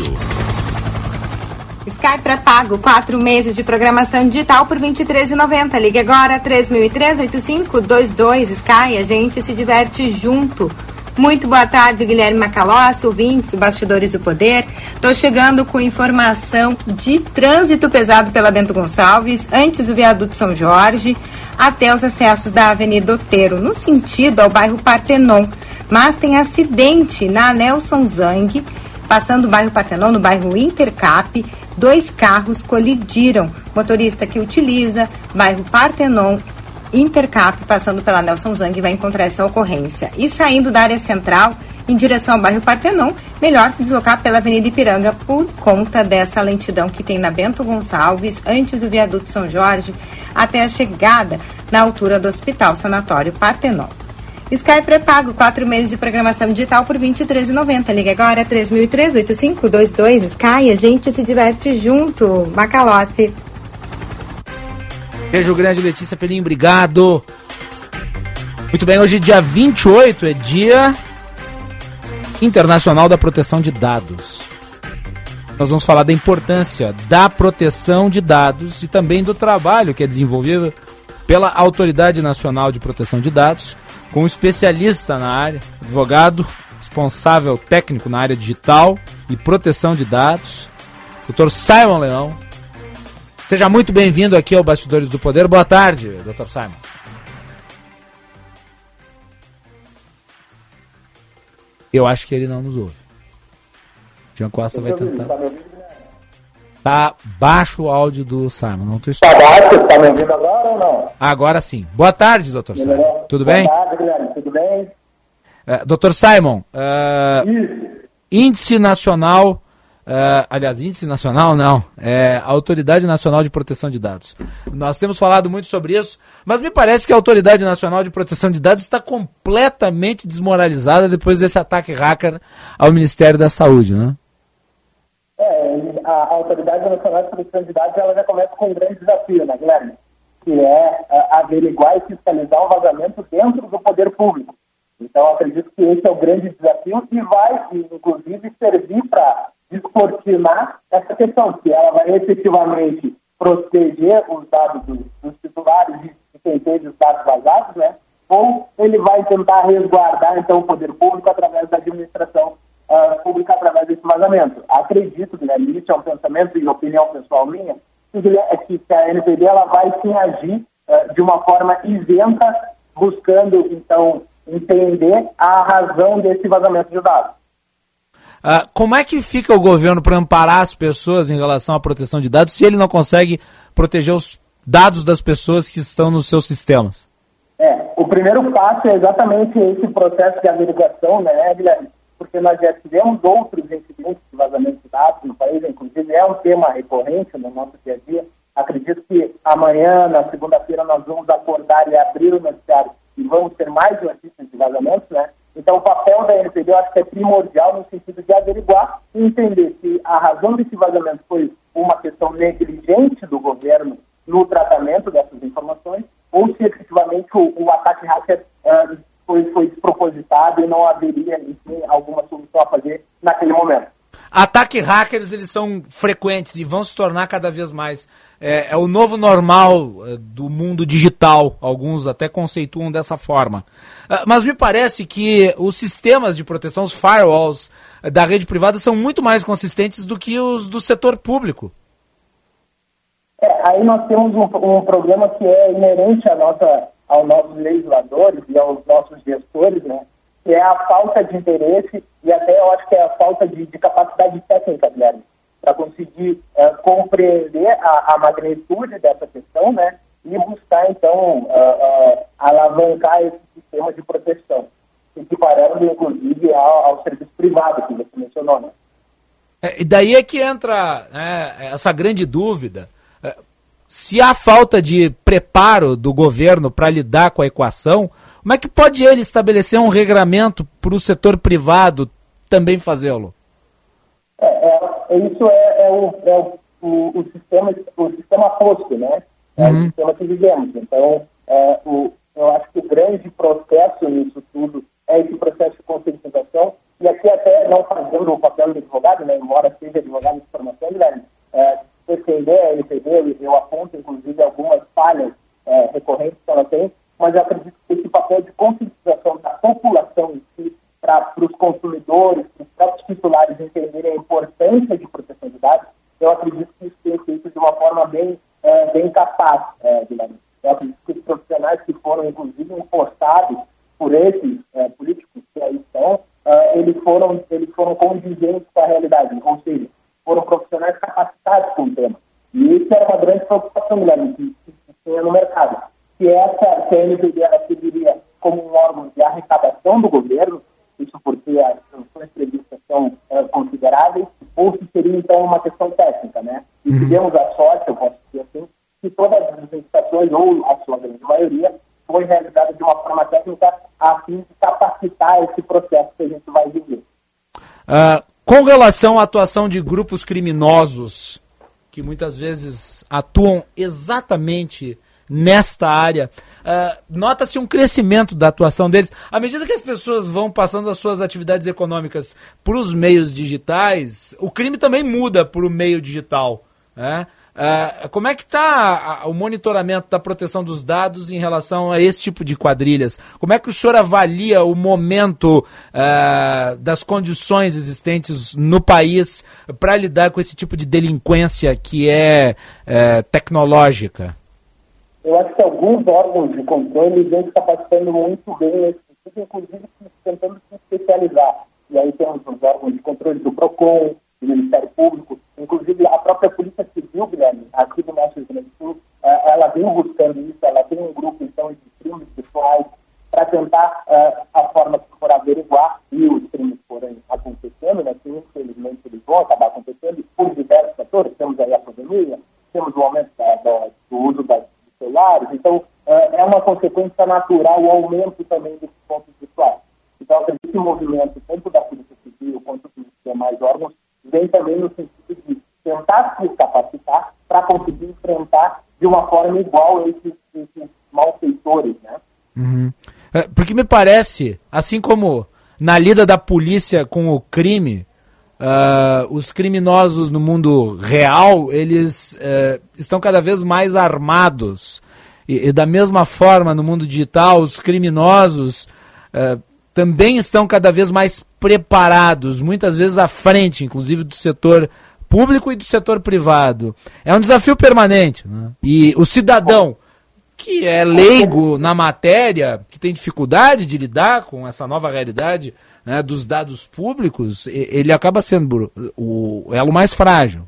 Sky pré-pago, quatro meses de programação digital por vinte e três reais e noventa centavos. Ligue agora, três mil e três, oitenta e cinco vinte e dois. Sky, a gente se diverte junto. Muito boa tarde, Guilherme Macalossi, ouvintes, Bastidores do Poder. Estou chegando com informação de trânsito pesado pela Bento Gonçalves, antes do viaduto São Jorge, até os acessos da Avenida Oteiro, no sentido ao bairro Partenon. Mas tem acidente na Nelson Zang, passando o bairro Partenon, no bairro Intercap. Dois carros colidiram. Motorista que utiliza bairro Partenon, Intercap, passando pela Nelson Zang, vai encontrar essa ocorrência. E saindo da área central, em direção ao bairro Partenon, melhor se deslocar pela Avenida Ipiranga por conta dessa lentidão que tem na Bento Gonçalves, antes do viaduto São Jorge, até a chegada na altura do Hospital Sanatório Partenon. Sky pré-pago, quatro meses de programação digital por vinte e três reais e noventa centavos. Liga agora, três mil e três, oito cinco dois dois. Sky, a gente se diverte junto. Macalossi. Beijo grande, Letícia Pelim, obrigado. Muito bem, hoje dia vinte e oito é dia Internacional da Proteção de Dados. Nós vamos falar da importância da proteção de dados e também do trabalho que é desenvolvido pela Autoridade Nacional de Proteção de Dados, com um especialista na área, advogado, responsável técnico na área digital e proteção de dados, doutor Simon Leão. Seja muito bem-vindo aqui ao Bastidores do Poder. Boa tarde, doutor Simon. Eu acho que ele não nos ouve. Jean Costa vai tentar. Tá baixo o áudio do Simon, não tô escutando. Tá baixo, tá me ouvindo agora ou não? Agora sim. Boa tarde, doutor Simon. Tudo bem? Boa tarde, Guilherme. Tudo bem? Uh, doutor Simon, uh, Índice Nacional, uh, aliás, Índice Nacional não, é Autoridade Nacional de Proteção de Dados. Nós temos falado muito sobre isso, mas me parece que a Autoridade Nacional de Proteção de Dados está completamente desmoralizada depois desse ataque hacker ao Ministério da Saúde, né? É, a Autoridade Nacional de Proteção de Dados, ela já começa com um grande desafio, né, Guilherme? Que é uh, averiguar e fiscalizar o vazamento dentro do poder público. Então, acredito que esse é o grande desafio e vai, inclusive, servir para descortinar essa questão, que ela vai efetivamente proteger os dados dos, dos titulares e de quem teve os dados vazados, né? Ou ele vai tentar resguardar, então, o poder público através da administração uh, pública, através desse vazamento. Acredito, Guilherme, isso é um pensamento e opinião pessoal minha, que a N P D ela vai sim agir uh, de uma forma isenta, buscando, então, entender a razão desse vazamento de dados. Uh, como é que fica o governo para amparar as pessoas em relação à proteção de dados se ele não consegue proteger os dados das pessoas que estão nos seus sistemas? É, o primeiro passo é exatamente esse processo de averiguação, né, Guilherme? Porque nós já tivemos outros incidentes de vazamento de dados no país, inclusive é um tema recorrente no nosso dia a dia. Acredito que amanhã, na segunda-feira, nós vamos acordar e abrir o noticiário e vamos ter mais notícias de vazamentos, né? Então, o papel da N P D eu acho que é primordial no sentido de averiguar e entender se a razão desse vazamento foi uma questão negligente do governo no tratamento dessas informações ou se efetivamente o, o ataque hacker uh, foi, foi despropositado e não haveria, enfim, alguma solução a fazer naquele momento. Ataques hackers, eles são frequentes e vão se tornar cada vez mais. É, é o novo normal é, do mundo digital, alguns até conceituam dessa forma. É, mas me parece que os sistemas de proteção, os firewalls é, da rede privada são muito mais consistentes do que os do setor público. É, aí nós temos um, um problema que é inerente à nossa, aos nossos legisladores e aos nossos gestores, né? Que é a falta de interesse e até eu acho que é a falta de, de capacidade técnica, Guilherme, para conseguir uh, compreender a, a magnitude dessa questão, né, e buscar, então, uh, uh, alavancar esse sistema de proteção, equiparando, inclusive, ao, ao serviço privado que você mencionou, né? É, e daí é que entra né, essa grande dúvida. É, se há falta de preparo do governo para lidar com a equação, como é que pode ele estabelecer um regramento para o setor privado também fazê-lo? É, é, isso é, é, o, é o, o, o, sistema, o sistema posto, né? É uhum. o sistema que vivemos. Então, é, o, eu acho que o grande processo nisso tudo é esse processo de conscientização. E aqui até não fazendo o papel do advogado, né? Embora seja advogado de formação, Guilherme, é, defender a N P D, eu aponto inclusive algumas falhas é, recorrentes que ela tem, mas eu acredito que esse papel de conscientização da população em si, para eu acredito que isso tem feito de uma forma bem, é, bem capaz, é, Guilherme. Eu acredito que os profissionais que foram, inclusive, impostados por esses é, políticos que aí estão, é, eles, foram, eles foram condizentes com a realidade, ou seja, foram profissionais capacitados com o tema. E isso era uma grande preocupação, Guilherme, que, que, que tinha no mercado. Se essa C N P D ela serviria como um órgão de arrecadação do governo, isso porque as sanções previstas são é, consideráveis, ou se seria, então, uma questão técnica, né? E uhum. tivemos a sorte, eu posso dizer assim, que todas as licitações, ou a sua grande maioria, foi realizada de uma forma técnica a fim de capacitar esse processo que a gente vai viver. Uh, com relação à atuação de grupos criminosos, que muitas vezes atuam exatamente nesta área, uh, nota-se um crescimento da atuação deles. À medida que as pessoas vão passando as suas atividades econômicas para os meios digitais, o crime também muda para o meio digital, né? Uh, como é que está o monitoramento da proteção dos dados em relação a esse tipo de quadrilhas? Como é que o senhor avalia o momento uh, das condições existentes no país para lidar com esse tipo de delinquência que é uh, tecnológica? Eu acho que alguns órgãos de controle vêm se capacitando muito bem nesse sentido, inclusive tentando se especializar. E aí temos os órgãos de controle do PROCON, do Ministério Público, inclusive a própria Polícia Civil, Guilherme, aqui do nosso Rio Grande do Sul, ela vem buscando isso, ela tem um grupo, então, de crimes pessoais para tentar uh, a forma que for averiguar e os crimes forem acontecendo, né, que infelizmente eles vão acabar acontecendo por diversos fatores. Temos aí a pandemia, temos o aumento da, da, do uso das celulares, então uh, é uma consequência natural o aumento também desses pontos virtuais. Então, acredito que o movimento, tanto da Polícia Civil quanto dos demais órgãos, vem também no sentido de tentar se capacitar para conseguir enfrentar de uma forma igual a esses, esses malfeitores, né? Uhum. É, porque me parece, assim como na lida da polícia com o crime, uh, os criminosos no mundo real, eles uh, estão cada vez mais armados. E, e da mesma forma, no mundo digital, os criminosos uh, também estão cada vez mais preparados, muitas vezes à frente, inclusive do setor público e do setor privado. É um desafio permanente, né? E o cidadão que é leigo na matéria, que tem dificuldade de lidar com essa nova realidade, né, dos dados públicos, ele acaba sendo o elo mais frágil.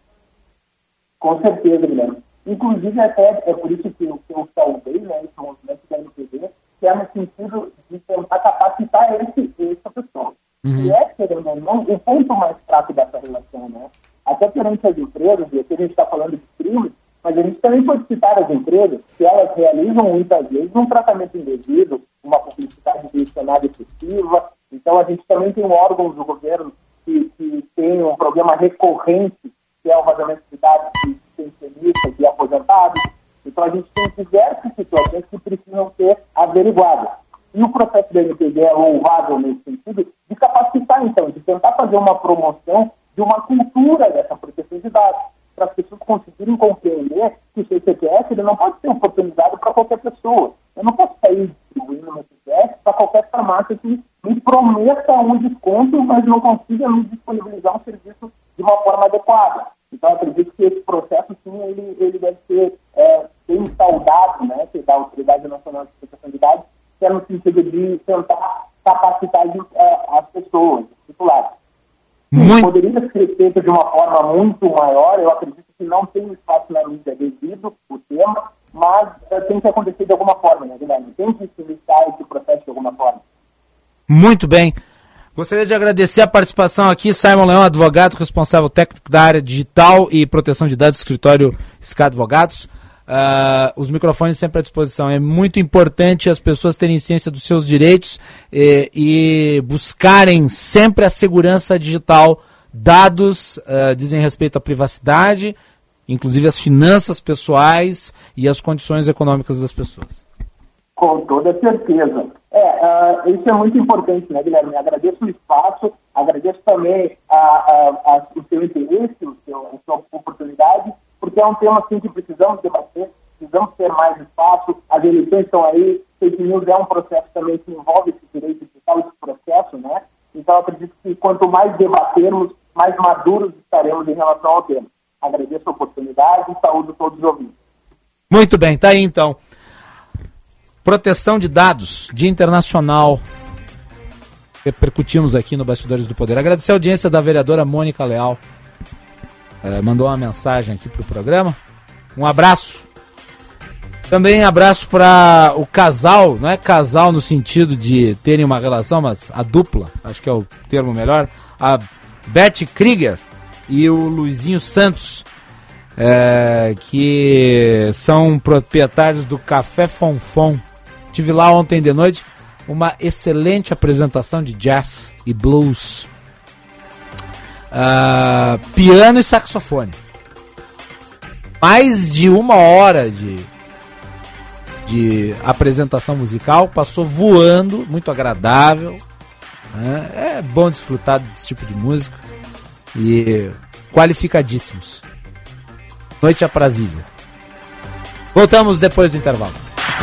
Com certeza, Guilherme. Inclusive, até é por isso que eu, que eu saudei, né, esse movimento da N P D, que é no sentido de tentar capacitar esse, essa pessoa. Uhum. E é, querendo ou não, o ponto mais fraco dessa relação, né? Até perante as empresas, e aqui a gente está falando de crimes, mas a gente também pode citar as empresas que elas realizam muitas vezes um tratamento indevido, uma publicidade direcionada excessiva. Então a gente também tem órgãos do governo que, que tem um problema recorrente, que é o vazamento de dados de pensionistas e aposentados. Então a gente tem diversas situações que precisam ser averiguadas. E o processo da N P D é louvável nesse sentido de capacitar, então, de tentar fazer uma promoção de uma cultura dessa proteção de dados, para as pessoas conseguirem compreender que o seu C P F ele não pode ser oportunizado para qualquer pessoa. Eu não posso sair distribuindo meu C P F para qualquer farmácia que me prometa um desconto, mas não consiga me disponibilizar um serviço de uma forma adequada. Então, eu acredito que esse processo, sim, ele, ele deve ser é, bem saudado, né, que da Autoridade Nacional de Proteção de Dados, que é no sentido de tentar capacitar é, as pessoas, os titulares. Muito... Poderia ser feito de uma forma muito maior, eu acredito que não tem espaço na mídia devido o tema, mas é, tem que acontecer de alguma forma, né, Guilherme? Tem que se iniciar esse processo de alguma forma. Muito bem. Gostaria de agradecer a participação aqui, Simon Leão, advogado responsável técnico da área digital e proteção de dados do escritório S C A Advogados. Uh, os microfones sempre à disposição. É muito importante as pessoas terem ciência dos seus direitos e, e buscarem sempre a segurança digital. Dados uh, dizem respeito à privacidade, inclusive às finanças pessoais e às condições econômicas das pessoas. Com toda certeza. É, uh, isso é muito importante, né, Guilherme? Agradeço o espaço, agradeço também a, a, a, o seu interesse, o seu, a sua oportunidade, porque é um tema assim que precisamos debater, precisamos ter mais espaço, as eleições estão aí, fake news é um processo também que envolve esse direito digital, esse processo, né? Então, eu acredito que quanto mais debatermos, mais maduros estaremos em relação ao tema. Agradeço a oportunidade e saúdo todos os ouvintes. Muito bem, tá aí então. Proteção de dados, Dia Internacional. Repercutimos aqui no Bastidores do Poder. Agradecer a audiência da vereadora Mônica Leal. É, mandou uma mensagem aqui pro programa. Um abraço. Também abraço para o casal, não é casal no sentido de terem uma relação, mas a dupla, acho que é o termo melhor, a Beth Krieger e o Luizinho Santos, é, que são proprietários do Café Fonfon. Tive lá ontem de noite uma excelente apresentação de jazz e blues, uh, piano e saxofone. Mais de uma hora de de apresentação musical, passou voando, muito agradável, né? É bom desfrutar desse tipo de música e qualificadíssimos. Noite aprazível. Voltamos depois do intervalo.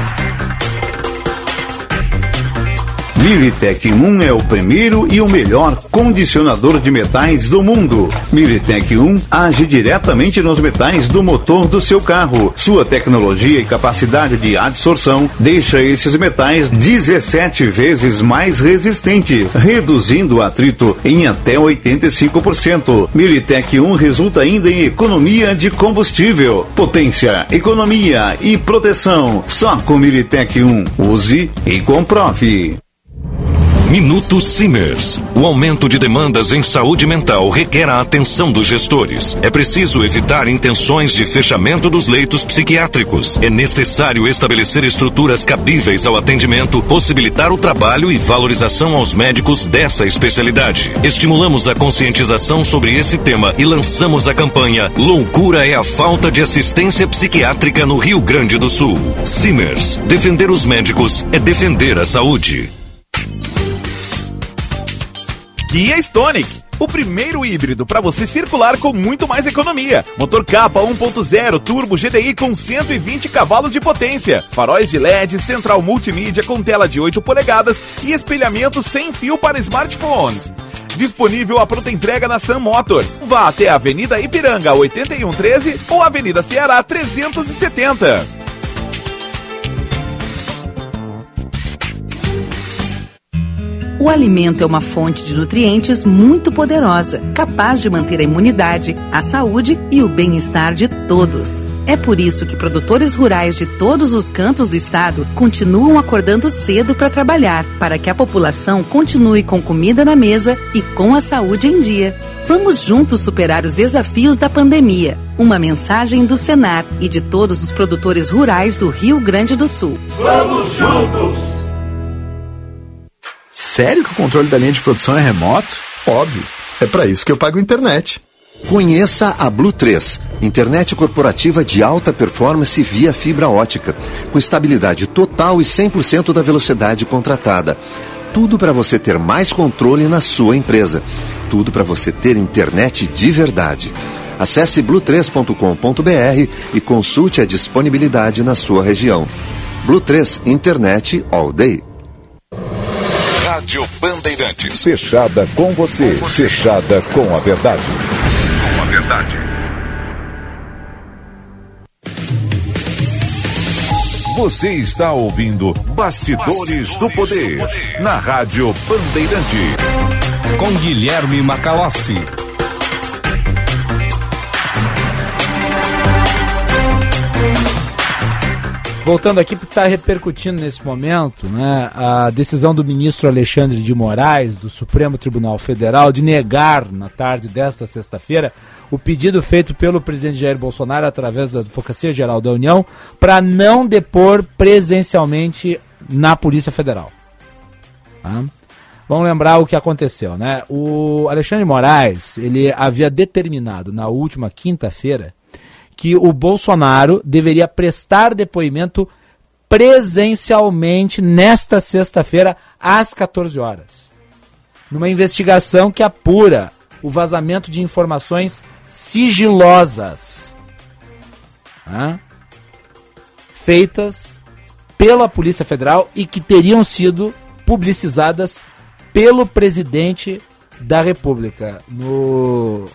Militec um é o primeiro e o melhor condicionador de metais do mundo. Militec um age diretamente nos metais do motor do seu carro. Sua tecnologia e capacidade de adsorção deixa esses metais dezessete vezes mais resistentes, reduzindo o atrito em até oitenta e cinco por cento. Militec um resulta ainda em economia de combustível, potência, economia e proteção. Só com Militec um. Use e comprove. Minuto Simers. O aumento de demandas em saúde mental requer a atenção dos gestores. É preciso evitar intenções de fechamento dos leitos psiquiátricos. É necessário estabelecer estruturas cabíveis ao atendimento, possibilitar o trabalho e valorização aos médicos dessa especialidade. Estimulamos a conscientização sobre esse tema e lançamos a campanha Loucura é a falta de assistência psiquiátrica no Rio Grande do Sul. Simers. Defender os médicos é defender a saúde. Kia Stonic, o primeiro híbrido para você circular com muito mais economia. Motor capa um ponto zero turbo G D I com cento e vinte cavalos de potência, faróis de L E D, central multimídia com tela de oito polegadas e espelhamento sem fio para smartphones. Disponível a pronta entrega na Sam Motors. Vá até a Avenida Ipiranga oitenta e um treze ou Avenida Ceará trezentos e setenta. O alimento é uma fonte de nutrientes muito poderosa, capaz de manter a imunidade, a saúde e o bem-estar de todos. É por isso que produtores rurais de todos os cantos do estado continuam acordando cedo para trabalhar, para que a população continue com comida na mesa e com a saúde em dia. Vamos juntos superar os desafios da pandemia. Uma mensagem do Senar e de todos os produtores rurais do Rio Grande do Sul. Vamos juntos! Sério que o controle da linha de produção é remoto? Óbvio. É para isso que eu pago internet. Conheça a Blue três, internet corporativa de alta performance via fibra ótica, com estabilidade total e cem por cento da velocidade contratada. Tudo para você ter mais controle na sua empresa. Tudo para você ter internet de verdade. Acesse blue três ponto com ponto b r e consulte a disponibilidade na sua região. Blue três, internet all day. Rádio Bandeirantes. Fechada com você. Fechada com a verdade. Com a verdade. Você está ouvindo Bastidores, Bastidores do, Poder, do Poder na Rádio Bandeirante. Com Guilherme Macalossi. Voltando aqui, porque está repercutindo nesse momento, né, a decisão do ministro Alexandre de Moraes, do Supremo Tribunal Federal, de negar, na tarde desta sexta-feira, o pedido feito pelo presidente Jair Bolsonaro, através da Advocacia Geral da União, para não depor presencialmente na Polícia Federal. Tá? Vamos lembrar o que aconteceu, né? O Alexandre de Moraes, ele havia determinado na última quinta-feira que o Bolsonaro deveria prestar depoimento presencialmente nesta sexta-feira, às quatorze horas. Numa investigação que apura o vazamento de informações sigilosas, né, feitas pela Polícia Federal e que teriam sido publicizadas pelo presidente da República no,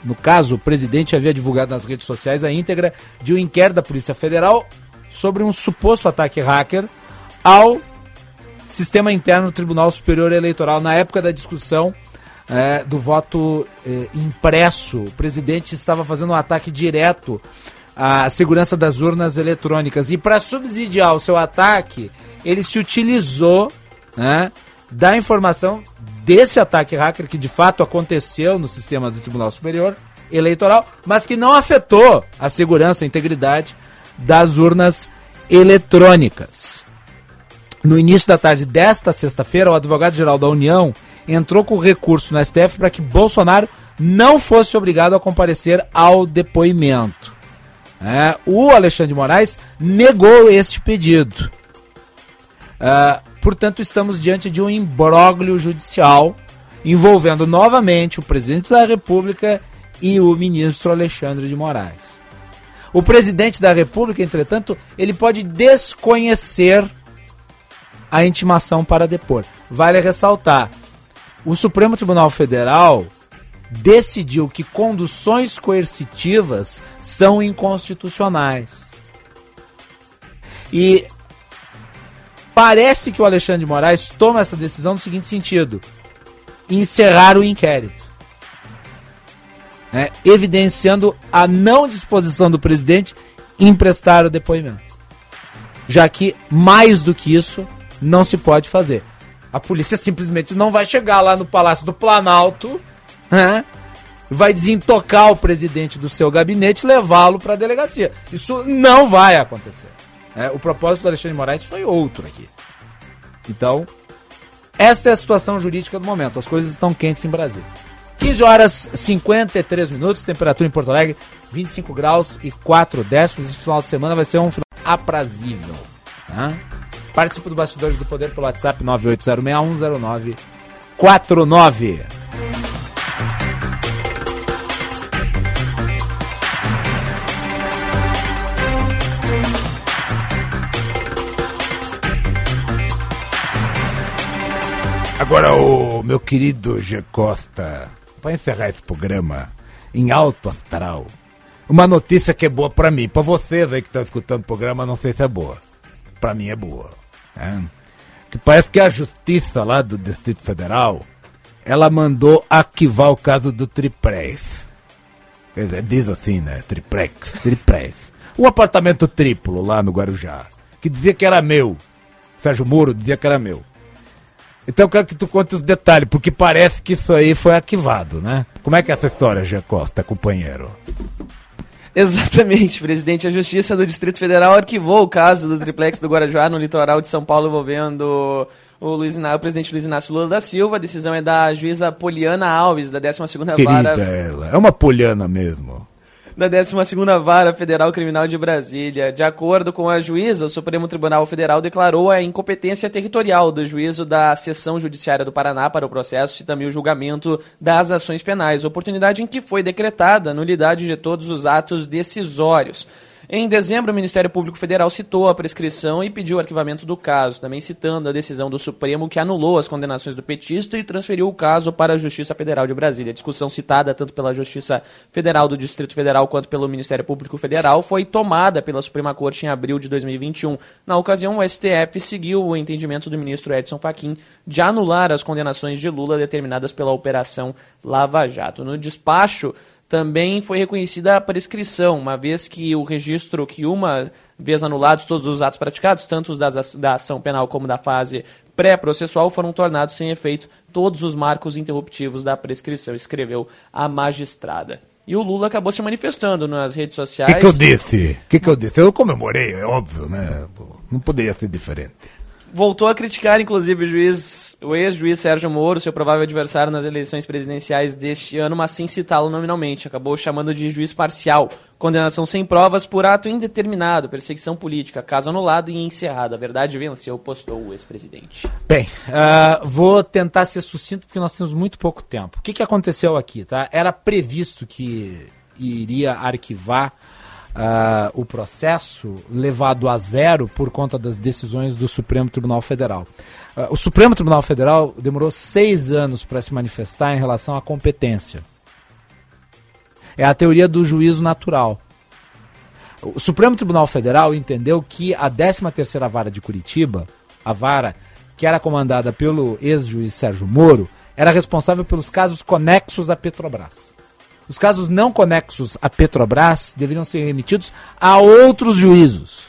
no caso, o presidente havia divulgado nas redes sociais a íntegra de um inquérito da Polícia Federal sobre um suposto ataque hacker ao sistema interno do Tribunal Superior Eleitoral. Na época da discussão é, do voto é, impresso, o presidente estava fazendo um ataque direto à segurança das urnas eletrônicas. E para subsidiar o seu ataque, ele se utilizou, né, da informação desse ataque hacker, que de fato aconteceu no sistema do Tribunal Superior Eleitoral, mas que não afetou a segurança e a integridade das urnas eletrônicas. No início da tarde desta sexta-feira, o advogado-geral da União entrou com recurso no S T F para que Bolsonaro não fosse obrigado a comparecer ao depoimento. É, o Alexandre de Moraes negou este pedido. É, portanto, estamos diante de um imbróglio judicial envolvendo novamente o presidente da República e o ministro Alexandre de Moraes. O presidente da República, entretanto, ele pode desconhecer a intimação para depor. Vale ressaltar, o Supremo Tribunal Federal decidiu que conduções coercitivas são inconstitucionais. E parece que o Alexandre de Moraes toma essa decisão no seguinte sentido: encerrar o inquérito, né, evidenciando a não disposição do presidente em prestar o depoimento, já que mais do que isso não se pode fazer. A polícia simplesmente não vai chegar lá no Palácio do Planalto, né, vai desintocar o presidente do seu gabinete e levá-lo para a delegacia. Isso não vai acontecer. É, o propósito do Alexandre de Moraes foi outro aqui. Então, esta é a situação jurídica do momento. As coisas estão quentes em Brasília. quinze horas e cinquenta e três minutos, temperatura em Porto Alegre, vinte e cinco graus e quatro décimos. Esse final de semana vai ser um final aprazível. Tá? Participe do Bastidores do Poder pelo WhatsApp nove oito zero seis um zero nove quatro nove. Agora, o meu querido G. Costa, para encerrar esse programa em alto astral, uma notícia que é boa para mim, para vocês aí que estão escutando o programa, não sei se é boa. Para mim é boa. Né? Que parece que a Justiça lá do Distrito Federal, ela mandou arquivar o caso do Triplex. Quer dizer, diz assim, né? Triplex, Triplex. O apartamento triplo lá no Guarujá, que dizia que era meu. Sérgio Moro dizia que era meu. Então eu quero que tu conte os detalhes, porque parece que isso aí foi arquivado, né? Como é que é essa história, G. Costa, companheiro? Exatamente, presidente. A Justiça do Distrito Federal arquivou o caso do triplex do Guarujá no litoral de São Paulo envolvendo o, Luiz Inácio, o presidente Luiz Inácio Lula da Silva. A decisão é da juíza Poliana Alves, da décima segunda Vara... ela, é uma poliana mesmo. Da décima segunda Vara Federal Criminal de Brasília. De acordo com a juíza, o Supremo Tribunal Federal declarou a incompetência territorial do juízo da Seção Judiciária do Paraná para o processo e também o julgamento das ações penais, oportunidade em que foi decretada a nulidade de todos os atos decisórios. Em dezembro, o Ministério Público Federal citou a prescrição e pediu o arquivamento do caso, também citando a decisão do Supremo que anulou as condenações do petista e transferiu o caso para a Justiça Federal de Brasília. A discussão citada tanto pela Justiça Federal do Distrito Federal quanto pelo Ministério Público Federal foi tomada pela Suprema Corte em abril de dois mil e vinte e um. Na ocasião, o S T F seguiu o entendimento do ministro Edson Fachin de anular as condenações de Lula determinadas pela Operação Lava Jato. No despacho, também foi reconhecida a prescrição, uma vez que o registro que uma vez anulados todos os atos praticados, tanto os das, da ação penal como da fase pré-processual, foram tornados sem efeito todos os marcos interruptivos da prescrição, escreveu a magistrada. E o Lula acabou se manifestando nas redes sociais. O que, que eu disse? O que, que eu disse? Eu comemorei, é óbvio, né? Não poderia ser diferente. Voltou a criticar, inclusive, o juiz, o ex-juiz Sérgio Moro, seu provável adversário nas eleições presidenciais deste ano, mas sem citá-lo nominalmente. Acabou chamando de juiz parcial, condenação sem provas por ato indeterminado, perseguição política, caso anulado e encerrado. A verdade venceu, postou o ex-presidente. Bem, uh, vou tentar ser sucinto porque nós temos muito pouco tempo. O que, que aconteceu aqui? Tá? Era previsto que iria arquivar Uh, o processo levado a zero por conta das decisões do Supremo Tribunal Federal. Uh, o Supremo Tribunal Federal demorou seis anos para se manifestar em relação à competência. É a teoria do juízo natural. O Supremo Tribunal Federal entendeu que a décima terceira Vara de Curitiba, a vara que era comandada pelo ex-juiz Sérgio Moro, era responsável pelos casos conexos à Petrobras. Os casos não conexos à Petrobras deveriam ser remetidos a outros juízos.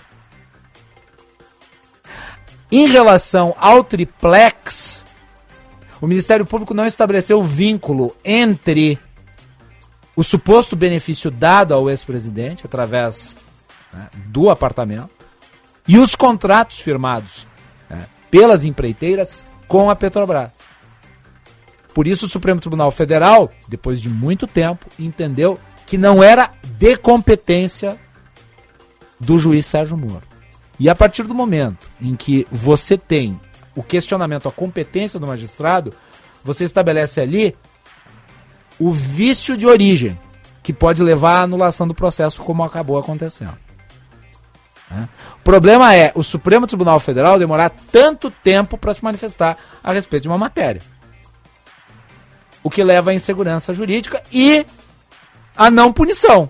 Em relação ao triplex, o Ministério Público não estabeleceu vínculo entre o suposto benefício dado ao ex-presidente, através, né, do apartamento, e os contratos firmados, né, pelas empreiteiras com a Petrobras. Por isso o Supremo Tribunal Federal, depois de muito tempo, entendeu que não era de competência do juiz Sérgio Moro. E a partir do momento em que você tem o questionamento à competência do magistrado, você estabelece ali o vício de origem, que pode levar à anulação do processo, como acabou acontecendo. Né? O problema é o Supremo Tribunal Federal demorar tanto tempo para se manifestar a respeito de uma matéria. O que leva à insegurança jurídica e à não punição.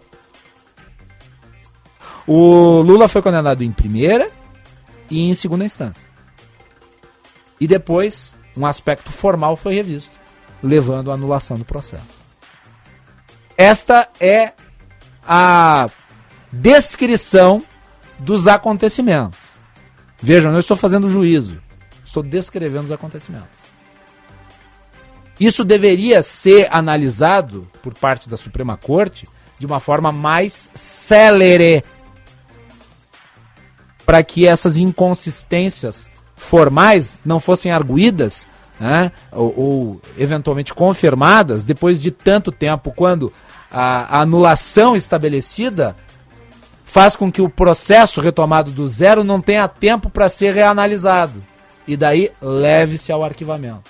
O Lula foi condenado em primeira e em segunda instância. E depois, um aspecto formal foi revisto, levando à anulação do processo. Esta é a descrição dos acontecimentos. Vejam, não estou fazendo juízo, estou descrevendo os acontecimentos. Isso deveria ser analisado por parte da Suprema Corte de uma forma mais célere, para que essas inconsistências formais não fossem arguídas, né, ou, ou eventualmente confirmadas depois de tanto tempo, quando a, a anulação estabelecida faz com que o processo retomado do zero não tenha tempo para ser reanalisado. E daí leve-se ao arquivamento.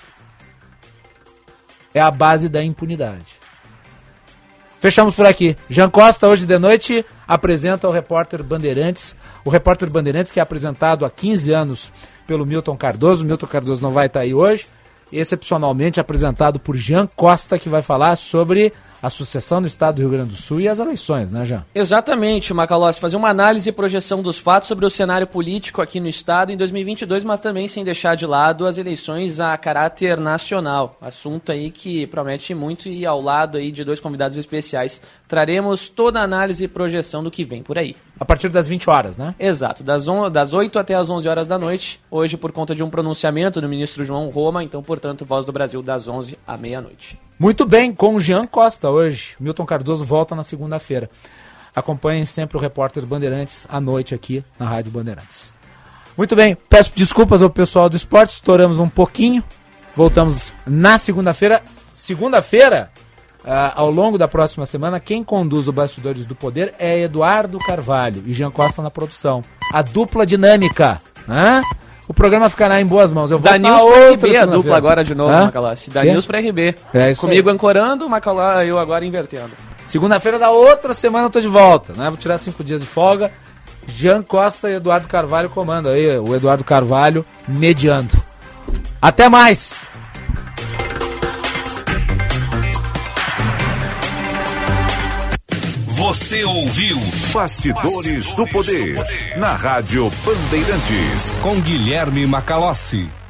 É a base da impunidade. Fechamos por aqui. Jean Costa, hoje de noite, apresenta o Repórter Bandeirantes. O Repórter Bandeirantes, que é apresentado há quinze anos pelo Milton Cardoso. O Milton Cardoso não vai estar aí hoje. Excepcionalmente apresentado por Jean Costa, que vai falar sobre a sucessão no estado do Rio Grande do Sul e as eleições, né, Jean? Exatamente, Macalossi. Fazer uma análise e projeção dos fatos sobre o cenário político aqui no estado em dois mil e vinte e dois, mas também sem deixar de lado as eleições a caráter nacional. Assunto aí que promete muito, e ao lado aí de dois convidados especiais traremos toda a análise e projeção do que vem por aí. A partir das vinte horas, né? Exato, das, on- das oito até as onze horas da noite, hoje por conta de um pronunciamento do ministro João Roma, então, portanto, Voz do Brasil das onze à meia-noite. Muito bem, com o Jean Costa hoje. Milton Cardoso volta na segunda-feira. Acompanhem sempre o Repórter Bandeirantes à noite aqui na Rádio Bandeirantes. Muito bem, peço desculpas ao pessoal do esporte, estouramos um pouquinho. Voltamos na segunda-feira. Segunda-feira, uh, ao longo da próxima semana, quem conduz o Bastidores do Poder é Eduardo Carvalho e Jean Costa na produção. A dupla dinâmica, né? O programa ficará em boas mãos. Eu vou da News pra R B, a dupla agora de novo, Macalossi. Da News pra R B. É isso Comigo aí. ancorando, Macalossi, eu agora invertendo. Segunda-feira da outra semana eu tô de volta, né? Vou tirar cinco dias de folga. Jean Costa e Eduardo Carvalho comando aí. O Eduardo Carvalho mediando. Até mais! Você ouviu Bastidores, Bastidores do, Poder, do Poder na Rádio Bandeirantes com Guilherme Macalossi.